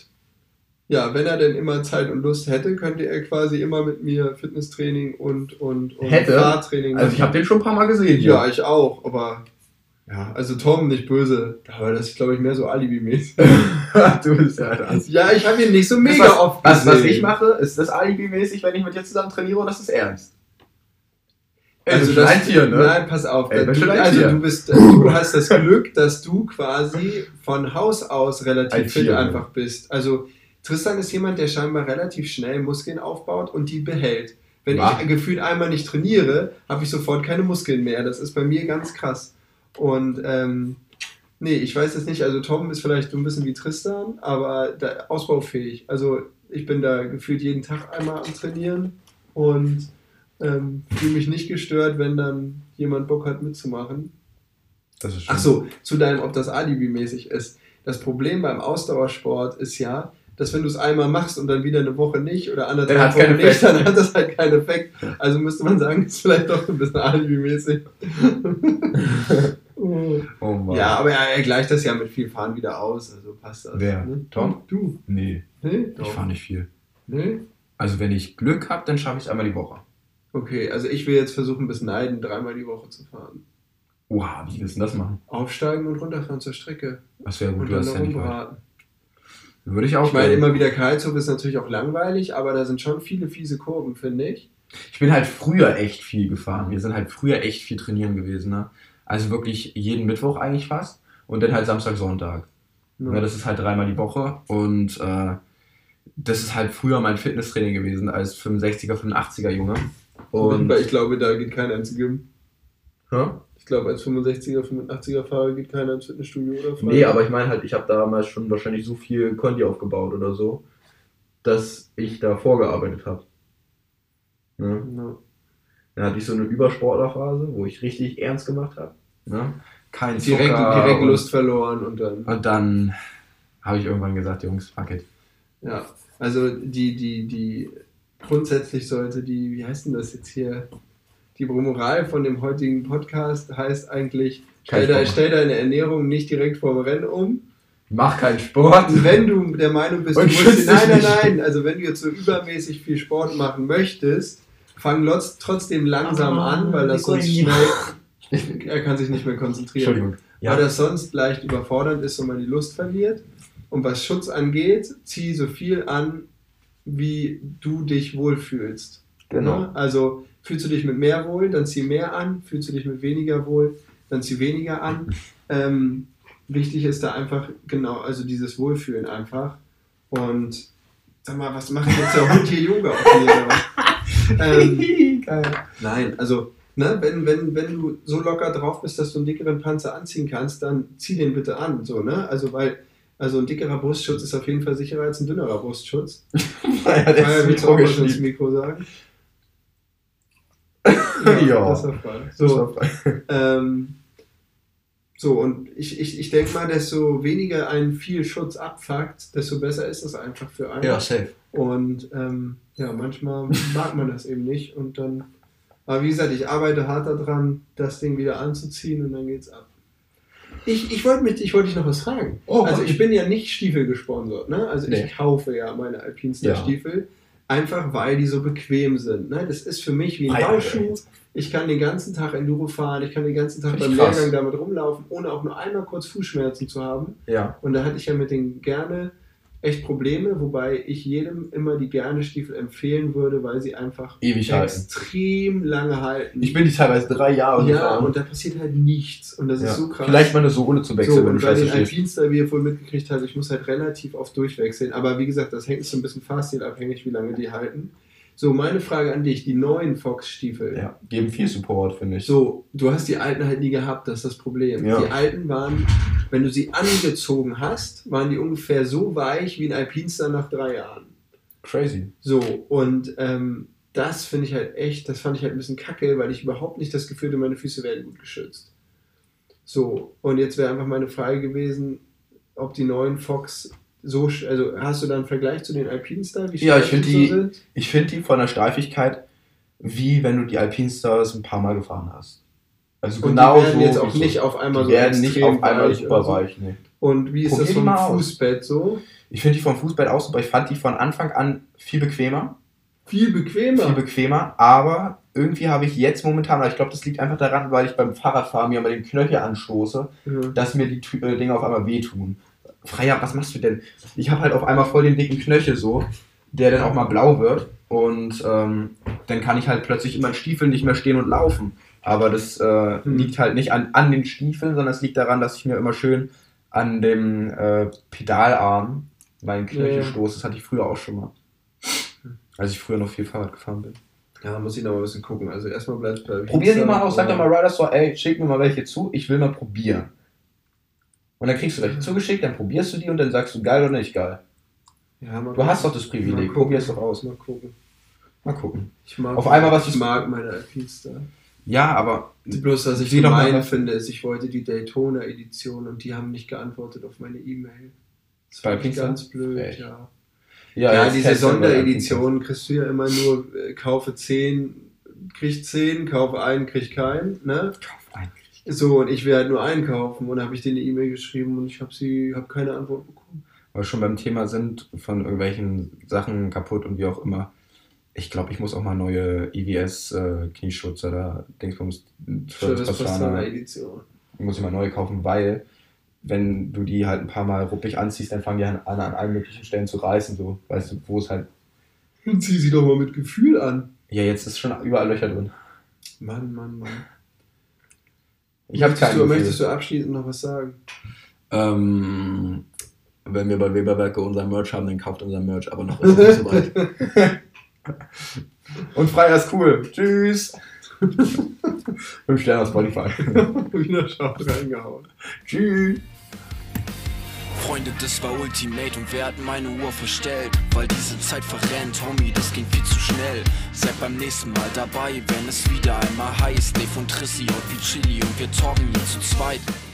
[SPEAKER 3] ja, wenn er denn immer Zeit und Lust hätte, könnte er quasi immer mit mir Fitnesstraining und, und, und
[SPEAKER 2] Hätte?
[SPEAKER 3] Fahrtraining machen.
[SPEAKER 2] Also ich habe den schon ein paar Mal gesehen hier.
[SPEAKER 3] Ja, ich auch, aber ja, also Tom, nicht böse, aber das ist, glaube ich, mehr so Alibi-mäßig.
[SPEAKER 2] du bist ja das.
[SPEAKER 3] Ja, ich habe ihn nicht so mega
[SPEAKER 2] was,
[SPEAKER 3] oft
[SPEAKER 2] was,
[SPEAKER 3] gesehen.
[SPEAKER 2] was ich mache, ist das alibi-mäßig, wenn ich mit dir zusammen trainiere, und das ist ernst.
[SPEAKER 3] Also
[SPEAKER 2] das
[SPEAKER 3] das,
[SPEAKER 2] ein Tier, ne?
[SPEAKER 3] Nein, pass auf.
[SPEAKER 2] Ey,
[SPEAKER 3] du,
[SPEAKER 2] bestimmt ein
[SPEAKER 3] also
[SPEAKER 2] Tier.
[SPEAKER 3] du bist, du hast das Glück, dass du quasi von Haus aus relativ
[SPEAKER 2] Ein
[SPEAKER 3] fit
[SPEAKER 2] Tier,
[SPEAKER 3] einfach bist. Also Tristan ist jemand, der scheinbar relativ schnell Muskeln aufbaut und die behält. Wenn
[SPEAKER 2] Ja.
[SPEAKER 3] ich gefühlt einmal nicht trainiere, habe ich sofort keine Muskeln mehr. Das ist bei mir ganz krass. Und ähm, nee, ich weiß es nicht. Also Tom ist vielleicht so ein bisschen wie Tristan, aber da, ausbaufähig. Also ich bin da gefühlt jeden Tag einmal am Trainieren und ähm, fühle mich nicht gestört, wenn dann jemand Bock hat mitzumachen.
[SPEAKER 2] Das ist schön.
[SPEAKER 3] Ach so, zu deinem, ob das Alibi-mäßig ist. Das Problem beim Ausdauersport ist ja, dass wenn du es einmal machst und dann wieder eine Woche nicht oder
[SPEAKER 2] Dann
[SPEAKER 3] anderthalb
[SPEAKER 2] hat's
[SPEAKER 3] Wochen
[SPEAKER 2] keinen
[SPEAKER 3] nicht,
[SPEAKER 2] Effekt.
[SPEAKER 3] dann hat das halt keinen Effekt. Also müsste man sagen, ist vielleicht doch ein bisschen Alibi-mäßig.
[SPEAKER 2] Oh Mann.
[SPEAKER 3] Ja, aber er, er gleicht das ja mit viel Fahren wieder aus, also passt das.
[SPEAKER 2] Wer?
[SPEAKER 3] Ne?
[SPEAKER 2] Tom?
[SPEAKER 3] Du.
[SPEAKER 2] Nee,
[SPEAKER 3] Nee?
[SPEAKER 2] ich fahre nicht viel.
[SPEAKER 3] Nee?
[SPEAKER 2] Also wenn ich Glück habe, dann schaffe ich es einmal die Woche.
[SPEAKER 3] Okay, also ich will jetzt versuchen, bis Neiden dreimal die Woche zu fahren.
[SPEAKER 2] Oha, wie willst du das machen?
[SPEAKER 3] Aufsteigen und runterfahren zur Strecke.
[SPEAKER 2] Das wäre gut,
[SPEAKER 3] Und
[SPEAKER 2] du
[SPEAKER 3] dann
[SPEAKER 2] hast
[SPEAKER 3] noch
[SPEAKER 2] ja nicht weit.
[SPEAKER 3] rumbraten.
[SPEAKER 2] Würde ich auch
[SPEAKER 3] Ich meine,
[SPEAKER 2] gerne.
[SPEAKER 3] immer wieder Karlshof ist natürlich auch langweilig, aber da sind schon viele fiese Kurven, finde ich.
[SPEAKER 2] Ich bin halt früher echt viel gefahren. Wir sind halt früher echt viel trainieren gewesen. Ne? Also wirklich jeden Mittwoch eigentlich fast. Und dann halt Samstag, Sonntag.
[SPEAKER 3] Ja.
[SPEAKER 2] Ja, das ist halt dreimal die Woche. Und äh, das ist halt früher mein Fitnesstraining gewesen als fünfundsechziger, fünfundachtziger Junge. Und
[SPEAKER 3] Aber ich glaube, da geht keiner ins Gym.
[SPEAKER 2] Hä?
[SPEAKER 3] Ich glaube, als fünfundsechziger, fünfundachtziger Fahrer geht keiner ins Fitnessstudio oder
[SPEAKER 2] Nee, aber ich meine halt, ich habe damals schon wahrscheinlich so viel Kondi aufgebaut oder so, dass ich da vorgearbeitet habe. Ne?
[SPEAKER 3] Ja.
[SPEAKER 2] Dann hatte ich so eine Übersportlerphase, wo ich richtig ernst gemacht habe. Ne? Kein
[SPEAKER 3] Direkt,
[SPEAKER 2] Zucker
[SPEAKER 3] direkt
[SPEAKER 2] und-
[SPEAKER 3] Lust verloren und dann.
[SPEAKER 2] Und dann habe ich irgendwann gesagt, Jungs, fuck it.
[SPEAKER 3] Ja, also die, die, die, grundsätzlich sollte die, wie heißt denn das jetzt hier? Die Moral von dem heutigen Podcast heißt eigentlich, stell,
[SPEAKER 2] Kein
[SPEAKER 3] da,
[SPEAKER 2] Sport.
[SPEAKER 3] stell deine Ernährung nicht direkt vorm Rennen um.
[SPEAKER 2] Mach keinen Sport.
[SPEAKER 3] Wenn du der Meinung bist, du
[SPEAKER 2] Und
[SPEAKER 3] musst,
[SPEAKER 2] schütz dich
[SPEAKER 3] nein, nein,
[SPEAKER 2] nicht.
[SPEAKER 3] nein, also wenn du jetzt so übermäßig viel Sport machen möchtest, fang lotz- trotzdem langsam
[SPEAKER 2] Ah,
[SPEAKER 3] an, weil das sonst
[SPEAKER 2] Nico.
[SPEAKER 3] schnell, er kann sich nicht mehr konzentrieren.
[SPEAKER 2] Entschuldigung.
[SPEAKER 3] Weil das sonst leicht überfordernd ist und man die Lust verliert. Und was Schutz angeht, zieh so viel an, wie du dich wohlfühlst.
[SPEAKER 2] Genau.
[SPEAKER 3] Ne? Also fühlst du dich mit mehr wohl, dann zieh mehr an. Fühlst du dich mit weniger wohl, dann zieh weniger an. Ähm, wichtig ist da einfach, genau, also dieses Wohlfühlen einfach. Und sag mal, was macht jetzt der Hund hier Yoga auf mir? oder was? ähm,
[SPEAKER 2] Geil.
[SPEAKER 3] Nein, also ne, wenn, wenn, wenn du so locker drauf bist, dass du einen dickeren Panzer anziehen kannst, dann zieh den bitte an. So, ne? Also weil also ein dickerer Brustschutz ist auf jeden Fall sicherer als ein dünnerer Brustschutz.
[SPEAKER 2] Ja, der
[SPEAKER 3] Weil,
[SPEAKER 2] ist
[SPEAKER 3] willst du auch was ins
[SPEAKER 2] geschnitten.
[SPEAKER 3] Mikro sagen?
[SPEAKER 2] Ja.
[SPEAKER 3] Das war frei.
[SPEAKER 2] Das war
[SPEAKER 3] So,
[SPEAKER 2] frei.
[SPEAKER 3] ähm, so, und ich, ich, ich denke mal, desto weniger ein viel Schutz abfuckt, desto besser ist es einfach für einen.
[SPEAKER 2] Ja, safe.
[SPEAKER 3] Und ähm, ja, manchmal mag man das eben nicht. Und dann, aber wie gesagt, ich arbeite hart daran, das Ding wieder anzuziehen und dann geht's ab. Ich, ich wollte mich, ich wollte dich noch was fragen.
[SPEAKER 2] Oh,
[SPEAKER 3] also
[SPEAKER 2] Gott.
[SPEAKER 3] ich bin ja nicht Stiefel gesponsert, ne? Also
[SPEAKER 2] Nee.
[SPEAKER 3] ich kaufe ja meine Alpinstar
[SPEAKER 2] Ja.
[SPEAKER 3] Stiefel, einfach weil die so bequem sind. Ne? Das ist für mich wie ein
[SPEAKER 2] Alter,
[SPEAKER 3] Hausschuh.
[SPEAKER 2] jetzt.
[SPEAKER 3] Ich kann den ganzen Tag Enduro fahren, ich kann den ganzen Tag
[SPEAKER 2] Find
[SPEAKER 3] beim
[SPEAKER 2] ich krass.
[SPEAKER 3] Lehrgang damit rumlaufen, ohne auch nur einmal kurz Fußschmerzen zu haben.
[SPEAKER 2] Ja.
[SPEAKER 3] Und da hatte ich ja mit den Gerne echt Probleme, wobei ich jedem immer die Gerne-Stiefel empfehlen würde, weil sie einfach
[SPEAKER 2] Ewig halten.
[SPEAKER 3] extrem lange halten.
[SPEAKER 2] Ich bin die teilweise drei Jahre
[SPEAKER 3] ja,
[SPEAKER 2] gefahren.
[SPEAKER 3] und da passiert halt nichts. Und das
[SPEAKER 2] Ja.
[SPEAKER 3] ist so krass.
[SPEAKER 2] Vielleicht mal eine Sohle zu wechseln,
[SPEAKER 3] so,
[SPEAKER 2] wenn
[SPEAKER 3] und
[SPEAKER 2] du
[SPEAKER 3] bei
[SPEAKER 2] scheiße
[SPEAKER 3] den
[SPEAKER 2] stehst.
[SPEAKER 3] Alpinstar, wie ihr wohl mitgekriegt habt, ich muss halt relativ oft durchwechseln. Aber wie gesagt, das hängt so ein bisschen fahrstilabhängig, wie lange die halten. So, meine Frage an dich, die neuen Fox-Stiefel.
[SPEAKER 2] Ja, geben viel Support, finde ich.
[SPEAKER 3] So, du hast die alten halt nie gehabt, das ist das Problem.
[SPEAKER 2] Ja.
[SPEAKER 3] Die alten waren, wenn du sie angezogen hast, waren die ungefähr so weich wie ein Alpinstar nach drei Jahren.
[SPEAKER 2] Crazy.
[SPEAKER 3] So, und ähm, das finde ich halt echt, das fand ich halt ein bisschen kacke, weil ich überhaupt nicht das Gefühl hatte, meine Füße werden gut geschützt. So, und jetzt wäre einfach meine Frage gewesen, ob die neuen Fox so, sch- also hast du da einen Vergleich zu den Alpinstar, wie
[SPEAKER 2] Ja, ich
[SPEAKER 3] steif
[SPEAKER 2] finde
[SPEAKER 3] so
[SPEAKER 2] die-
[SPEAKER 3] sind?
[SPEAKER 2] Ich finde die von der Steifigkeit, wie wenn du die Alpinstars ein paar Mal gefahren hast. Also
[SPEAKER 3] Und
[SPEAKER 2] genau
[SPEAKER 3] die werden
[SPEAKER 2] so.
[SPEAKER 3] jetzt auch
[SPEAKER 2] wie
[SPEAKER 3] nicht
[SPEAKER 2] so.
[SPEAKER 3] auf einmal
[SPEAKER 2] Die
[SPEAKER 3] so
[SPEAKER 2] werden nicht
[SPEAKER 3] extrem
[SPEAKER 2] auf einmal
[SPEAKER 3] weich
[SPEAKER 2] super
[SPEAKER 3] oder so.
[SPEAKER 2] weich. Nee.
[SPEAKER 3] Und wie ist
[SPEAKER 2] Probier
[SPEAKER 3] das
[SPEAKER 2] die
[SPEAKER 3] vom
[SPEAKER 2] mal aus.
[SPEAKER 3] Fußbett so?
[SPEAKER 2] Ich finde die vom Fußbett auch super. Ich fand die von Anfang an viel bequemer.
[SPEAKER 3] Viel bequemer.
[SPEAKER 2] Viel bequemer. Aber irgendwie habe ich jetzt momentan, aber ich glaube, das liegt einfach daran, weil ich beim Fahrradfahren mir mal den Knöchel anstoße,
[SPEAKER 3] Mhm.
[SPEAKER 2] dass mir die Tü- äh, Dinge auf einmal wehtun. Freier, was machst du denn? Ich habe halt auf einmal voll den dicken Knöchel so, der dann auch mal blau wird. Und ähm, dann kann ich halt plötzlich in meinen Stiefeln nicht mehr stehen und laufen. Aber das äh,
[SPEAKER 3] Hm.
[SPEAKER 2] liegt halt nicht an, an den Stiefeln, sondern es liegt daran, dass ich mir immer schön an dem äh, Pedalarm meinen Knöchel
[SPEAKER 3] Ja, ja.
[SPEAKER 2] stoße. Das hatte ich früher auch schon mal. Als ich früher noch viel Fahrrad gefahren bin.
[SPEAKER 3] Ja, muss ich noch mal ein bisschen gucken. Also erstmal bleibt bei
[SPEAKER 2] Probier die mal aus, sag doch mal Rider Store, ey, schick mir mal welche zu, ich will mal probieren. Und dann kriegst du welche zugeschickt, dann probierst du die und dann sagst du geil oder nicht geil.
[SPEAKER 3] Ja, mal
[SPEAKER 2] Du hast doch
[SPEAKER 3] gucken.
[SPEAKER 2] das
[SPEAKER 3] Mal
[SPEAKER 2] Privileg,
[SPEAKER 3] gucken.
[SPEAKER 2] probier's doch aus.
[SPEAKER 3] Mal gucken.
[SPEAKER 2] Mal gucken.
[SPEAKER 3] Ich mag,
[SPEAKER 2] Auf einmal, was
[SPEAKER 3] ich
[SPEAKER 2] ist-
[SPEAKER 3] mag meine Alpinstar.
[SPEAKER 2] Ja, aber
[SPEAKER 3] Bloß, was ich
[SPEAKER 2] Sieh doch mal,
[SPEAKER 3] gemein
[SPEAKER 2] was-
[SPEAKER 3] finde, ist, ich wollte die Daytona-Edition und die haben nicht geantwortet auf meine E-Mail. Das
[SPEAKER 2] Bei
[SPEAKER 3] fand ich
[SPEAKER 2] Alpinstar?
[SPEAKER 3] ganz blöd,
[SPEAKER 2] Echt?
[SPEAKER 3] ja.
[SPEAKER 2] ja,
[SPEAKER 3] Ja,
[SPEAKER 2] jetzt
[SPEAKER 3] diese
[SPEAKER 2] testen wir
[SPEAKER 3] Sonderedition kriegst du ja immer nur, äh, kaufe zehn, krieg zehn, kaufe einen, krieg keinen, ne?
[SPEAKER 2] Kauf ein.
[SPEAKER 3] So, und ich will halt nur einkaufen und dann habe ich denen eine E-Mail geschrieben und ich habe sie, habe keine Antwort bekommen.
[SPEAKER 2] Weil wir schon beim Thema sind, von irgendwelchen Sachen kaputt und wie auch immer. Ich glaube, ich muss auch mal neue I W S-Knieschutz oder Dingsbums
[SPEAKER 3] Travis Pastrana
[SPEAKER 2] Pastrana
[SPEAKER 3] Edition.
[SPEAKER 2] muss ich mal neue kaufen, weil wenn du die halt ein paar Mal ruppig anziehst, dann fangen die an, an, an allen möglichen Stellen zu reißen, so, weißt du, wo es halt,
[SPEAKER 3] Und zieh sie doch mal mit Gefühl an.
[SPEAKER 2] ja, jetzt ist schon überall Löcher drin.
[SPEAKER 3] Mann, Mann, Mann.
[SPEAKER 2] Ich habe
[SPEAKER 3] Möchtest
[SPEAKER 2] keinen
[SPEAKER 3] du,
[SPEAKER 2] Gefühl.
[SPEAKER 3] möchtest du abschließend noch was sagen?
[SPEAKER 2] Ähm, wenn wir bei Weberwerke unser Merch haben, dann kauft unser Merch, aber noch ist es nicht so weit. Und Freier ist cool. Tschüss. Fünf Sterne auf Spotify.
[SPEAKER 3] Wieder Schaut reingehauen.
[SPEAKER 2] Tschüss.
[SPEAKER 1] Freunde, das war Ultimate und wer hat meine Uhr verstellt? Weil diese Zeit verrennt, Homie, das ging viel zu schnell. Seid beim nächsten Mal dabei, wenn es wieder einmal heißt. Dave und Trissi und wie Chili und wir talken hier zu zweit.